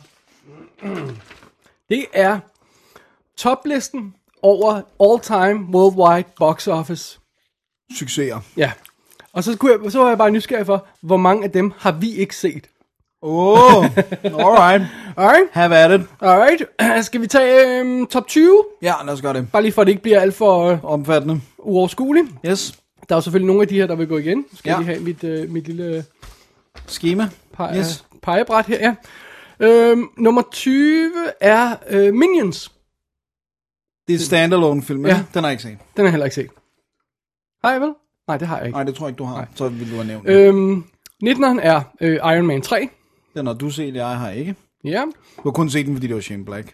Det er toplisten over all-time worldwide box office. Succeser. Ja. Og så, kunne jeg, så var jeg bare nysgerrig for, hvor mange af dem har vi ikke set. Oh, alright. Alright. Have at it. Alright. Skal vi tage øhm, top tyve? Ja, lad os gøre det. Bare lige for, at det ikke bliver alt for øh, omfattende. Uoverskueligt. Yes. Der er jo selvfølgelig nogle af de her, der vil gå igen. Skal ja. jeg lige have mit, øh, mit lille schema. Pege, yes. Pejebræt her, ja. Øhm, nummer tyve er øh, Minions. Det er standalone film, ja. Den har jeg ikke set. Den har jeg heller ikke set. Har jeg vel? Nej, det har jeg ikke. Nej, det tror jeg ikke, du har. Nej. Så vil du have nævnt det. Øhm, nitteren er øh, Iron Man tre. Den har du set, jeg har ikke. Ja. Du har kun set den, fordi det var Shane Black.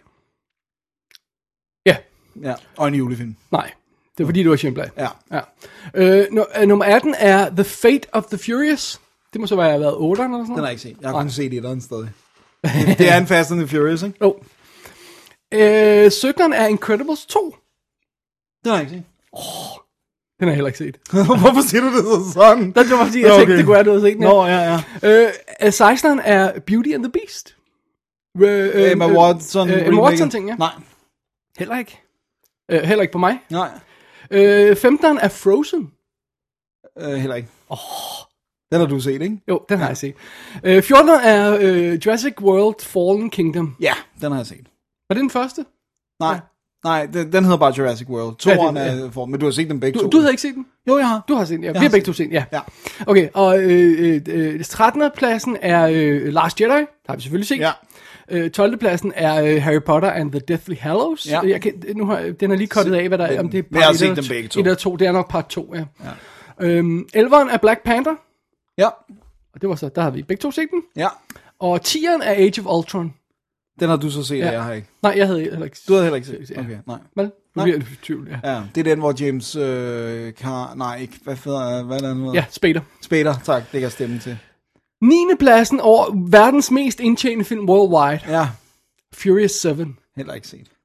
Ja. Ja, og en julefilm. Nej, det er fordi, det var Shane Black. Ja. ja. Øh, no, øh, nummer atten er The Fate of the Furious. Det må så være, at jeg har været otteren eller sådan noget. Den har jeg ikke set. Jeg har kun set et eller andet sted. Det, det er en Fast and the Furious, ikke? Jo. Oh. Øh, sytteren er Incredibles to. Den har jeg ikke set. Oh, den har jeg heller ikke set. Hvorfor siger du det så sådan? Det var fordi, jeg tænkte, okay. Det kunne være, du havde set den. Nå, ja, ja. Øh, seksteren er Beauty and the Beast. Øh, øh, Emma Watson. Øh, Emma Watson ting, ja. Nej. Heller ikke. Øh, heller ikke på mig. Nej. Øh, femteren er Frozen. Øh, heller ikke. Åh. Oh. Den har du set, ikke? Jo, den har ja. jeg set. Øh, fjorteren er øh, Jurassic World Fallen Kingdom. Ja, den har jeg set. Var det den første? Nej. Ja. Nej, den, den hedder bare Jurassic World. Toeren ja, er for, men du har set dem begge du, to. Du havde ikke set den? Jo, jeg har. Du har set den, ja. Jeg Vi har begge to set den, ja. ja. Okay, og øh, øh, trettende pladsen er øh, Last Jedi. Der har vi selvfølgelig set. Ja. Øh, tolvte pladsen er øh, Harry Potter and the Deathly Hallows. Ja. Jeg kan, nu har, den er lige kottet af, hvad der er. Om det er part jeg har set dem begge to. Et eller to, det er nok part to, ja. ja. Øhm, elveren er Black Panther. Ja. Og det var så, der har vi begge to set den. Ja. Og tieren er Age of Ultron. Den har du så set, ja. jeg har ikke. Nej, jeg havde heller ikke. Du havde heller ikke set. Ja. Okay, nej. Men nu bliver jeg i tvivl, ja. Ja, det er den, hvor James øh, Car... Nej, ikke. Hvad fedder, hvad er det? Ja, Spader. Spader, tak. Det kan stemme til. niende pladsen over verdens mest indtjenende film worldwide. Ja. Furious syv. Heller ikke set.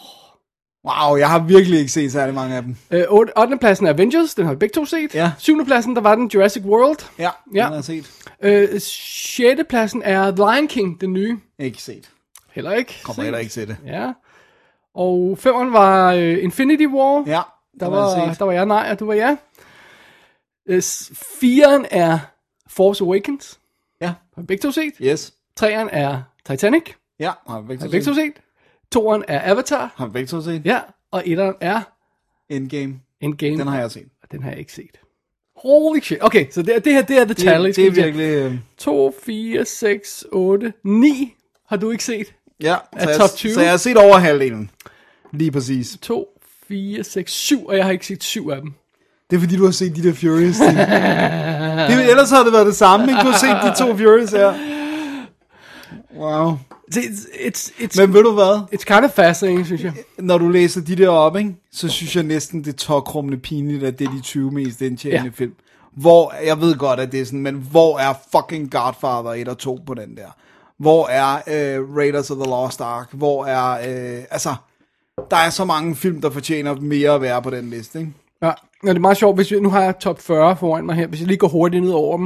Wow, jeg har virkelig ikke set særlig mange af dem. Øh, ottende pladsen er Avengers, den har vi begge to set. Ja. syvende pladsen, der var den Jurassic World. Ja, ja. den har jeg set. Øh, sjette pladsen er The Lion King, den nye. Ikke set. Heller ikke. Kommer heller ikke til det. Ja. Og femeren var øh, Infinity War. Ja, der var, der var jeg nej, og du var ja. Øh, firen er Force Awakens. Ja. Har vi begge to set. Yes. Treeren er Titanic. Ja, har vi begge to, har vi begge to set. Toeren er Avatar. Har vi begge to set. Ja, og etteren er Endgame. Endgame. Den har jeg set. Og den har jeg ikke set. Holy shit. Okay, så det, det her, det er the tally. Det, det er virkelig... Øh... to, fire, seks, otte, ni har du ikke set. Ja, så jeg, top tyve. Så jeg har set over halvdelen. Lige præcis. to, fire, seks, syv, og jeg har ikke set syv af dem. Det er fordi, du har set de der Furious ting. det, ellers har det været det samme, ikke? Du har set de to Furious her. Wow. It's, it's, it's, Men ved du hvad? It's kind of fascinating, synes jeg. Når du læser de der op, ikke, så synes jeg næsten, det er tåkrummende pinligt, at det er de tyve mest indtjenende ja. film. Hvor, jeg ved godt, at det er sådan, men hvor er fucking Godfather et og to på den der? Hvor er uh, Raiders of the Lost Ark? Hvor er, uh, altså, der er så mange film, der fortjener mere at være på den liste, ikke? Ja, og det er meget sjovt, hvis vi, nu har jeg top fyrre foran mig her, hvis jeg lige går hurtigt ned over dem.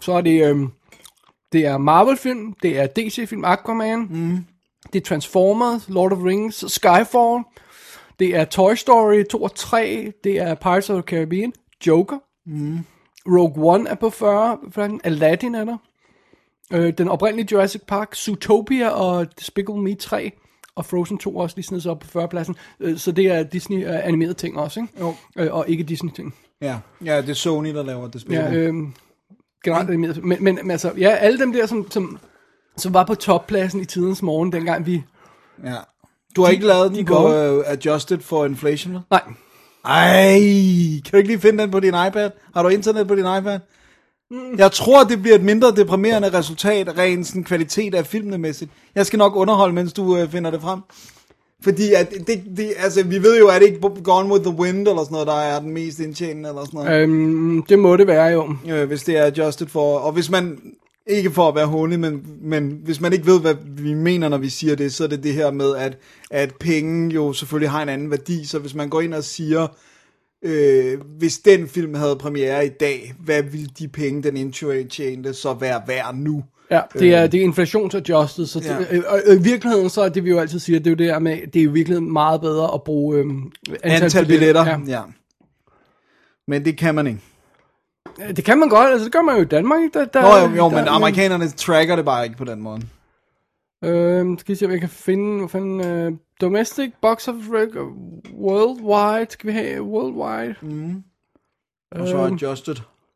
Så er det, øhm, det er Marvel-film, det er D C-film, Aquaman, mm. det er Transformers, Lord of the Rings, Skyfall, det er Toy Story to og tre, det er Pirates of the Caribbean, Joker, mm. Rogue One er på fyrre, Aladdin er der, øh, den oprindelige Jurassic Park, Zootopia og Despicable Me tre, og Frozen to også lige snedet sig op på fyrre pladsen, øh, så det er Disney øh, animerede ting også, ikke? Jo. Øh, og ikke Disney ting. Ja. ja, det er Sony, der laver Despicable. Ja, øh, generelt animeret, men, men, men altså, ja, alle dem der, som, som, som var på toppladsen i tidens morgen, dengang vi... Ja. Du har de, ikke lavet den på uh, Adjusted for Inflation? Nej. Ej, kan du ikke lige finde den på din iPad? Har du internet på din iPad? Mm. Jeg tror, det bliver et mindre deprimerende resultat, rent sådan kvalitet af filmene mæssigt. Jeg skal nok underholde, mens du uh, finder det frem. Fordi at det, det, altså, vi ved jo, at det ikke Gone with the Wind eller sådan noget, der er den mest indtjenende eller sådan noget. Øhm, det må det være jo. Øh, hvis det er adjusted for, og hvis man, ikke for at være hånlig, men, men hvis man ikke ved, hvad vi mener, når vi siger det, så er det det her med, at, at penge jo selvfølgelig har en anden værdi, så hvis man går ind og siger, øh, hvis den film havde premiere i dag, hvad ville de penge, den indtjente, så være værd nu? Ja, det er, det er inflationsadjusted, så Ja. det, øh, og i virkeligheden, så er det vi jo altid siger, det er jo det der med, det er jo i virkeligheden meget bedre at bruge øh, antal, Antal billetter, Ja. ja. Men det kan man ikke. Det kan man godt, altså det gør man jo i Danmark. Der, der, Nå jo, jo der, men amerikanerne tracker det bare ikke på den måde. Øh, skal vi se, om jeg kan finde, hvad fanden, øh, domestic box of record, worldwide, skal vi have worldwide? Mm. Og så Øhm. adjusted.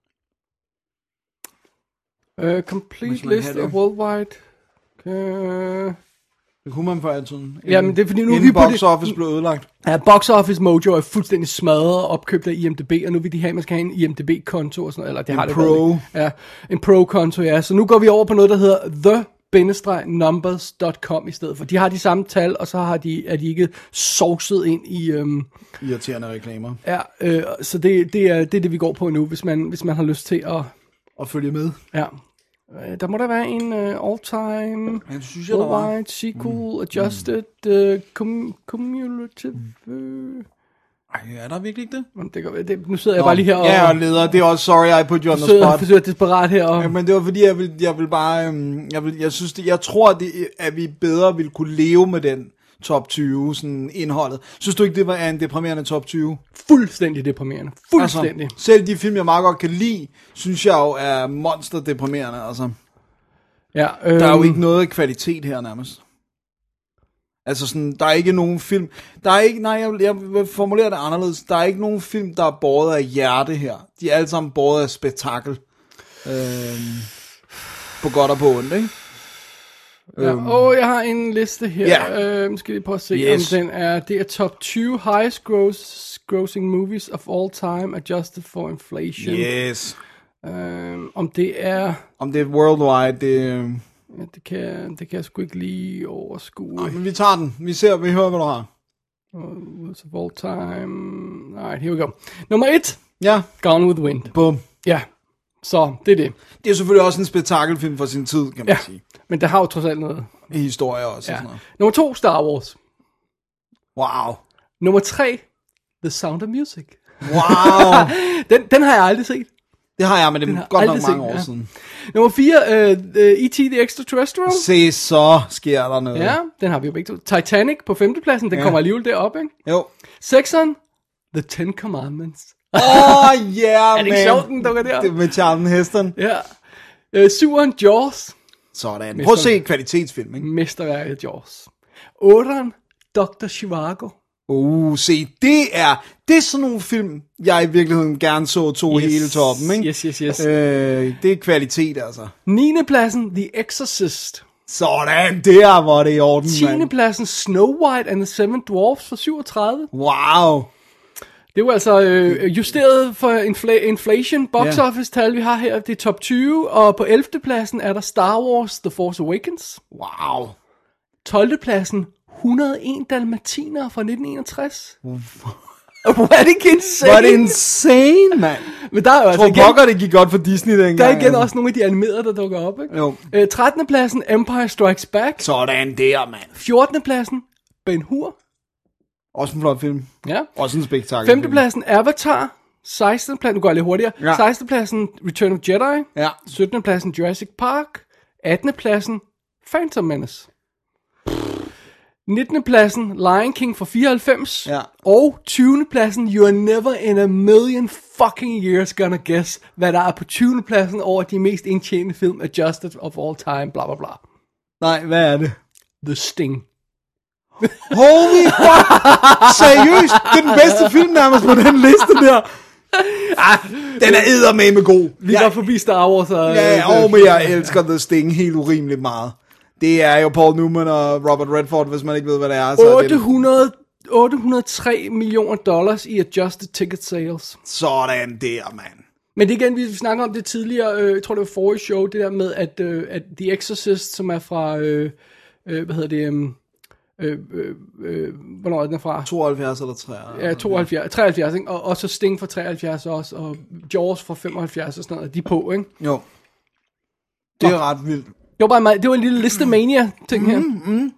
Uh, complete Hvis man list have det. of worldwide. Uh, Det kunne man før altid. Ja, men det er fordi, nu er inden vi på box det- office blev ødelagt. ja, Box Office Mojo er fuldstændig smadret og opkøbt af I M D B, og nu vil de have, at man skal have en I M D B-konto og sådan noget. Eller det En har det pro. været, ja, en pro-konto, ja. Så nu går vi over på noget, der hedder the-numbers dot com i stedet for. De har de samme tal, og så har de, er de ikke sovset ind i... Øhm, Irriterende reklamer. ja, øh, så det, det, er, det er det, vi går på nu, hvis man, hvis man har lyst til at... Og følge med. Ja. Øh, Der må der være en uh, all-time, Ja, det synes jeg, der var. worldwide, sequel, mm. adjusted, uh, cum- cumulative... Uh, Ej, er der virkelig ikke det? men det, går- det, nu sidder jeg bare lige her og... Ja, og leder. Det er også sorry, I put you on the forsøger, spot. forsøger desperat her og... Ja, men det var fordi, jeg vil, jeg vil bare... øhm, Jeg, vil, jeg synes, det, jeg tror, det, at vi bedre ville kunne leve med den top tyve, sådan indholdet. Synes du ikke, det var en deprimerende top tyve? Fuldstændig deprimerende. Fuldstændig. Altså, selv de film, jeg meget godt kan lide, synes jeg jo er monster deprimerende. Altså, Ja, øhm, der er jo ikke noget kvalitet her nærmest. Altså sådan, der er ikke nogen film, der er ikke, nej, jeg, vil- jeg vil formulere det anderledes, der er ikke nogen film, der er båret af hjerte her. De er alle sammen båret af spektakel. Øhm, på godt og på ondt, ikke? Ja, og jeg har en liste her. Ja. Øhm, skal vi prøve at se, Yes. om den er... Det er top tyve highest gross, grossing movies of all time, adjusted for inflation. Yes. Øhm, om det er... Om det er worldwide, det... øhm, Ja, det kan, det kan jeg sgu ikke lige overskue. Nej, men vi tager den. Vi ser, vi hører, hvad du har. Movies of all time... Alright, here we go. Nummer et, Ja, Gone with the Wind. bum. Ja, så det er det. Det er selvfølgelig også en spektakelfilm for sin tid, kan man Ja, sige. men der har jo trods alt noget. I historie også. Ja. Og sådan noget. Nummer to, Star Wars. Wow. Nummer tre, The Sound of Music. Wow. Den, den har jeg aldrig set. Det har jeg, men det Den er har godt nok aldrig mange set, år ja. siden. Nummer fire, uh, uh, E T the Extraterrestrial. Se, så sker der noget. Ja, den har vi jo begge to. Titanic på femtepladsen, den Ja. kommer alligevel derop, ikke? Jo. Sekseren, The Ten Commandments. Åh, oh, yeah, Er det ikke sjovt, den dukker der? Det med Charlton Heston. Ja. Uh, syveren, Jaws. Sådan. Prøv at se kvalitetsfilm, ikke? Mesterværket Jaws. otteren, doktor Zhivago. Uh, se, det er, det er sådan nogle film, jeg i virkeligheden gerne så to Yes. hele toppen, ikke? Yes, yes, yes. Øh, det er kvalitet, altså. niende pladsen, The Exorcist. Sådan, der var det i orden, tiende mand. pladsen, Snow White and the Seven Dwarfs fra syvogtredive. Wow. Det var altså øh, justeret for infla- inflation, box Ja. office tal, vi har her. Det er top tyve, og på ellevte pladsen er der Star Wars The Force Awakens. Wow. tolvte pladsen, et hundrede og en dalmatiner fra nitten enogtres. Hvor er det ikke insane? Var det insane, mand? Men der er jo Jeg altså tror igen, pokker, det gik godt for Disney dengang. der er igen altså. også nogle af de animerede, der dukker op. Ikke? Jo. Øh, trettende pladsen, Empire Strikes Back. Sådan der, mand. fjortende pladsen, Ben Hur. Også en flot film. Ja. Også en spektakel. femte pladsen, Avatar. sekstende pladsen, nu går jeg lidt hurtigere. Ja. sekstende pladsen Return of Jedi. Ja. syttende pladsen Jurassic Park. attende pladsen Phantom Menace. nittende pladsen Lion King fra fireoghalvfems. Ja. Og tyvende pladsen You Are Never in a Million Fucking Years Gonna Guess, hvad der er på tyvende pladsen over de mest indtjenende film adjusted of all time, bla bla bla. Nej, hvad er det? The Sting. Holy fuck! Seriøst? Det er den bedste film nærmest på den liste der. Ah, den er eddermame god. Vi var forbi Star Wars. Og, Ja, og men jeg elsker The Sting helt urimeligt meget. Det er jo Paul Newman og Robert Redford, hvis man ikke ved, hvad det er. Så otte hundrede, otte hundrede og tre millioner dollars i adjusted ticket sales. Sådan der, mand. Men det igen, vi snakker om det tidligere, øh, jeg tror det var forrige show, det der med, at, øh, at The Exorcist, som er fra, øh, øh, hvad hedder det, øh, øh, øh, hvornår er den fra? tooghalvfjerds eller treoghalvfjerds. Ja, tooghalvfjerds, treoghalvfjerds, ikke? Og, og så Sting fra treoghalvfjerds også, og Jaws fra femoghalvfjerds og sådan noget, de er på, ikke? Jo. Det er ret vildt. Det var bare meget, det var en lille listemania-ting her. Mm, mm.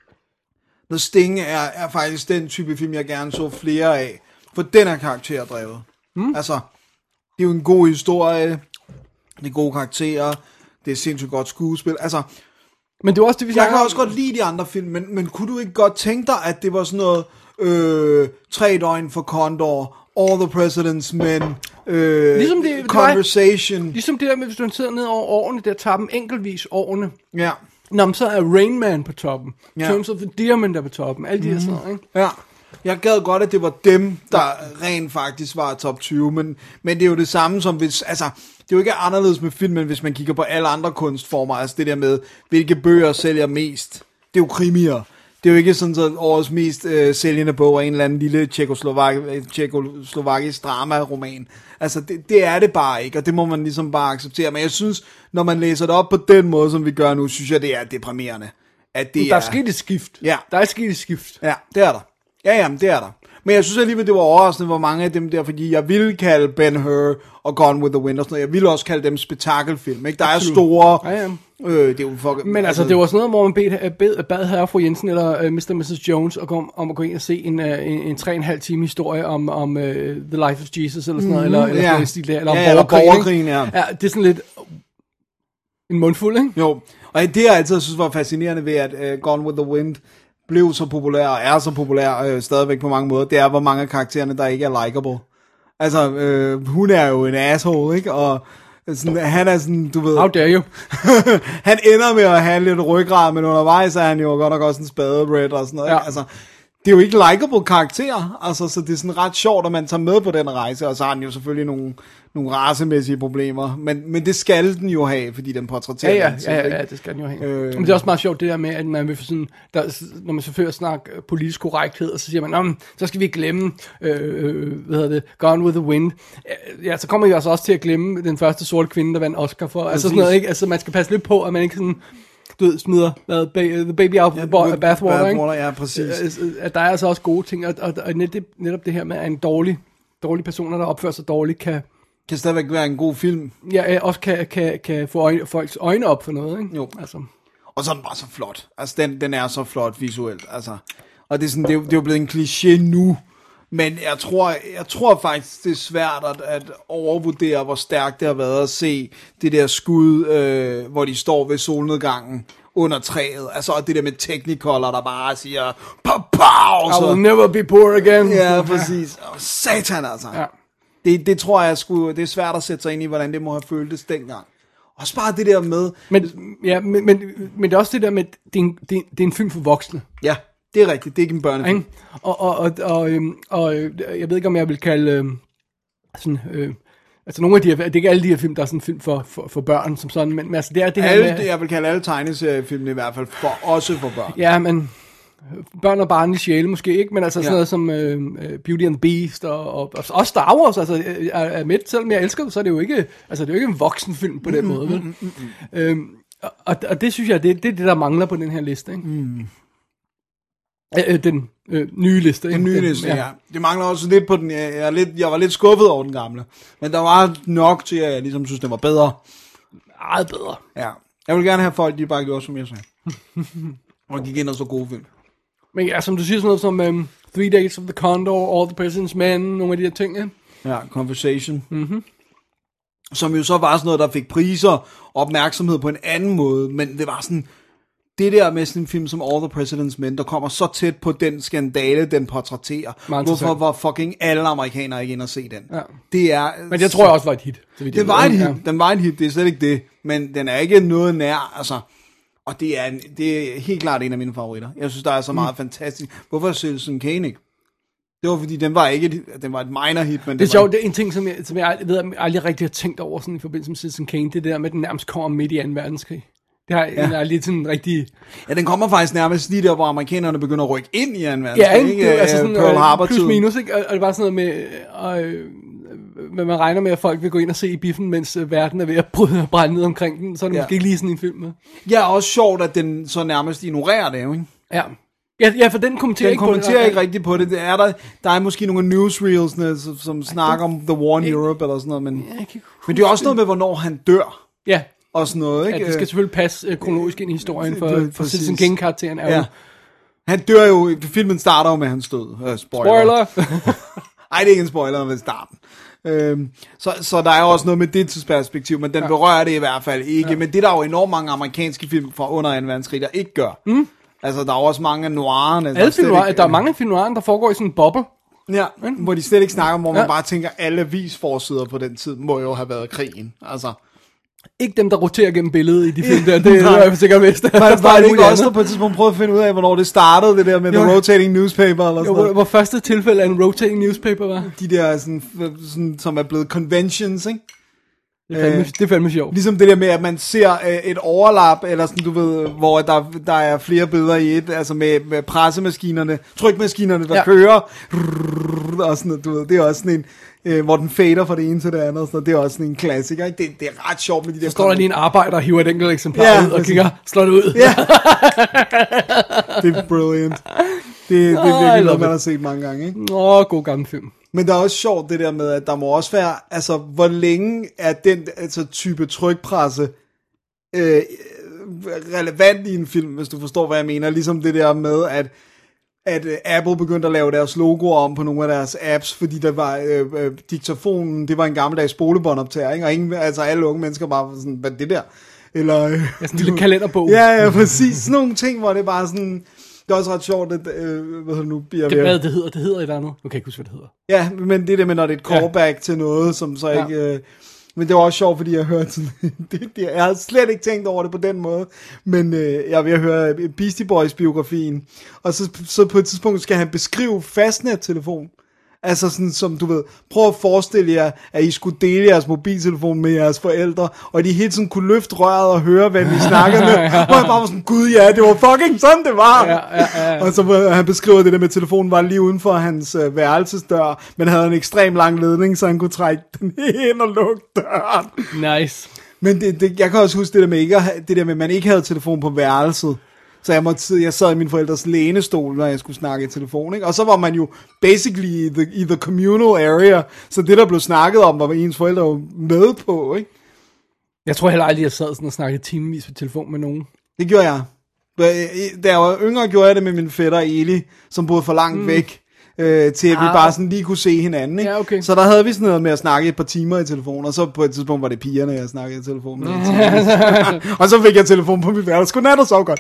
The Sting er, er faktisk den type film, jeg gerne så flere af, for den er karakterdrevet. Mm. Altså, det er jo en god historie, det er gode karakterer, det er sindssygt godt skuespil, altså... Men det var også det, vi Jeg kan om. også godt lide de andre film, men, men kunne du ikke godt tænke dig, at det var sådan noget øh, Tre døgn for Condor, All the President's Men, øh, Ligesom det- det Conversation. Ligesom det der med, hvis du sidder ned over årene, der tager dem enkeltvis årene. Ja, Nå, men så er Rain Man på toppen. Ja. Terms of Endearment er på toppen. Alle de her sådan noget, ikke? ja. Jeg gad godt, at det var dem, der rent faktisk var top tyve, men, men det er jo det samme som hvis, altså, det er jo ikke anderledes med filmen, hvis man kigger på alle andre kunstformer, altså det der med, hvilke bøger sælger mest. Det er jo krimier. Det er jo ikke sådan, så årets mest øh, sælgende bog er en eller anden lille tjekkoslovak- tjekkoslovakisk drama-roman. Altså, det, det er det bare ikke, og det må man ligesom bare acceptere. Men jeg synes, når man læser det op på den måde, som vi gør nu, synes jeg, det er deprimerende. At det Der er er sket et skift. Ja. Der er sket et skift. Ja, det er der. Ja, jamen, det er der. Men jeg synes alligevel, det var overraskende, hvor mange af dem der, fordi jeg ville kalde Ben-Hur og Gone with the Wind og sådan noget, jeg ville også kalde dem spektakelfilm, ikke? Der er store... Ja, ja. Øh, det er jo for, Men altså, det var sådan noget, hvor man bed, bed, bad herre fru Jensen eller uh, mister og missus Jones og kom, om at gå ind og se en, uh, en, en tre og en halv time historie om, om uh, The Life of Jesus eller sådan noget, eller, eller, ja. sådan stil der, eller om Ja, eller borgerkrigen, borgerkrigen, ikke? ja. Ja, det er sådan lidt en mundfuld, ikke? Jo, og det jeg altid synes var fascinerende ved, at uh, Gone with the Wind blev så populær, og er så populær øh, stadigvæk på mange måder, det er, hvor mange af karaktererne, der ikke er likable. Altså, øh, hun er jo en asshole, ikke? Og sådan, han er sådan, du ved... How dare you? Han ender med at have lidt ryggrad, men undervejs er han jo godt nok også en spadebread og sådan noget, Ja. ikke? Altså, det er jo ikke likable karakterer, altså, så det er sådan ret sjovt, at man tager med på den rejse, og så har den jo selvfølgelig nogle, nogle racemæssige problemer, men, men det skal den jo have, fordi den portrætterer Ja, ja, den selv, ja, ja, ikke? ja, det skal den jo have. Øh. Men det er også meget sjovt det der med, at man vil sådan, der, når man selvfølgelig snakker politisk korrekthed, og så siger man, Nå, men, så skal vi glemme, øh, hvad hedder det, Gone with the Wind. Ja, så kommer vi altså også til at glemme den første sorte kvinde, der vandt Oscar for. Altså sådan noget, ikke? Altså man skal passe lidt på, at man ikke sådan, du ved, smider hvad, ba- the baby out of the With bathwater, bathwater, ikke? ja, præcis. Øh, At der er altså også gode ting, og, og, og netop, netop det her med, at en dårlig, dårlig person, der opfører sig dårligt, kan, Kan stadigvæk være en god film. ja, også kan, kan, kan få øjne, folks øjne op for noget, ikke? Jo. Altså. Og så er den bare så flot. Altså, den, den er så flot visuelt, altså. Og det er sådan, det er, jo- det er jo blevet en kliché nu, men jeg tror, jeg tror faktisk, det er svært at, at overvurdere, hvor stærkt det har været at se det der skud, øh, hvor de står ved solnedgangen under træet. Altså, og det der med Technicolor, der bare siger, pow, pow! I Så, will never be poor again. ja, præcis. Og satan, altså. Ja. Det, det tror jeg, skulle, det er svært at sætte sig ind i, hvordan det må have føltes dengang. Også bare det der med, Men, ja, men, men, men det er også det der med, det er en, det er, det er en film for voksne. ja, det er rigtigt, det er ikke en børnefilm. Ikke? Og, og, og, og, øhm, og øh, jeg ved ikke, om jeg vil kalde øhm, sådan, øh, altså nogle af de her, det er ikke alle de her film, der er sådan en film for, for, for børn som sådan, men, men altså det er det her Alle, med, jeg vil kalde alle tegneseriefilmene i hvert fald, for, også for børn. ja, men børn og barnlige sjæle måske ikke, men altså sådan Ja. noget som øh, øh, Beauty and the Beast og, og, og også Star Wars, altså øh, er, er med, selvom jeg elsker det, så er det jo ikke, altså det er jo ikke en voksenfilm på den Mm, måde, vel? Mm, mm, mm. Øhm, og, og det synes jeg, det, det er det, der mangler på den her liste, ikke? Mm. Øh, øh, den øh, nye liste, ikke? Den nye liste, ja. Det mangler også lidt på den, jeg, jeg, er lidt, jeg var lidt skuffet over den gamle, men der var nok til, at jeg ligesom synes, den var bedre. Meget bedre. Ja. Jeg vil gerne have folk, de bare gjorde, som jeg sagde. Og gik ind og så gode film. Men ja, som du siger, sådan noget som um, Three Days of the Condor, All the President's Men, nogle af de her ting, ikke? Ja, Conversation. Mm-hmm. Som jo så var sådan noget, der fik priser og opmærksomhed på en anden måde, men det var sådan, det der med sådan en film som All the President's Men, der kommer så tæt på den skandale, den portrætterer. Hvorfor var fucking alle amerikanere ikke inde og se den? Ja. Det er... Men jeg tror jeg også var et hit. Det var et hit, den var et hit, det er slet ikke det, men den er ikke noget nær, altså... Og det er, en, det er helt klart en af mine favoritter. Jeg synes, der er så meget mm. fantastisk. Hvorfor er Citizen Kane ikke? Det var fordi, den var ikke et, den var et minor hit, men det er sjovt, sjovt, det er en ting, som jeg, som jeg ved, jeg aldrig rigtig har tænkt over sådan, i forbindelse med Citizen Kane, det der med, at den nærmest kommer midt i anden verdenskrig. Det har ja. jeg lidt sådan rigtig... Ja, den kommer faktisk nærmest lige der, hvor amerikanerne begynder at rykke ind i anden verdenskrig. Ja, ikke? Det er, altså sådan, Pearl Harbor plus minus, ikke? Og, og det var sådan noget med... Og, hvad man regner med, at folk vil gå ind og se i biffen, mens verden er ved at bryde, brænde ned omkring den, så er det ja. måske ikke lige sådan en film med. Ja, også sjovt, at den så nærmest ignorerer det, ikke? Ja. Ja, ja, for den kommenterer den ikke kommenterer på det. ikke rigtigt på det. Det er der, der er måske nogle newsreels, som, som snakker om The War in ikke, Europe, eller sådan noget, men, men det er også noget med, hvornår han dør. Ja. Og sådan noget, ikke? Ja, det skal selvfølgelig passe uh, kronologisk ind i historien, for, for Citizen Kane-karakteren er ja. jo... Han dør jo, filmen starter jo med, hans død. Uh, spoiler. Spoiler! Ej, det er ikke en spoiler ved starten. Øhm, så, så der er jo også noget med det tidsperspektiv, men den ja. berører det i hvert fald ikke. Ja. Men det er der jo enormt mange amerikanske film fra under anden verdenskrig, der ikke gør. Mm. Altså, der er også mange af noirerne. Alle film noir, der er mange film noir, der foregår i sådan en boble. Ja, mm. hvor de slet ikke snakker om, hvor man ja. bare tænker, alle avisforsider på den tid må jo have været krigen. Altså... Ikke dem, der roterer gennem billedet i de film der, det er jeg sikkert mest. Var, var det ikke også, der på et tidspunkt prøvede at finde ud af, hvornår det startede, det der med jo. The rotating newspaper, eller sådan jo, hvor, hvor første tilfælde af en rotating newspaper var? De der, sådan, sådan, som er blevet conventions, ikke? Det er fandme, øh, det er fandme sjovt. Ligesom det der med, at man ser øh, et overlap, eller sådan, du ved, hvor der, der er flere billeder i et, altså med, med pressemaskinerne, trykmaskinerne, der ja. kører, og sådan, du ved, det er også sådan en, øh, hvor den fader fra det ene til det andet, så det er også sådan en klassiker, ikke? Det, det er ret sjovt med de der... Så står der lige en arbejder og hiver et enkelt eksemplar ja, ud og kigger, slår det ud. Ja. Det er brilliant. Det, det er virkelig noget, man har set mange gange, ikke? Åh, god gammel film. Men der er også sjovt det der med, at der må også være, altså, hvor længe er den altså, type trykpresse øh, relevant i en film, hvis du forstår, hvad jeg mener. Ligesom det der med, at, at Apple begyndte at lave deres logoer om på nogle af deres apps, fordi der var øh, øh, diktafonen, det var en gammeldags spolebåndoptager, ikke? Og ingen, altså alle unge mennesker bare sådan, hvad er det der? Eller, øh, ja, sådan en lille kalenderbog. Ja, ja, præcis. Sådan nogle ting, hvor det bare sådan... Det er også ret sjovt, at øh, hvad nu bliver det, hvad det hedder, det hedder et andet. Nu kan jeg ikke huske, hvad det hedder. Ja, men det er det med, når det er et callback ja. til noget, som så ikke... Øh, men det var også sjovt, fordi jeg hørte sådan... det, det, jeg havde slet ikke tænkt over det på den måde. Men øh, jeg vil høre Beastie Boys biografien. Og så, så på et tidspunkt skal han beskrive fastnet-telefon. Altså sådan som, du ved, prøv at forestille jer, at I skulle dele jeres mobiltelefon med jeres forældre, og de hele tiden kunne løfte røret og høre, hvad vi snakkede med. Og jeg bare var sådan, gud ja, det var fucking sådan, det var. Ja, ja, ja, ja. Og så han beskriver det der med, at telefonen var lige uden for hans øh, værelsesdør, men havde en ekstrem lang ledning, så han kunne trække den ind og lukke døren. Nice. Men det, det, jeg kan også huske det der med, ikke at, det der med, at man ikke havde telefon på værelset. Så jeg, måtte, jeg sad i min forældres lænestol, når jeg skulle snakke i telefon, ikke? Og så var man jo basically i the, i the communal area, så det der blev snakket om, var ens forældre jo med på, ikke? Jeg tror heller aldrig, jeg sad sådan og snakkede timevis på telefon med nogen. Det gjorde jeg. Da jeg var yngre, gjorde jeg det med min fætter Eli, som boede for langt mm. væk, øh, til at ah. vi bare sådan lige kunne se hinanden, ikke? Ja, okay. Så der havde vi sådan noget med at snakke et par timer i telefon, og så på et tidspunkt var det pigerne, jeg snakkede i telefon med. Og så fik jeg telefon på mit værelse. Godnat og sov godt.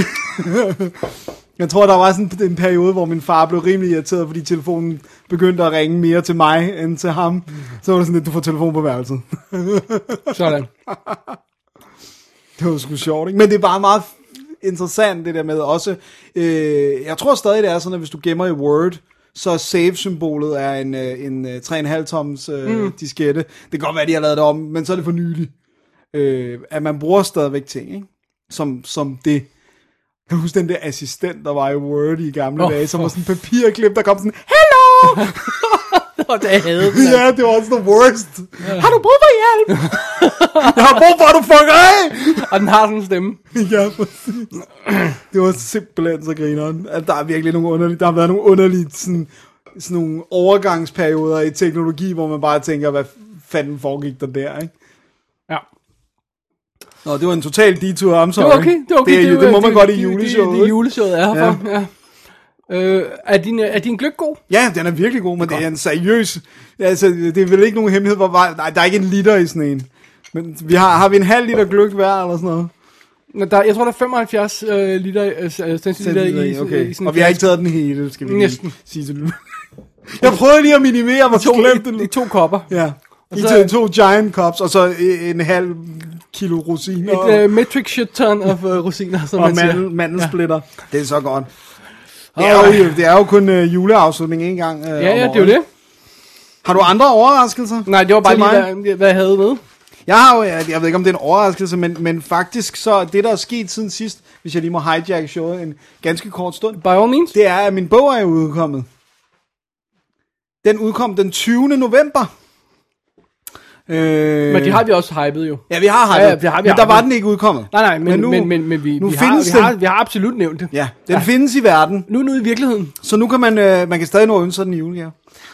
Jeg tror, der var sådan en periode, hvor min far blev rimelig irriteret, fordi telefonen begyndte at ringe mere til mig, end til ham. Så var det sådan lidt, du får telefon på værelset. Sådan. Det var sgu sjovt, ikke? Men det er bare meget interessant, det der med også, øh, jeg tror stadig, det er sådan, at hvis du gemmer i Word, så save-symbolet er en, en, en tre komma fem toms øh, mm. diskette. Det kan godt være, de har lavet det om, men så er det for nylig. Øh, at man bruger stadigvæk ting, ikke? Som, som det. Kan du huske den der assistent, der var i Word i gamle oh, dage, som var sådan en papirklip, der kom sådan, hello! Og det havde den. Ja, det var også the worst. Ja. Har du brug for hjælp? Jeg har brug for, at du fucker af! Og den har sådan en stemme. Ja, præcis. Det var simpelthen så grineren. At der er virkelig nogle underlige, der har været nogle underlige sådan, sådan nogle overgangsperioder i teknologi, hvor man bare tænker, hvad fanden foregik der der, ikke? Ja. Nå, det var en total detour, I'm sorry. Det var okay, det var okay. Det, det, det, det må man det, godt i det, juleshowet. Det, det, det juleshowet er herfra, ja. ja. Øh, er, din, er din gløgg god? Ja, den er virkelig god, men det er en seriøs... Altså, det er vel ikke nogen hemmelighed, hvor meget... Nej, der er ikke en liter i sådan en. Men vi har, har vi en halv liter gløgg hver, eller sådan noget? Der, jeg tror, der er femoghalvfjerds øh, liter, øh, liter i, okay. i sådan og vi har ikke taget den hele, skal vi lige Næsten. sige til Jeg prøvede lige at minimere, hvor to, slemt i, i to kopper. Ja. Og I så, tager to giant cups, og så en halv kilo rosiner. Et uh, metric shit ton af uh, rosiner, som og man siger. mandel, mandelsplitter. Ja. Det er så godt. Det er jo, det er jo kun uh, juleafslutning en gang uh, Ja, ja, det er jo det. Har du andre overraskelser? Nej, det var bare lige, hvad, hvad jeg havde med. Jeg har jo, jeg, jeg ved ikke om det er en overraskelse, men, men faktisk så, det der er sket siden sidst, hvis jeg lige må hijack showet en ganske kort stund, By all means. det er, at min bog er udkommet. Den udkom den tyvende november. Øh... Men det har vi også hypet jo. Ja, vi har hypet, ja, ja, vi har, vi men der har, var den ikke udkommet. Nej, nej, men, men, nu, men, men, men vi, nu vi, findes har, vi, den. har, vi har absolut nævnt det. Ja, den ja. findes i verden. Nu nu i virkeligheden. Så nu kan man, øh, man kan stadig nå ønske sådan en julegave.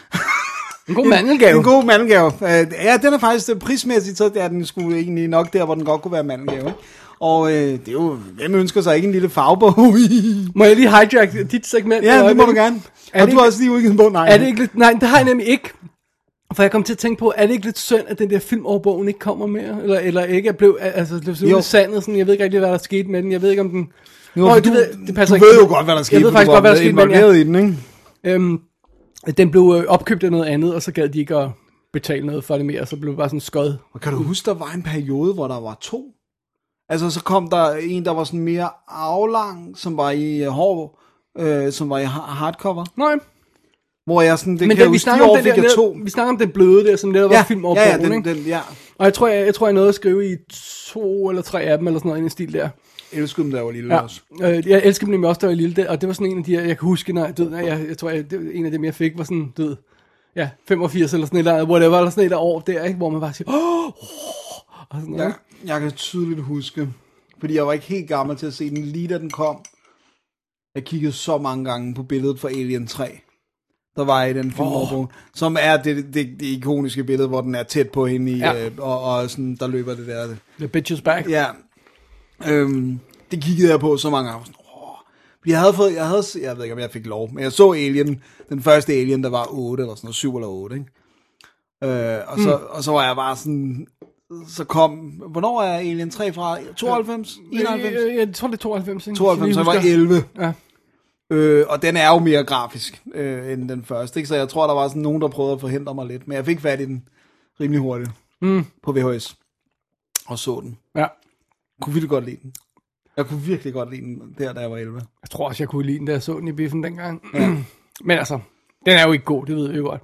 En god mandelgave. En, en god mandelgave. Uh, ja, den er faktisk prismæssigt, så er den sgu egentlig nok der, hvor den godt kunne være mandelgave. Ikke? Og øh, det er jo, hvem ønsker sig ikke en lille fagbog? Må jeg lige hijack dit segment? Ja, det må du gerne. Er og det du har også lige udgivet en bog? Nej. Er det ikke lidt, nej, det har jeg nemlig ikke. For jeg kom til at tænke på, er det ikke lidt synd, at den der filmårbogen ikke kommer mere? Eller, eller ikke er blevet, altså, det blev sandet sådan, jeg ved ikke rigtig, hvad der er sket med den. Jeg ved ikke, om den... Jo, Nå, du, det, ved, det passer du ikke. ved jo godt, hvad der skete. Jeg ved faktisk godt, hvad der skete med den, ja. I den, ikke? Øhm, den blev opkøbt af noget andet, og så gad de ikke at betale noget for det mere, og så blev det bare sådan skød. Og kan du huske, der var en periode, hvor der var to? Altså, så kom der en, der var sådan mere aflang, som var i hård, øh, som var i hardcover. Nej. Hvor jeg sådan, det men kan den, huske, de år fik jeg to. Vi snakker om den bløde der, som der var ja, film over ja, ja, bogen, den, ikke? Den, ja. Og jeg tror, jeg, jeg tror, jeg nåede at skrive i to eller tre af dem, eller sådan noget, i en stil der. Jeg elskede dem, der var lille ja. også. Øh, jeg elskede dem nemlig også, der var lille der, og det var sådan en af de, jeg kan huske, når, død, når jeg, jeg tror, jeg, det var en af dem, jeg fik, var sådan, død, ja, femogfirs eller sådan et eller whatever, eller sådan et år der, ikke? Hvor man bare siger, åh, oh, og sådan noget. Ja, jeg kan tydeligt huske, fordi jeg var ikke helt gammel til at se den, lige da den kom. Jeg kiggede så mange gange på billedet fra Alien tre. Der var i den film, oh. som er det, det, det ikoniske billede, hvor den er tæt på hende, i, ja. øh, og, og sådan, der løber det der. The bitch is back. Ja. Øhm, det kiggede jeg på så mange gange. Oh. Jeg havde fået, jeg havde, jeg ved ikke, om jeg fik lov, men jeg så Alien, den første Alien, der var otte, eller sådan noget, syv eller otte, ikke? Øh, og, så, mm. og så var jeg bare sådan, så kom, hvornår er Alien tre fra? tooghalvfems? enoghalvfems? Jeg, jeg, jeg tror, det er tooghalvfems, ikke? tooghalvfems, så jeg var elleve. Ja. Øh, og den er jo mere grafisk øh, end den første, ikke? Så jeg tror, der var sådan nogen, der prøvede at forhindre mig lidt, men jeg fik fat i den rimelig hurtigt mm. på V H S og så den. Ja. Jeg kunne virkelig godt lide den. Jeg kunne virkelig godt lide den der, da jeg var elleve. Jeg tror også, jeg kunne lide den, da jeg så den i biffen dengang. Ja. Men altså, den er jo ikke god, det ved vi jo godt.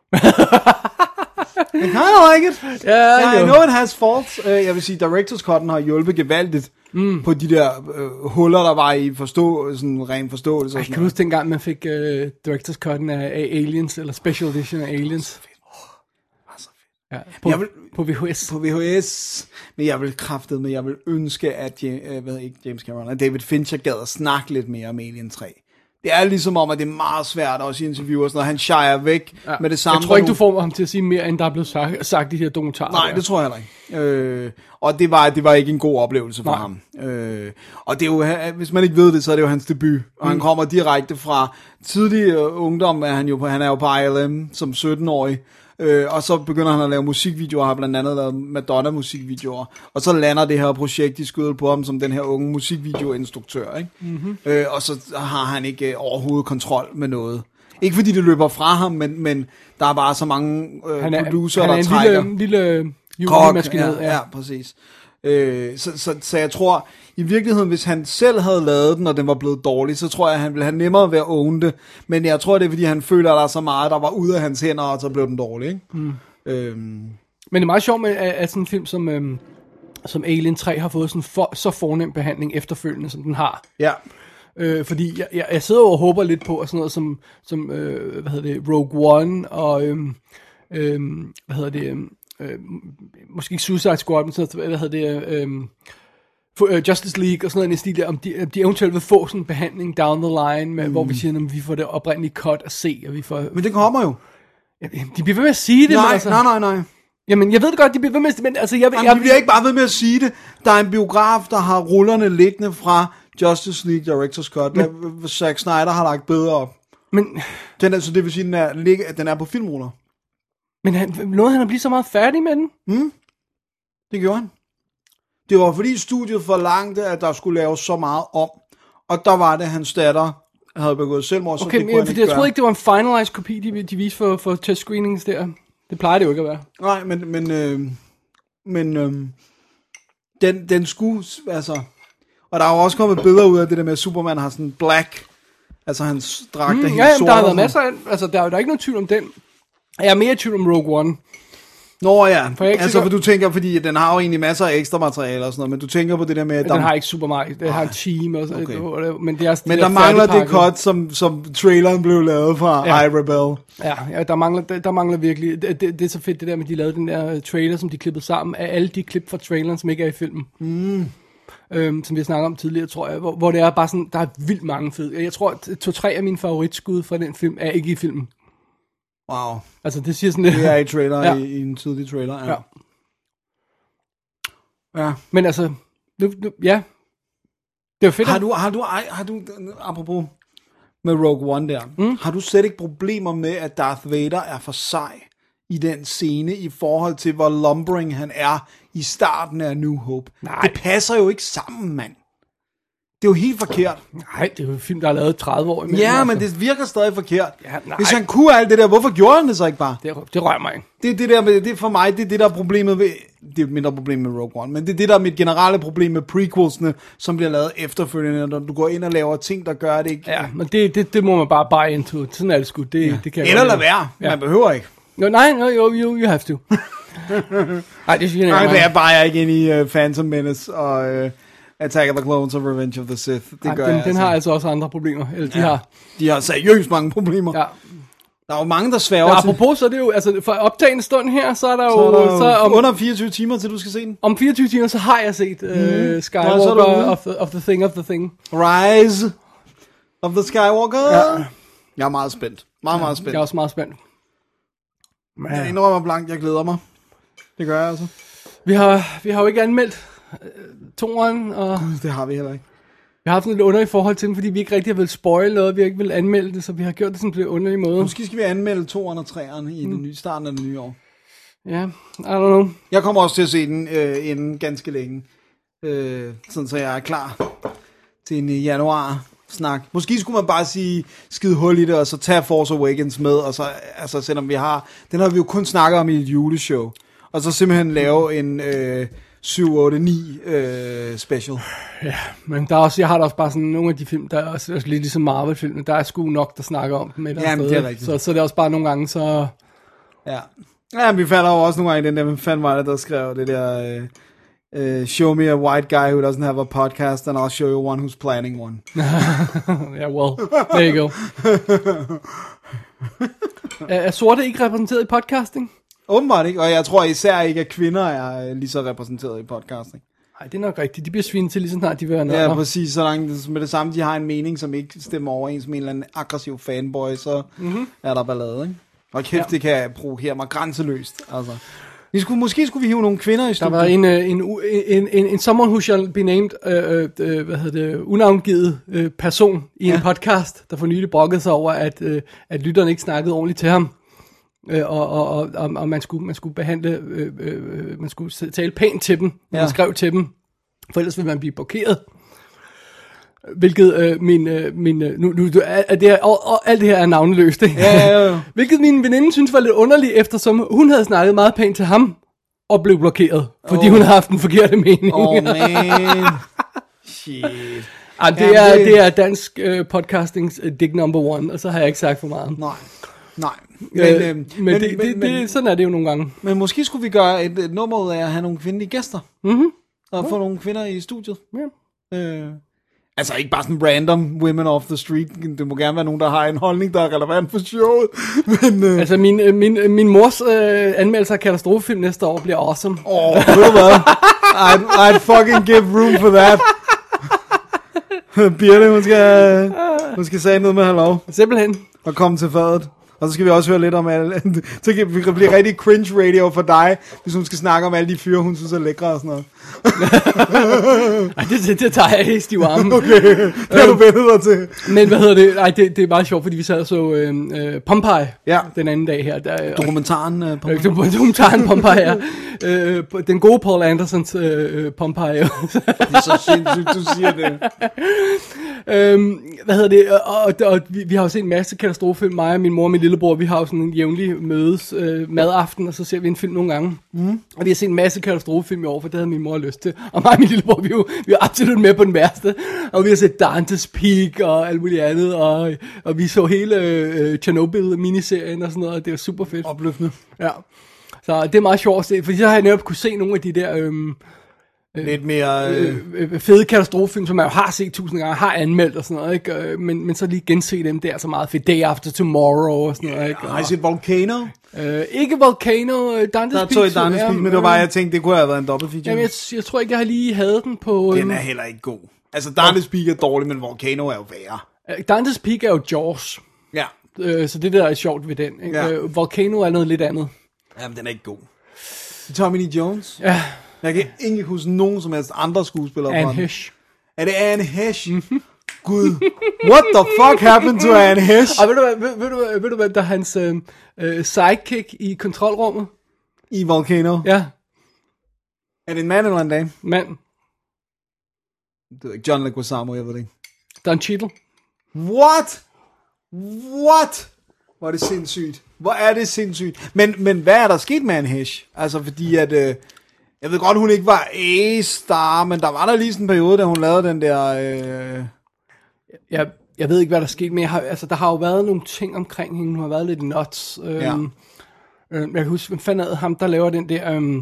I kind of like it. Yeah, yeah, I know it has faults. Uh, jeg vil sige, Director's Cut'en har hjulpet gevaldigt mm. på de der uh, huller, der var i forstå, sådan ren forståelse. Jeg kan huske dengang, man fik uh, Director's Cut'en af, af Aliens, eller Special Edition af Aliens. Ja, på, vil, på V H S. På V H S. Men jeg vil kraftedeme, men jeg vil ønske, at uh, hvad ikke, James Cameron, at David Fincher gad at snakke lidt mere om Alien tre. Det er ligesom om, at det er meget svært også i interviewer, sådan noget. Han shyrer væk ja. med det samme. Jeg tror ikke, du får ham til at sige mere, end der er blevet sagt, sagt i de her dokumentarer. Nej, der. det tror jeg heller ikke. Øh, og det var, det var ikke en god oplevelse for Nej. ham. Øh, og det er jo, hvis man ikke ved det, så er det jo hans debut. Og mm. han kommer direkte fra tidlig uh, ungdom, er han, jo på, han er jo på I L M som sytten-årig. Øh, og så begynder han at lave musikvideoer, har blandt andet lavet Madonna-musikvideoer, og så lander det her projekt i skødet på ham som den her unge musikvideoinstruktør, ikke? Mm-hmm. Øh, og så har han ikke øh, overhovedet kontrol med noget. Ikke fordi det løber fra ham, men, men der er bare så mange øh, han er, producer, han er der en trækker. Lille, lille julemaskinhed. Ja, ja, præcis. Øh, så, så, så jeg tror, i virkeligheden, hvis han selv havde lavet den, og den var blevet dårlig, så tror jeg, at han ville have nemmere ved at own det. Men jeg tror, det er, fordi han føler, at der er så meget, der var ude af hans hænder, og så blev den dårlig, ikke? Mm. Øhm. Men det er meget sjovt med, at, at sådan en film som, øhm, som Alien tre har fået sådan for, så fornem behandling efterfølgende, som den har. Ja. Øh, fordi jeg, jeg, jeg sidder og håber lidt på, at sådan noget som, som øh, hvad hedder det, Rogue One, og øhm, øhm, hvad hedder det, øhm, Øh, måske ikke Suicide Squad, men så, hvad hedder det, øh, for, øh, Justice League og sådan noget i stil der, om de, de eventuelt vil få sådan en behandling down the line, med, mm. hvor vi siger, at vi får det oprindelige cut at se, og vi får... Men det kommer jo. Ja, de bliver ved med at sige det, nej, men altså... Nej, nej, nej. Jamen, jeg ved det godt, de bliver ved med at... Men altså, jeg, Jamen, jeg, de bliver ikke bare ved med at sige det. Der er en biograf, der har rullerne liggende fra Justice League Director's Cut, der Zack Snyder har lagt bedre op. Men, den er, så det vil sige, den er, den er på filmruller. Men han, nåede han at blive så meget færdig med den? Mm. Det gjorde han. Det var fordi studiet forlangte, at der skulle laves så meget om. Og der var det, hans datter havde begået selvmord, så okay, det kunne men, han jeg troede ikke, det var en finalized kopi, de, de viste for, for test screenings der. Det plejer det jo ikke at være. Nej, men, men, øh, men øh, den, den skulle, altså... Og der er jo også kommet billeder ud af det der med, at Superman har sådan black, altså hans dragt mm, er helt ja, sort. Der har været masser af, altså der er jo der er ikke nogen tvivl om den. Jeg er mere i tvivl om Rogue One. Nå ja, for jeg altså for du tænker, fordi den har jo egentlig masser af ekstra materiale og sådan noget, men du tænker på det der med, at den der... har ikke super meget, det har en team og sådan okay. men det er Men der, der mangler det cut, som, som traileren blev lavet fra ja. I Rebel. Ja, ja der, mangler, der, der mangler virkelig, det, det, det er så fedt det der med, de lavede den der trailer, som de klippede sammen af alle de klip fra traileren, som ikke er i filmen. Mm. Øhm, som vi har snakket om tidligere, tror jeg, hvor, hvor det er bare sådan, der er vildt mange fede. Jeg tror, at to-tre af mine favoritskud fra den film er ikke i filmen. Wow. Altså, det siger sådan lidt... Det er i trailer, ja. i, i en tidlig trailer, ja. ja. Ja. Men altså, nu, nu, ja. Det var fedt. Har du, har du, har du, apropos med Rogue One der, mm? har du slet ikke problemer med, at Darth Vader er for sej i den scene, i forhold til, hvor lumbering han er i starten af New Hope? Nej. Det passer jo ikke sammen, mand. Det er jo helt forkert. Nej, det er jo en film, der er lavet tredive år imellem. Ja, altså. men det virker stadig forkert. Ja, hvis han kunne alt det der, hvorfor gjorde han det så ikke bare? Det, det rører mig ikke. Det, det, der, det er for mig, det er det der er problemet ved, det er et mindre problem med Rogue One, men det er det der er mit generelle problem med prequelsene, som bliver lavet efterfølgende, når du går ind og laver ting, der gør det ikke. Ja, men det, det, det må man bare buy into. Sådan er det sgu. Det, ja. det kan Eller lade være. Ja. Man behøver ikke. No, nej, no, jo, jo, you have to. Nej, det synes jeg nej, det er bare jeg ikke ind i uh, Phantom Menace og uh, Attack of the Clones og Revenge of the Sith. Det Ej, gør den, jeg, den altså. har altså også andre problemer. Eller de ja. har. De har seriøst mange problemer. Ja. Der er jo mange, der sværger ja, til. apropos, så er det jo, altså for optagende stund her, så er der jo... Så er der så om, under fireogtyve timer, til du skal se den. Om fireogtyve timer, så har jeg set uh, mm. Skywalker ja, of, the, of the Thing of the Thing. Rise of the Skywalker. Ja. Jeg er meget spændt. Meget, ja, meget spændt. Jeg er også meget spændt. Men jeg indrømmer blankt, jeg glæder mig. Det gør jeg altså. Vi har, vi har jo ikke anmeldt uh, toeren, og... Gud, det har vi heller ikke. Vi har haft sådan lidt underligt forhold til den, fordi vi ikke rigtig har vel spoil noget, vi har ikke vil anmelde det, så vi har gjort det sådan på en underlig måde. Måske skal vi anmelde toeren og treeren i mm. den nye starten af det nye år. Ja, yeah, I don't know. Jeg kommer også til at se den øh, inden ganske længe. Øh, sådan så jeg er klar til en januar snak. Måske skulle man bare sige skide hul i det, og så tage Force Awakens med, og så, altså selvom vi har, den har vi jo kun snakket om i et juleshow, og så simpelthen lave en øh, syv otte ni øh, special. Ja, men der er også, jeg har da også bare sådan nogle af de film, der er også, også lidt ligesom Marvel-filmene, der er sgu nok, der snakker om dem et eller andet sted. Det er rigtigt. Så, så det er også bare nogle gange, så... Ja, ja vi falder jo også nogle gange i den der, hvem fanden var det, der skrev det der... Øh, Uh, show me a white guy who doesn't have a podcast, and I'll show you one who's planning one. Yeah, well, there you go. er, er sorte ikke repræsenteret i podcasting? Åbenbart ikke, og jeg tror især ikke, at kvinder er lige så repræsenteret i podcasting. Nej, det er nok rigtigt. De bliver svinet til lige så snart de vil være noget. Ja, præcis. Så langt med det samme, de har en mening, som ikke stemmer overens med en eller anden aggressiv fanboy, så mm-hmm. er der ballade, ikke? Og kæft, ja. Det kan provokere mig grænseløst, altså. Vi skulle, måske skulle vi hive nogle kvinder i studiet. Der var en, en, en, en, en someone who shall be named, øh, øh, hvad hedder det, unavngivet øh, person i ja. en podcast, der for nylig brokkede sig over, at, øh, at lytterne ikke snakkede ordentligt til ham. Øh, og og, og, og man, skulle, man skulle behandle, øh, øh, man skulle tale pænt til dem, når ja. man skrev til dem, for ellers ville man blive blokeret. Hvilket øh, min, øh, min øh, nu, nu er det her, og, og alt det her er navnløst, ikke? Ja, ja, ja. Hvilket min veninde synes var lidt underligt, eftersom hun havde snakket meget pænt til ham, og blev blokeret, fordi oh. hun havde haft en forkerte mening. Åh, oh, man. Shit. Ah, det, er, det... det er dansk øh, podcastings uh, dig number one, og så har jeg ikke sagt for meget. Nej, nej. Men, øh, øh, men, men, det, det, men det, sådan er det jo nogle gange. Men måske skulle vi gøre et, et nummer ud af at have nogle kvindelige gæster. Mhm. Og ja. Få nogle kvinder i studiet. Ja. Øh... Altså ikke bare sådan random women off the street. Det må gerne være nogen, der har en holdning, der er relevant for showet. Men, øh... Altså min, min, min mors øh, anmeldelse af katastrofefilm næste år bliver awesome. Åh, oh, ved du hvad? I'd, I'd fucking give room for that. Birte, hun skal, hun skal sige noget med hallov. Simpelthen. Og komme til fadet. Og så skal vi også høre lidt om alle, så kan vi blive rigtig cringe radio for dig, hvis hun skal snakke om alle de fyre, hun synes er lækre og sådan noget. Ej, det, det, det tager jeg i stiv armen. Okay, det har du vendt dig til. Men hvad hedder det? Ej, det, det er meget sjovt, fordi vi sad og så øh, øh, Pompeii ja. den anden dag her. Der, Dokumentaren øh, Pompeii. Øh, dokumentaren Pompeii, ja. øh, den gode Paul Andersons øh, Pompeii. Det er så sindssygt, du siger det. øhm, hvad hedder det? Og, og, og vi, vi har jo set en masse katastrofefilm. Mig og min mor og min lillebror, vi har jo sådan en jævnlig mødes øh, madaften, og så ser vi en film nogle gange. Mm. Og vi har set en masse katastrofefilm i år, for det havde min mor lyst til. Og mig og min lillebror, vi er jo vi er absolut med på den værste. Og vi har set Dante's Peak og alt muligt andet, og, og vi så hele øh, Chernobyl-miniserien og sådan noget, og det var super fedt. Opløftende. Ja. Så det er meget sjovt at se, fordi så har jeg netop kunne se nogle af de der... Øh, lidt mere øh... Øh, fede katastrofefilm, som man jo har set tusind gange, har anmeldt og sådan noget, ikke? Men, men så lige gense dem, det er så meget fedt. Day After Tomorrow og sådan noget, ikke? Har I set Volcano? Øh, ikke Volcano, Dante's Peak. Der så i Dante's Peak, men det var bare, jeg tænkte, det kunne have været en dobbelt feature. Jamen, jeg, jeg tror ikke, jeg har lige havde den på... Den er heller ikke god. Altså, Dante's Peak er dårlig, men Volcano er jo værre. Dante's Peak er jo Jaws. Ja. Øh, så det der er sjovt ved den, ikke? Ja. Øh, Volcano er noget lidt andet. Jamen, den er ikke god. Tommy Lee Jones? Ja. Jeg kan ikke huske nogen som helst andre skuespillere. Anne Hesh. Er det Anne Hesh? Mm-hmm. Gud. What the fuck happened to Anne Hesh? Og ved du hvad, ved, ved, du, ved du hvad, der er hans øh, øh, sidekick i kontrolrummet? I Volcano? Ja. Er det en mand eller en dame? Mand. Det er ikke John Leguizamo, jeg ved det ikke. Don Cheadle. What? What? Hvor er det sindssygt. Hvor er det sindssygt. Men, men hvad er der sket med Anne Hesh? Altså fordi at... Øh, jeg ved godt, hun ikke var A-star, men der var der lige sådan en periode, da hun lavede den der... Øh... Jeg, jeg ved ikke, hvad der skete, men jeg har, altså, der har jo været nogle ting omkring hende. Hun har været lidt nuts. Øhm, ja. øh, jeg kan huske, hvem fanden er ham, der laver den der... Øhm...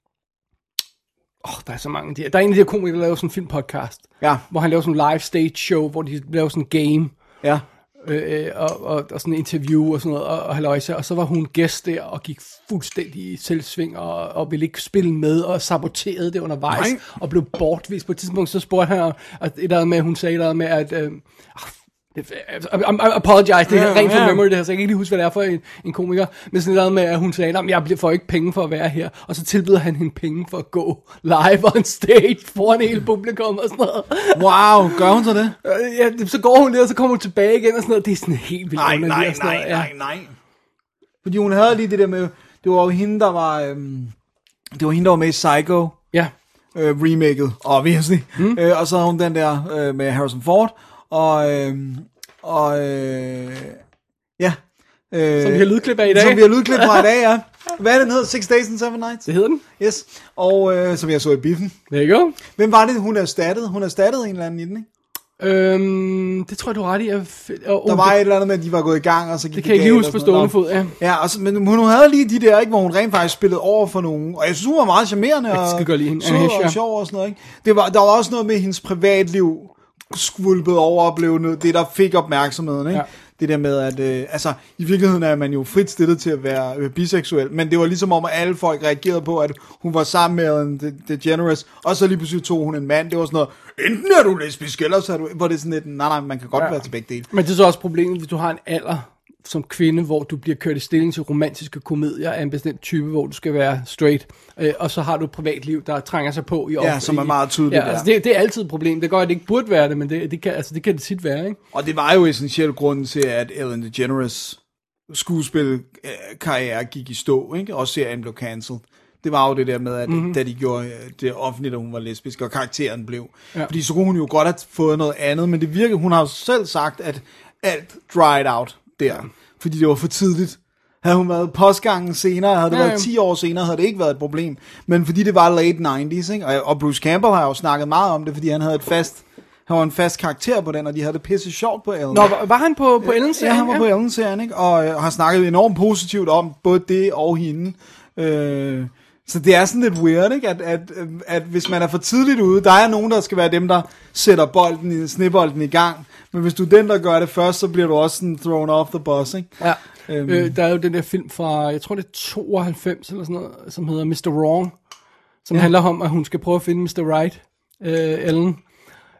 Oh, der er så mange. Der, der er en af de her komikere, der laver sådan en filmpodcast. Ja. Hvor han laver sådan en live stage show, hvor de laver sådan en game. Ja. Øh, og, og, og sådan en interview og sådan noget, og, og halløjse, og så var hun gæst der, og gik fuldstændig i selvsving, og, og ville ikke spille med, og saboterede det undervejs, Nej. og blev bortvist. På et tidspunkt, så spurgte han, at et eller andet med, hun sagde et eller andet med, at... Øh, I, I apologize, det er rent fra memory det her, så jeg kan ikke lige huske, hvad det er for en, en komiker, men sådan noget med, at hun sagde, at jeg får ikke penge for at være her, og så tilbyder han hende penge for at gå live on stage foran hele publikum og sådan noget. Wow, gør hun så det? Ja, så går hun lidt, og så kommer hun tilbage igen og sådan noget, det er sådan helt vildt. Nej, nej, nej, nej, nej. Fordi hun havde lige det der med, det var jo hende, der var, øhm, det var hende, der var med i Psycho. Ja. Øh, remaket, obviously. Mm. Øh, og så havde hun den der øh, med Harrison Ford. Og, øh, og øh, ja. Øh, som vi har lydklip af i dag. Som vi har lydklip fra i dag, ja. Hvad er det, den hedder? Six Days and Seven Nights? Det hedder den. Yes. Og øh, som jeg så i biffen. There you go. Hvem var det, hun erstattede? Hun erstattede en eller anden i den, ikke? Øhm, det tror jeg, du er ret i. Oh, der var det, et eller andet med, at de var gået i gang, og så gik det kan jeg ikke lige huske på stående fod, ja. Ja, og så, men hun havde lige de der, ikke, hvor hun rent faktisk spillede over for nogen. Og jeg synes, hun var meget charmerende og sød og sjov og sådan noget, ikke? Det var, der var også noget med hendes privatliv skvulpet over og blev noget, det, der fik opmærksomheden, ikke? Ja. Det der med, at øh, altså, i virkeligheden er man jo frit stillet til at være øh, biseksuel, men det var ligesom om, at alle folk reagerede på, at hun var sammen med Ellen DeGeneres, og så lige pludselig tog hun en mand. Det var sådan noget, enten er du lesbisk, eller så er du, hvor det er sådan lidt, nej, nej, man kan godt ja. være til begge dele. Men det er så også problemet, hvis du har en alder som kvinde, hvor du bliver kørt i stilling til romantiske komedier af en bestemt type, hvor du skal være straight, øh, og så har du et privatliv, der trænger sig på i ja, som er meget tydeligt. Ja, altså det, det er altid et problem. Det går, at det ikke burde være det, men det, det, kan, altså det kan det tit være, ikke? Og det var jo essentielt grunden til, at Ellen DeGeneres skuespilkarriere gik i stå, ikke? Og serien blev cancelled. Det var jo det der med, at mm-hmm. da de gjorde det offentligt, at hun var lesbisk, og karakteren blev. Ja. Fordi så kunne hun jo godt have fået noget andet, men det virkede, hun har jo selv sagt, at alt dried out der, fordi det var for tidligt. Havde hun været postgangen senere, havde det ja, været ti år senere, havde det ikke været et problem. Men fordi det var late nineties, ikke? Og Bruce Campbell har jo snakket meget om det, fordi han havde et fast, han var en fast karakter på den, og de havde det pisse sjovt på Ellen. Nå, var han på, på Ellen-serien? Ja, han var ja. på Ellen-serien, ikke? Og øh, har snakket enormt positivt om både det og hende. Øh, så det er sådan lidt weird, ikke? At, at, at, at hvis man er for tidligt ude, der er nogen, der skal være dem, der sætter bolden i, snebolden i gang. Men hvis du er den, der gør det først, så bliver du også sådan thrown off the bus, ikke? Ja. Øhm. Øh, der er jo den der film fra, jeg tror det er tooghalvfems eller sådan noget, som hedder mister Wrong, som ja. handler om, at hun skal prøve at finde mister Right, øh, Ellen.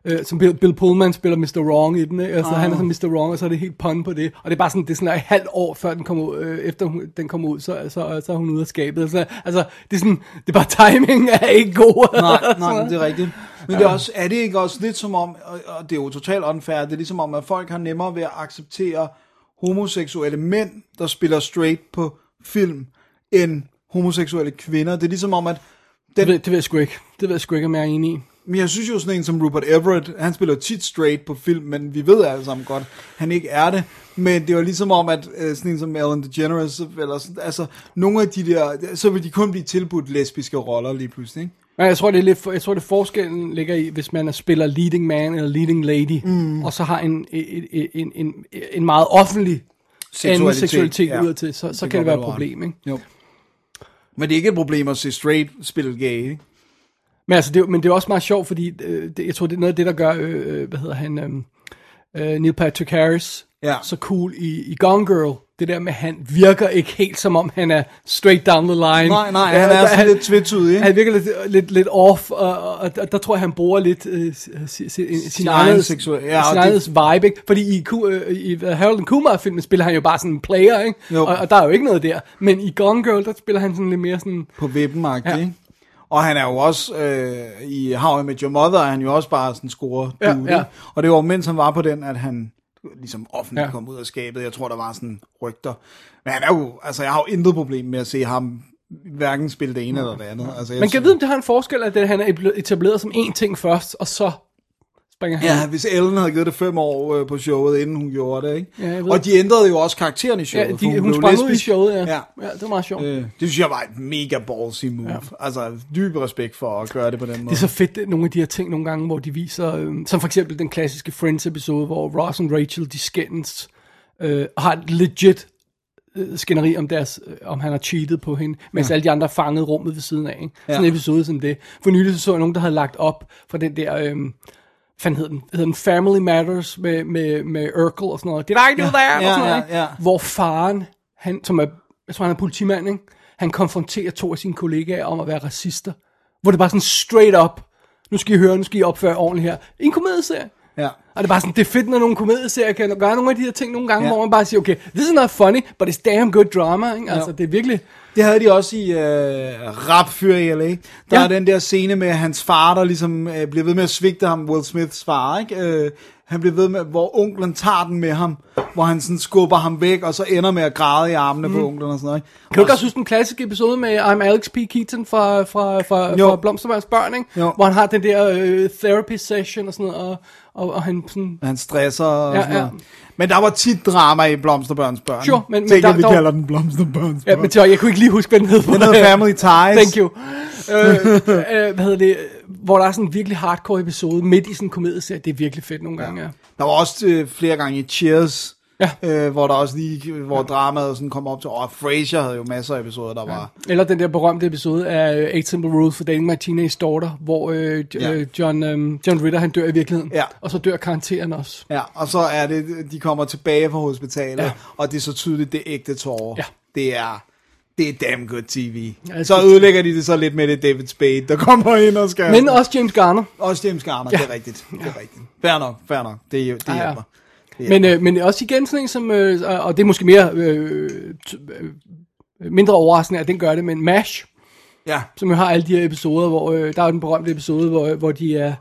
Øh, som Bill, Bill Pullman spiller mister Wrong i den, ikke? Altså, ah. han er sådan mister Wrong, og så er det helt pun på det. Og det er bare sådan, det er sådan et halvt år før den kommer ud, øh, efter hun, den kommer ud, så, så, så er hun ude af skabet. Altså, altså, det er sådan, det er bare timing er ikke god. Nej, nej, det er rigtigt. Men det er, også, er det ikke også lidt som om, og det er jo totalt unfair, det er ligesom om, at folk har nemmere ved at acceptere homoseksuelle mænd, der spiller straight på film, end homoseksuelle kvinder. Det er ligesom om, at... Den... Det, ved, det ved jeg sgu ikke. Det ved jeg sgu ikke, om jeg er enig i. Men jeg synes jo sådan en som Rupert Everett, han spiller tit straight på film, men vi ved alle sammen godt, han ikke er det. Men det var ligesom om, at sådan en som Ellen DeGeneres, eller sådan, altså nogle af de der, så vil de kun blive tilbudt lesbiske roller lige pludselig, ikke? Ja, jeg tror, det er lidt, jeg tror, det forskellen ligger i, hvis man spiller leading man eller leading lady, mm. og så har en, en, en, en, en meget offentlig seksualitet, seksualitet ja. Udadtil, så, så det kan det være et problem, ikke? Jo. Men det er ikke et problem at se straight spille gay, ikke? Men, altså, det, men det er også meget sjovt, fordi øh, det, jeg tror, det er noget af det, der gør, øh, hvad hedder han, øh, øh, Neil Patrick Harris, ja. Så cool i, i Gone Girl. Det der med, han virker ikke helt som om, han er straight down the line. Nej, nej, han er sådan lidt tvetydig, ikke? Han virker lidt, lidt, lidt off, og, og, og, og der tror jeg, han bruger lidt øh, sin, sin, sin egen seksuel, ja, sin egen det... vibe, ikke? Fordi i, i Harold and Kumar-filmen spiller han jo bare sådan en player, ikke? Og, og der er jo ikke noget der. Men i Gone Girl, der spiller han sådan lidt mere sådan... På vippen-agtigt, ja. Ikke? Og han er jo også, øh, i How I Met Your Mother, er han jo også bare sådan score dude, ja, ja. Og det var mens han var på den, at han ligesom offentligt ja. Kom ud af skabet. Jeg tror, der var sådan rygter. Men han er jo, altså jeg har jo intet problem med at se ham hverken spille det ene ja. Eller det andet. Altså, man kan synes... vide, om det har en forskel, at det, han er etableret som én ting først, og så springer han. Ja, hvis Ellen havde givet det fem år øh, på showet, inden hun gjorde det, ikke? Ja, og de ændrede jo også karakteren i showet. Ja, de, hun, hun sprang ud i showet, ja. Ja. Ja, det var meget sjovt. Øh, det synes jeg var et mega ballsy move. Ja. Altså, dyb respekt for at gøre det på den måde. Det er så fedt, nogle af de her ting nogle gange, hvor de viser, øh, som for eksempel den klassiske Friends-episode, hvor Ross og Rachel, de skændes, øh, har et legit øh, skænderi om, deres, øh, om han har cheatet på hende, mens ja. Alle de andre fangede rummet ved siden af. Ikke? Sådan ja. En episode som det. For nylig så, så jeg nogen, der havde lagt op fra den der... Øh, fanden hed den? Hed den Family Matters med, med, med Urkel og sådan noget. Did I do ja, that? Ja, og sådan noget, ja, ja. Hvor faren, han, som er, jeg tror han er politimand, ikke? Han konfronterer to af sine kollegaer om at være racister. Hvor det bare sådan straight up, nu skal I høre, nu skal I opføre ordentligt her. En komedieserie. Ja. Og det er bare sådan, det er fedt, når nogle komedieserier kan gøre nogle af de her ting nogle gange, ja. Hvor man bare siger, okay, this is not funny, but it's damn good drama, ikke? Altså, ja. Det er virkelig... Det havde de også i øh, Rap Fyr i L A. Der ja. Er den der scene med hans far, der ligesom øh, bliver ved med at svigte ham, Will Smiths far, ikke? Øh, han bliver ved med, hvor onklen tager den med ham, hvor han sådan skubber ham væk, og så ender med at græde i armene mm. på onklen og sådan noget. Ikke? Kan du også huske den klassiske episode med I'm Alex P. Keaton fra, fra, fra, fra Blomsterbergs Børn, ikke? Hvor han har den der øh, therapy session og sådan noget, og, og, og han sådan... Han stresser og ja, sådan noget. Ja. Men der var tit drama i Blomsterbørns Børn. Sure, men, men Tænker, der, vi der, kalder den Blomsterbørns Børn. Ja, men jeg kunne ikke lige huske, hvad den hed. Den hedder Family Ties. Thank you. øh, øh, hvad hedder det? Hvor der er sådan en virkelig hardcore episode midt i sådan en komedieserie. Det er virkelig fedt nogle gange, ja. Der var også øh, flere gange i Cheers, ja. øh, hvor der også lige, hvor ja. Dramaet sådan kom op til, og Frasier havde jo masser af episoder, der ja. Var... Eller den der berømte episode af uh, Eight Simple Rules for Dating My Teenage Daughter, hvor øh, ja. John, um, John Ritter, han dør i virkeligheden, ja. Og så dør karakteren også. Ja, og så er det, de kommer tilbage fra hospitalet, ja. Og det er så tydeligt, det er ægte tårer. Ja. Det er... Det er damn good T V. Ja, så ødelægger de det så lidt med det David Spade, der kommer ind og skal... Men også James Garner. Også James Garner, ja. Det er rigtigt. Det er rigtigt. Fair nok, fair nok. Det, det hjælper. Ja, ja. Det men, øh, men også igen sådan en som... Øh, og det er måske mere... Øh, øh, mindre overraskende, at den gør det, men MASH. Ja. Som jo har alle de her episoder, hvor... Øh, der er jo den berømte episode, hvor, hvor de er...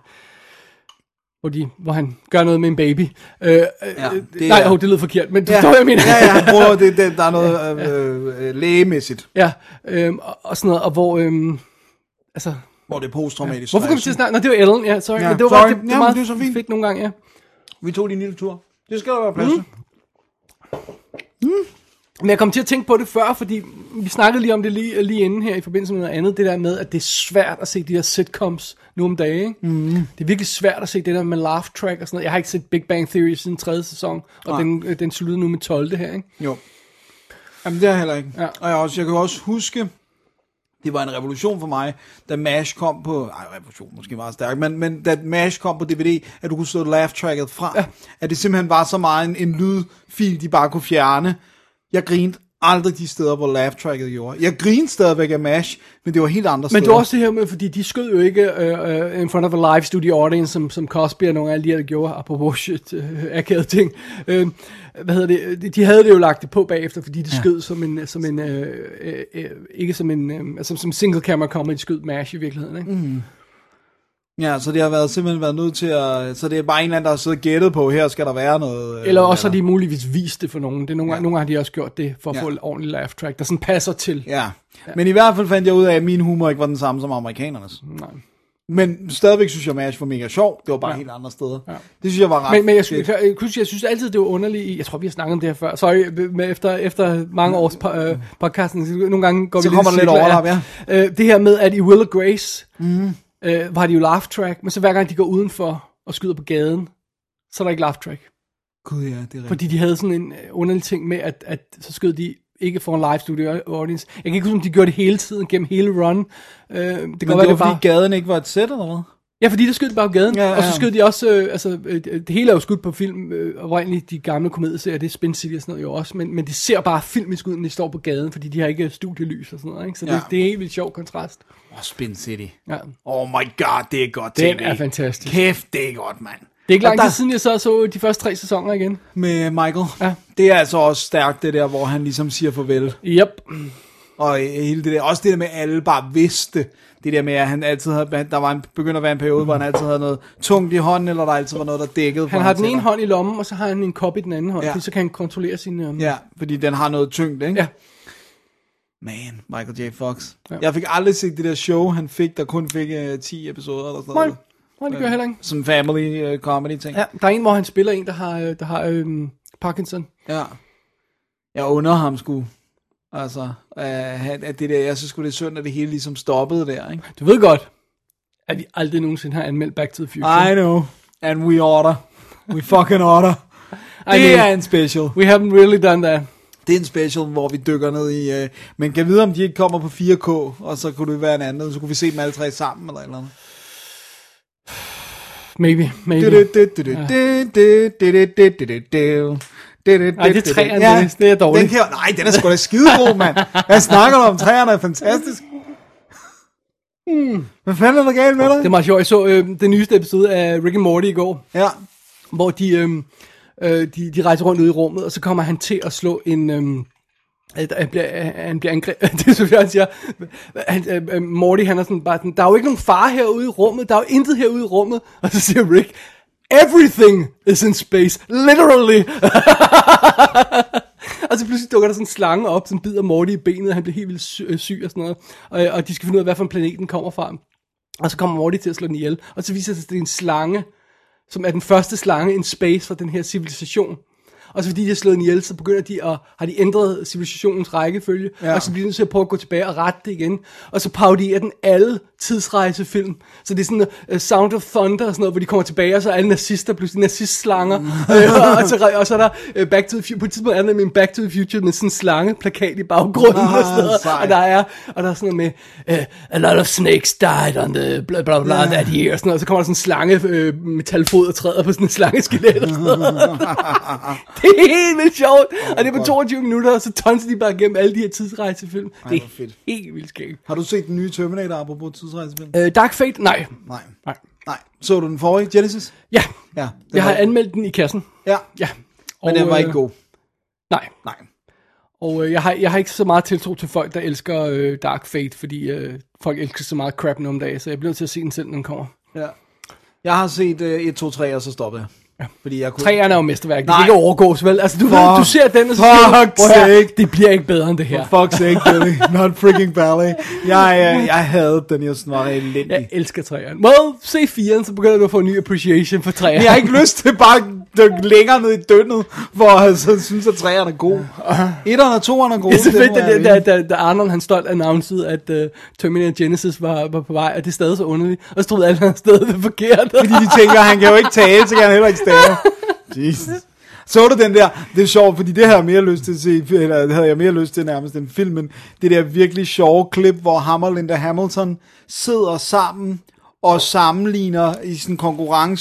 Hvor, de, hvor han gør noget med en baby. Øh, ja, det nej, er, oh, det lyder forkert, men du ja, forstår, hvad jeg mener. Ja, ja, han bruger det, det, der er noget øh, øh, lægemæssigt. Ja, øh, og, og sådan noget, og hvor... Øh, altså, hvor det er posttraumatisk. Ja. Hvorfor kom vi til at snakke? Nå, det var Ellen, ja, sorry. Ja, men det var sorry. Bare, det, det, Jamen, meget det er så fint. Fedt nogle gange, ja. Vi tog din lille tur. Det skal der være plads til. Mm. Mm. Men jeg kom til at tænke på det før, fordi vi snakkede lige om det lige, lige inden her i forbindelse med noget andet, det der med, at det er svært at se de der sitcoms nu om dagen. Ikke? Mm. Det er virkelig svært at se det der med laugh track og sådan noget. Jeg har ikke set Big Bang Theory siden tredje sæson, og den, den sluttede nu med tolvte her, ikke? Jo. Jamen det er heller ikke. Ja. Og jeg, også, jeg kan også huske, det var en revolution for mig, da MASH kom på, ej revolution måske meget stærk, men, men da MASH kom på D V D, at du kunne slå laugh tracket fra, ja. At det simpelthen var så meget en, en lydfil, de bare kunne fjerne. Jeg grinede aldrig de steder, hvor laugh tracket gjorde. Jeg grinede stadigvæk af MASH, men det var helt andre steder. Men det var også det her med, fordi de skød jo ikke uh, uh, in front of a live studio audience, som, som Cosby og nogle af alle de her gjorde, apropos shit, uh, akavede ting. Uh, hvad hedder det? De havde det jo lagt det på bagefter, fordi de skød ja. som en, som en uh, uh, uh, ikke som en, uh, altså som single camera comedy, skød MASH i virkeligheden, ikke? Mm. Ja, så det har været, simpelthen været nødt til at... Så det er bare en eller anden, der har siddet og gættet på, her skal der være noget... Eller også har de muligvis vist det for nogen. Det er nogle, ja. gange, nogle gange har de også gjort det, for at ja. få et ordentligt laugh track, der sådan passer til. Ja. ja, men i hvert fald fandt jeg ud af, at min humor ikke var den samme som amerikanernes. Nej. Men stadigvæk synes jeg, MASH var mega sjov. Det var bare ja. helt andre steder. Ja. Det synes jeg var ret... Men, men jeg, jeg, jeg, jeg, jeg synes altid, det var underligt... Jeg tror, vi har snakket om det her før. Sorry, med efter, efter mange års øh, podcasten, nogle gange går så vi lidt... Så kommer der lidt overlap, ja. Øh, det her med, at i Will og Grace... Mm. Øh, var de jo laugh track, men så hver gang de går udenfor og skyder på gaden, så er der ikke laugh track. Gud ja, det er rigtigt. Fordi de havde sådan en underlig ting med, at, at så skød de ikke for en live studio audience. Jeg kan ikke huske, om de gjorde det hele tiden, gennem hele run. Øh, det men det var, det var fordi gaden ikke var et sæt, eller hvad? Ja, fordi der skød de bare på gaden, ja, ja. og så skød de også, øh, altså, øh, det hele er jo skudt på film, øh, oprindeligt de gamle komedieserier, det er Spin City og sådan noget jo også, men, men det ser bare filmisk ud, når de står på gaden, fordi de har ikke studielys og sådan noget, ikke? Så det, ja. det er en helt vildt sjov kontrast. Åh, oh, Spin City. Ja. Oh my god, det er godt tv. Det er fantastisk. Kæft, det er godt, mand. Det er ikke lang tid siden, jeg så så de første tre sæsoner igen. Med Michael. Ja. Det er altså også stærkt, det der, hvor han ligesom siger farvel. Yep. Og hele det der, også det der med, at alle bare vidste, det der med, at han altid havde, der var en, begyndte at være en periode, hvor han altid havde noget tungt i hånden, eller der altid var noget, der dækkede. Han har den ene hånd i lommen, og så har han en kop i den anden hånd, ja. så kan han kontrollere sin... Um... Ja, fordi den har noget tyngt, ikke? Ja. Man, Michael J. Fox. Ja. Jeg fik aldrig set det der show, han fik, der kun fik uh, ti episoder eller sådan noget. Nej, nej, det gør heller ikke. Som family uh, comedy ting. Ja, der er en, hvor han spiller en, der har, der har um, Parkinson. Ja. Jeg under ham sgu. Altså, uh, at det der, jeg synes sgu det er synd, at det hele ligesom stoppede der, ikke? Du ved godt, at vi aldrig nogensinde har anmeldt Back to the Future. I know, and we order. We fucking order. Det I er mean, en special. We haven't really done that. Det er en special, hvor vi dykker ned i... Uh, men kan vide, om de ikke kommer på fire K, og så kunne det være en anden, så kunne vi se dem alle tre sammen, eller eller andet. Maybe, maybe. Nej, det er træerne, ja, det er dårligt. Den kan, nej, den er sgu da skidegod, mand. Hvad snakker du om? Træerne er fantastisk. Hmm. Hvad fanden er der galt med dig? Det er meget sjovt. Jeg så øh, den nyeste episode af Rick and Morty i går. Ja. Hvor de, øh, øh, de, de rejser rundt ude i rummet, og så kommer han til at slå en... Øh, han bliver, han bliver angrebet. Det er selvfølgelig, han siger, han, øh, Morty, han er sådan bare sådan, der er jo ikke nogen fare herude i rummet, der er jo intet herude i rummet. Og så siger Rick, everything is in space, literally. Og så pludselig dukker der sådan en slange op, som bider Morty i benet, og han bliver helt vildt sy- syg og sådan noget. Og, og de skal finde ud af, hvad for en planet den kommer fra. Og så kommer Morty til at slå den ihjel. Og så viser det sig, at det er en slange, som er den første slange in space fra den her civilisation. Og så fordi de har slået den ihjel, så begynder de at, har de ændret civilisationens rækkefølge, ja. Og så bliver de nødt til at prøve at gå tilbage og rette det igen. Og så parodierer den alle tidsrejsefilm. Så det er sådan uh, Sound of Thunder og sådan noget, hvor de kommer tilbage, og så er alle nazister pludselig nazistslanger. Mm. og, og, så, og så er der uh, Back to the Future, på et tidspunkt er der med en Back to the Future med sådan en slangeplakat i baggrunden ah, og sådan noget. Og der er, og der er sådan noget med, uh, a lot of snakes died on the blah blah blah yeah. that year, og sådan noget. Og så kommer der sådan en slange uh, metalfod og træder på sådan en slangeskelet og sådan noget. Det er helt vildt sjovt, oh, og det er på toogtyve minutter, og så tonser de bare igennem alle de her tidsrejsefilm. Ej, det er fedt. Helt vildt skægt. Har du set den nye Terminator, apropos tidsrejsefilm? Uh, Dark Fate? Nej. Nej. Nej. Nej. Så du den forrige, Genesis? Ja. Ja. Jeg har var... anmeldt den i kassen. Ja. Ja. Og, men den var ikke god. Nej. Nej. Og øh, jeg, har, jeg har ikke så meget tiltro til folk, der elsker øh, Dark Fate, fordi øh, folk elsker så meget crap nu om dagen, så jeg bliver nødt til at se den selv, når den kommer. Ja. Jeg har set øh, et, to, tre, og så stoppede jeg. Ja. Fordi jeg kunne... Træerne er jo mesterværk, det kan ikke overgås, vel? Altså, du, ved, du ser den, og så siger du, det bliver ikke bedre end det her. For fuck's sake, Billy. Not freaking Bally. Jeg, øh, jeg havde den, jeg sådan var elendig. Jeg elsker træerne. Well, se firen, så begynder du at få en ny appreciation for træerne. Jeg har ikke lyst til bare at dykke længere ned i dønnet, for jeg så synes, at træerne er gode. Etteren og toeren er gode. Det er så fedt, da, da, da Arnold han stolt annoncerede, at uh, Terminator Genesis var, var på vej, og det er stadig så underligt. Og så troede alle, han stadig var forkert. Fordi de tænker, han kan jo ikke tale, så kan han heller ikke stave. Jesus. Så du den der, det er sjovt, fordi det havde jeg mere lyst til at se, eller det havde jeg mere lyst til nærmest den filmen, det der virkelig sjove klip, hvor ham og Linda Hamilton sidder sammen og sammenligner i sådan en konkurrence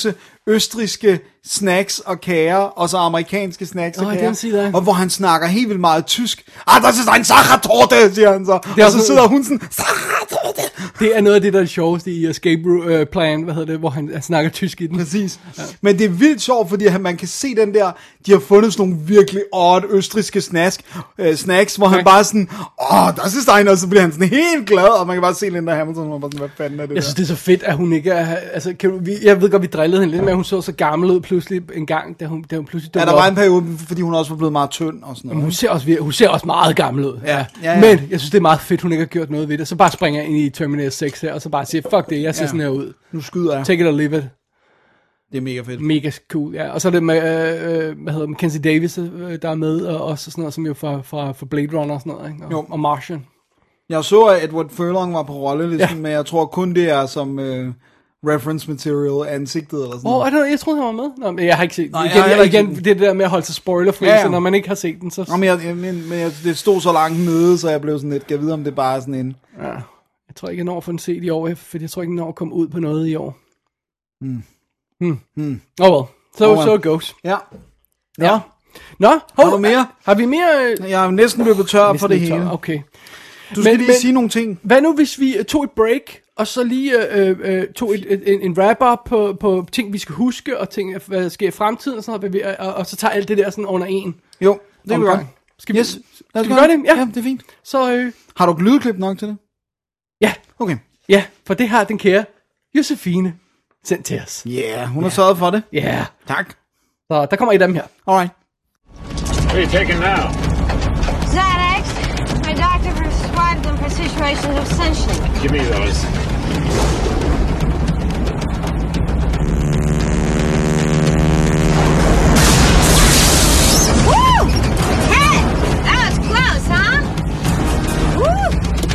østrigske snacks og kager, og så amerikanske snacks Nå, og I kager. didn't see that. Og hvor han snakker helt vildt meget tysk. Ah, das ist ein Sachertorte, siger han så. Og så sådan- sidder hun sådan, Sachertorte. Det er noget af det, der er det sjoveste i Escape uh, Plan, hvad hedder det, hvor han, han snakker tysk i den. Præcis. Ja. Men det er vildt sjovt, fordi han- man kan se den der, de har fundet sådan nogle virkelig odd østrigske snask, øh, snacks, hvor okay. han bare sådan, åh, oh, das ist ein, og så bliver han sådan helt glad, og man kan bare se Linda Hamilton, og bare sådan, hvad fanden er det Jeg der? synes, det er så fedt, at hun ikke er... Altså, kan du, vi, jeg ved godt, vi drillede hende lidt med, at hun så så gammel ud pludselig en gang, da hun, da hun pludselig Ja, dukkede der var op. en periode, fordi hun også var blevet meget tynd og sådan noget. Hun ser, også, vir- hun ser også meget gammel ud. Ja, ja, ja. Men jeg synes, det er meget fedt, hun ikke har gjort noget ved det. Så bare springer jeg ind i Terminator seks her, og så bare siger, fuck det, jeg ser Ja. sådan her ud. Nu skyder jeg. Take it or leave it. Det er mega fedt. Mega cool, ja. Og så er det med, øh, hvad hedder Mackenzie Davis, øh, der er med, og også sådan noget, som jo fra, fra, fra Blade Runner og sådan noget, ikke? Og, Jo. og Martian. Jeg så, at Edward Furlong var på rollelisten, Ja. men jeg tror kun det er som øh, reference material, ansigtet eller sådan Åh, oh, noget. er det, jeg troede, han var med. Nå, men jeg har ikke set den. Nej, jeg Igen, har heller ikke igen set den. det der med at holde sig spoiler-free, Ja, ja. så når man ikke har set den, så... Nå, men, jeg, jeg, men, men jeg, det stod så langt nede, så jeg blev sådan lidt, kan jeg vide, om det bare er sådan en... Ja, jeg tror ikke, jeg når at få den set i år, for jeg tror ikke, jeg når at komme ud på noget i år. Hmm. Hmm. Hmm. Oh well, so, Oh well. so it goes. Ja. Ja. Nå, Har du mere? Har vi mere? øh, Jeg er jo næsten løbet tør for det næsten lidt hele. tør, okay. Du skal Men- lige men- sige nogle ting. Hvad nu, hvis vi øh, tog et break, og så lige øh, øh, tog et, et, en, en wrap-up på, på ting, vi skal huske, og ting, hvad der sker i fremtiden, og, sådan noget, og, og, og så tager alt det der sådan under en Jo, det kan vi omgang. godt. Skal vi, Yes. Lad os skal vi gøre det? Ja. ja, det er fint. Så øh, Har du lydklip nok til det? ja, Okay. ja, for det har den kære Josefine sendt til os. Ja, yeah, hun har sørget for det. Ja, yeah. Tak. så der kommer et af dem her. Alright. What are you taking now? Xanax. My doctor prescribed them for situations of tension. Give me those. Woo! Hey! That was close, huh? Woo!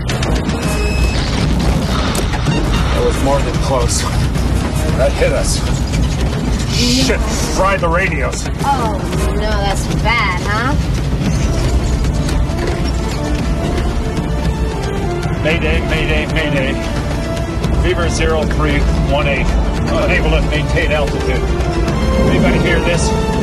That was more than close. That hit us. Shit, fried the radios. Oh, no, that's bad, huh? Mayday, mayday, mayday. Fever zero three one eight. Unable to maintain altitude. Anybody hear this?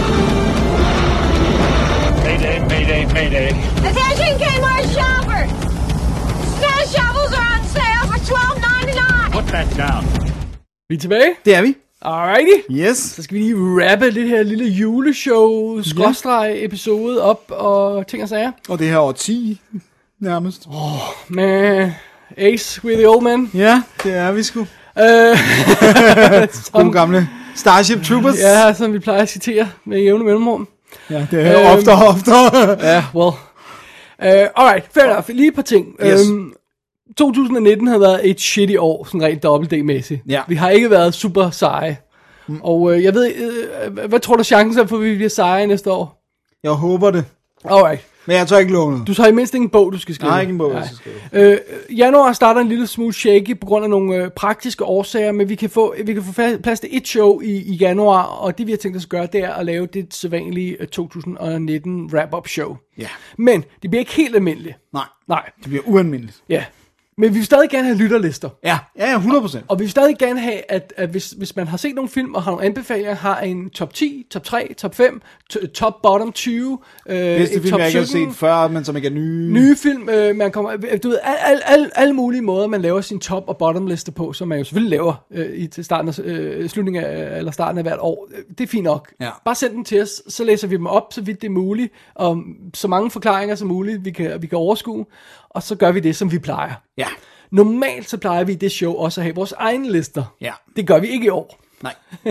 Mayday, mayday, mayday. Attention, Kmart shoppers! Snow shovels are on sale for twelve ninety-nine. Put that down. Vi er tilbage. Det er vi. Alrighty. Yes. Så skal vi lige rappe det her lille juleshow, skråstreg episode op, og ting og sager. Og det her år ti nærmest. Med Ace with the old man. Ja, det er vi sgu. Øh, Gode gamle Starship Troopers. ja, som vi plejer at citere med jævne mellemrum. Ja, det er jo Øhm, oftere og oftere. Ja, well. Uh, alright, fair enough. Lige et par ting. Yes. Øhm, to tusind nitten har været et shitty år, sådan rent dobbelt D-mæssigt. Ja. Vi har ikke været super seje. Mm. Og øh, jeg ved, øh, hvad tror du chancen er for, at vi bliver seje næste år? Jeg håber det. Alright. Men jeg tør ikke love noget. Du har i mindst ingen bog, du skal skrive. Nej, ikke en bog, jeg skal skrive. Øh, januar starter en lille smule shaky på grund af nogle øh, praktiske årsager, men vi kan få, vi kan få fa- plads til et show i, i januar, og det vi har tænkt os at gøre, det er at lave det sædvanlige øh, to tusind nitten wrap-up show. Ja. Men det bliver ikke helt almindeligt. Nej, Nej, det bliver ualmindeligt. ja. Men vi vil stadig gerne have lytterlister. Ja, ja, ja, hundrede procent. Og vi vil stadig gerne have, at, at hvis, hvis man har set nogle film og har nogle anbefalinger, har en top ti, top tre, top fem, t- top bottom tyve, øh, Bedste en film, top jeg ikke har sytten, set før, men som ikke er nye. nye film, øh, man kommer, du ved, al, al, al, alle mulige måder, man laver sin top- og bottom-liste på, som man jo selvfølgelig laver øh, i til starten af, øh, slutningen af, eller starten af hvert år. Det er fint nok. Ja. Bare send dem til os, så læser vi dem op, så vidt det er muligt, og så mange forklaringer som muligt, vi kan, vi kan overskue, og så gør vi det, som vi plejer. Ja. Normalt så plejer vi i det show også at have vores egne lister. Ja. Det gør vi ikke i år. Nej.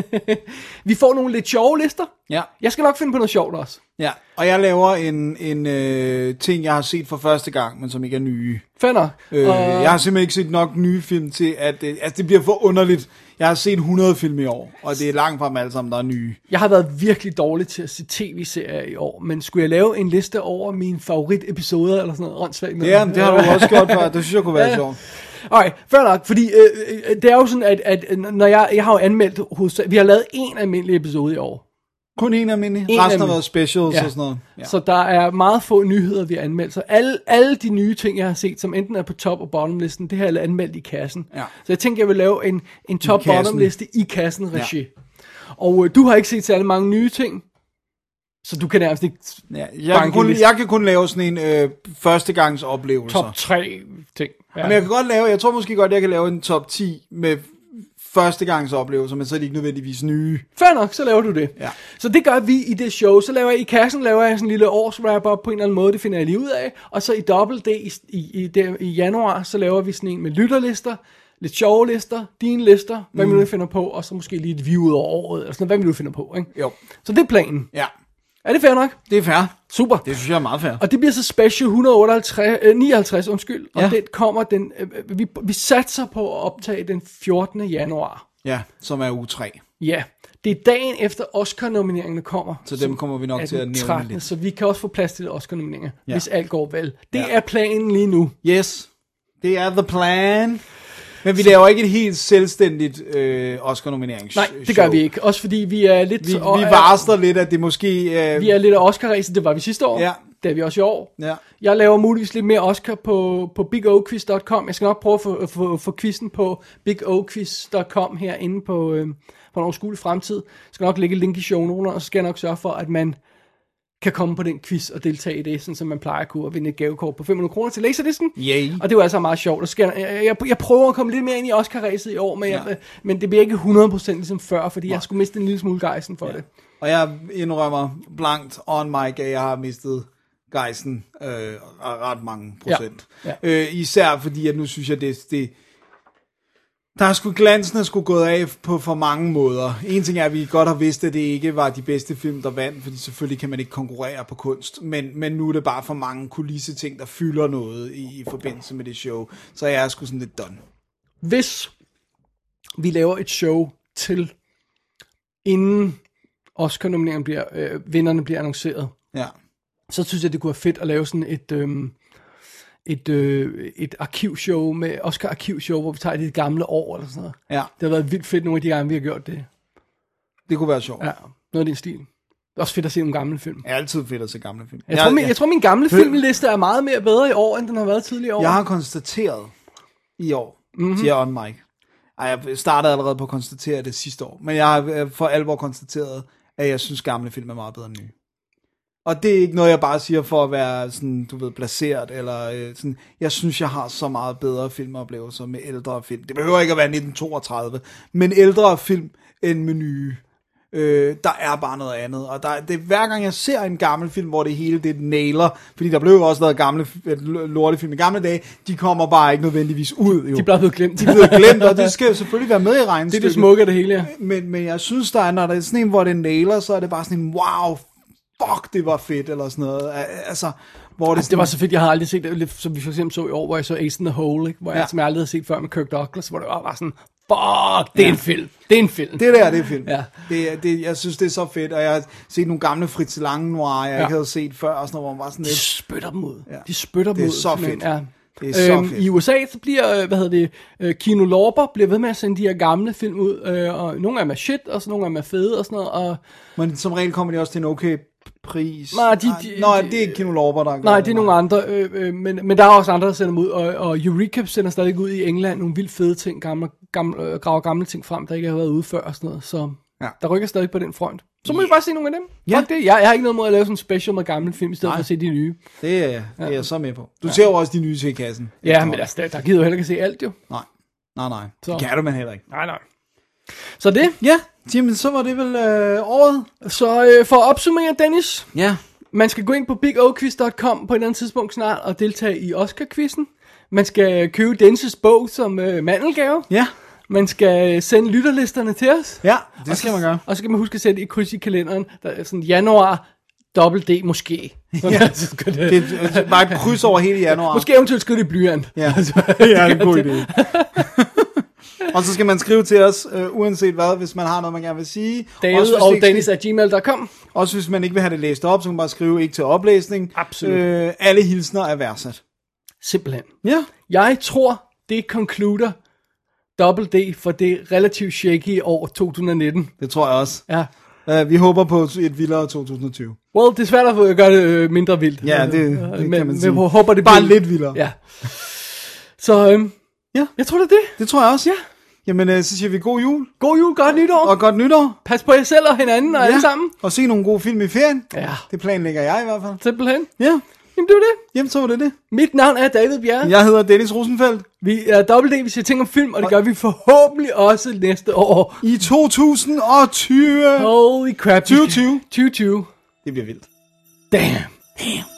Vi får nogle lidt sjove lister. Ja. Jeg skal nok finde på noget sjovt også. Ja, og jeg laver en, en øh, ting, jeg har set for første gang, men som ikke er nye. Fair nok. Øh, Og- Jeg har simpelthen ikke set nok nye film til, at det, altså det bliver for underligt. Jeg har set hundrede film i år, og det er langt fra dem alle sammen, der er nye. Jeg har været virkelig dårlig til at se tv-serier i år, men skulle jeg lave en liste over mine favoritepisoder eller sådan noget åndssvagt? Det, er, det har du også gjort før, det synes jeg kunne være Ja. sjovt. Alright, fair nok, fordi øh, øh, det er jo sådan, at, at når jeg, jeg har jo anmeldt hos, vi har lavet en almindelig episode i år. Kun en almindelig, En resten har almindelig. været specials Ja. og sådan noget. Ja. Så der er meget få nyheder, vi har anmeldt. Så alle, alle de nye ting, jeg har set, som enten er på top- og bottom-listen, det har jeg anmeldt i kassen. Ja. Så jeg tænker, jeg vil lave en, en top-bottom-liste i kassen regi. Ja. Og øh, du har ikke set særlig mange nye ting, så du kan nærmest ikke Ja, jeg, kan kun, jeg kan kun lave sådan en øh, førstegangsoplevelse. top tre ting. Ja. Men jeg kan godt lave, jeg tror måske godt, jeg kan lave en top ti med førstegangsoplevelser, men så er de ikke nødvendigvis nye. Fair nok, så laver du det. Ja. Så det gør vi i det show. Så laver jeg i kassen, laver jeg sådan en lille års wrap-up på en eller anden måde, det finder jeg lige ud af. Og så i Double D i, i, i, der, i januar, så laver vi sådan en med lytterlister, lidt sjove lister, dine lister, hvad mm. vi nu finder på, og så måske lige et view ud over året, eller sådan noget, hvad vi nu finder på. Ikke? Jo. Så det er planen. Ja. Er det fair nok? Det er fair. Super. Det synes jeg er meget fair. Og det bliver så special et hundrede otteoghalvtreds, øh, nioghalvtreds, undskyld, og Ja. den kommer den, øh, vi, vi satser på at optage den fjortende januar. Ja, som er uge tre. Ja, det er dagen efter Oscar-nomineringerne kommer. Så dem kommer vi nok til at nævne trettende lidt. Så vi kan også få plads til Oscar-nomineringer, Ja. hvis alt går vel. Det Ja. er planen lige nu. Yes, det er the plan. Men vi laver ikke et helt selvstændigt øh, Oscar-nomineringsshow. Nej, det gør vi ikke. Også fordi vi er lidt... Vi, og, vi varsler lidt, at det måske... Øh, Vi er lidt af Oscar-ræset, det var vi sidste år. Ja. Det er vi også i år. Ja. Jeg laver muligvis lidt mere Oscar på, på big o quiz punktum com. Jeg skal nok prøve at få, få, få quizzen på big o quiz punktum com herinde på, øh, på en overskuelig fremtid. Jeg skal nok lægge et link i shownoterne, og så skal jeg nok sørge for, at man kan komme på den quiz og deltage i det, sådan som man plejer at kunne, og vinde et gavekort på fem hundrede kroner til Laserdisken. Yay. Og det var altså meget sjovt. Og skal jeg, jeg, jeg, jeg prøver at komme lidt mere ind i Oscar-ræset i år, men, Ja. jeg, men det bliver ikke hundrede procent ligesom før, fordi jeg skulle miste en lille smule gejsen for ja. det. Og jeg indrømmer blankt on mic, at jeg har mistet gejsen øh, ret mange procent. Ja. Ja. Øh, især fordi, at nu synes jeg, det, det der er sgu glansen er sgu gået af på for mange måder. En ting er, at vi godt har vidst, at det ikke var de bedste film, der vandt, fordi selvfølgelig kan man ikke konkurrere på kunst, men, men nu er det bare for mange kulisse-ting, der fylder noget i, i forbindelse med det show. Så jeg er sgu sådan lidt done. Hvis vi laver et show til, inden Oscar-nomineringen bliver, øh, vinderne bliver annonceret, Ja. så synes jeg, det kunne være fedt at lave sådan et, øhm, et, øh, et arkivshow, med Oscar-arkivshow, hvor vi tager det gamle år eller sådan noget. Ja, Det har været vildt fedt nogle af de gange, vi har gjort det. det kunne være sjovt. Ja, noget af din stil. Det er også fedt at se nogle gamle film. Det er altid fedt at se gamle film. Jeg, tror, min, jeg tror, min gamle filmliste er meget mere bedre i år, end den har været tidligere år. Jeg har konstateret i år, mm-hmm. siger on mic. Ej, jeg startede allerede på at konstatere det sidste år, men jeg har for alvor konstateret, at jeg synes, gamle film er meget bedre end nye. Og det er ikke noget, jeg bare siger for at være sådan, du ved, placeret, eller øh, sådan. Jeg synes, jeg har så meget bedre filmoplevelser med ældre film. Det behøver ikke at være nitten toogtredive, men ældre film end med nye. Øh, der er bare noget andet, og der, det er hver gang jeg ser en gammel film, hvor det hele det nailer, fordi der blev jo også lavet gamle lortefilm i gamle dage, de kommer bare ikke nødvendigvis ud. Jo. De er bare blevet glemt. De er blevet glemt, og det skal jo selvfølgelig være med i regnestykket. Det er det smukke af det hele, ja. Men, men jeg synes, der er, når der er sådan en, hvor det nailer, så er det bare sådan en, wow, fuck, det var fedt, eller sådan noget. Altså, hvor det, Altså, det var så fedt, jeg har aldrig set det, som vi for eksempel så i år, hvor jeg så Ace in the Hole, ikke? Hvor jeg, Ja. som jeg aldrig havde set før med Kirk Douglas, hvor det var bare sådan, fuck, det er ja. en film, det er en film. Det der, det er film. Ja. Det, det, jeg synes, det er så fedt, og jeg har set nogle gamle Fritz Lang noir, jeg Ja. ikke havde set før, og sådan noget, hvor man var sådan De lidt... spytter dem ud. Ja. De spytter dem Det er ud. så simpelthen. fedt. Ja. Det er så Øhm, fedt. I U S A, så bliver, øh, hvad hedder det, øh, Kino Lorber bliver ved med at sende de her gamle film ud, øh, og nogle af dem er shit, og så nogle af dem er fede, og sådan noget, og... Men som regel kommer de også til en okay pris. Nej, de- de- Nå, de- det er ikke Kino Lorber, der gør Nej, det er nogle andre, øh, øh, men, men der er også andre, der sender dem ud, og, og Eureka sender stadig ud i England nogle vildt fede ting, gamle, gamle, øh, graver gamle ting frem, der ikke har været ude før og sådan noget, så Ja. der rykker stadig på den front. Så må vi bare se nogle af dem. Ja. Fuck det. Jeg, jeg har ikke noget mod at lave sådan en special med gamle film, i stedet Nej. for at se de nye. Det er, det er jeg så med på. Du ser jo også de nye til i kassen. Ja, men altså, der, der gider jo heller ikke se alt jo. Nej, nej, nej. Så. Det kan du man heller ikke. Nej, nej. Så det. Ja, jamen, så var det vel øh, året. Så øh, for at opsummere, Dennis, Ja. man skal gå ind på big o quiz punktum com på et eller andet tidspunkt snart og deltage i Oscar-quizzen. Man skal købe Dennis' bog som øh, mandelgave. Ja. Man skal sende lytterlisterne til os. Ja, det skal man gøre. Og så skal man huske at sætte et kryds i kalenderen. Der er sådan januar, dobbelt D måske. Sådan, Ja. så skal det, Det er bare et kryds over hele januar. måske eventuelt skrive det i blyant. Ja, ja, det er en god idé. Og så skal man skrive til os, øh, uanset hvad, hvis man har noget, man gerne vil sige. David Også hvis og det ikke- Dennis at gmail punktum com. Også hvis man ikke vil have det læst op, så kan man bare skrive ikke til oplæsning. Absolut. Øh, alle hilsner er værdsat. Simpelthen. Ja. Jeg tror, det concluder Double D for det relativt shaky år to tusind nitten. Det tror jeg også. Ja. Uh, vi håber på et vildere to tusind tyve. Well, det er svært at gøre det øh, mindre vildt. Ja, det, det men, kan man sige. Men håber det Bare bliver- lidt vildere. Ja. Så øhm, Ja. jeg tror det er det. Det tror jeg også. Ja. Jamen, øh, så siger vi god jul. God jul, godt nytår. Og godt nytår. Pas på jer selv og hinanden og ja. alle sammen. Og se nogle gode film i ferien. Ja. Det planlægger jeg i hvert fald. Simpelthen. Ja. Jamen, det var det. Jamen, så var det det. Mit navn er David Bjerre. Jeg hedder Dennis Rosenfeldt. Vi er dobbelt D, vi siger ting om film, og det gør vi forhåbentlig også næste år. I to tusind og tyve. Holy crap. tyve tyve. tyve tyve. Det bliver vildt. Damn. Damn.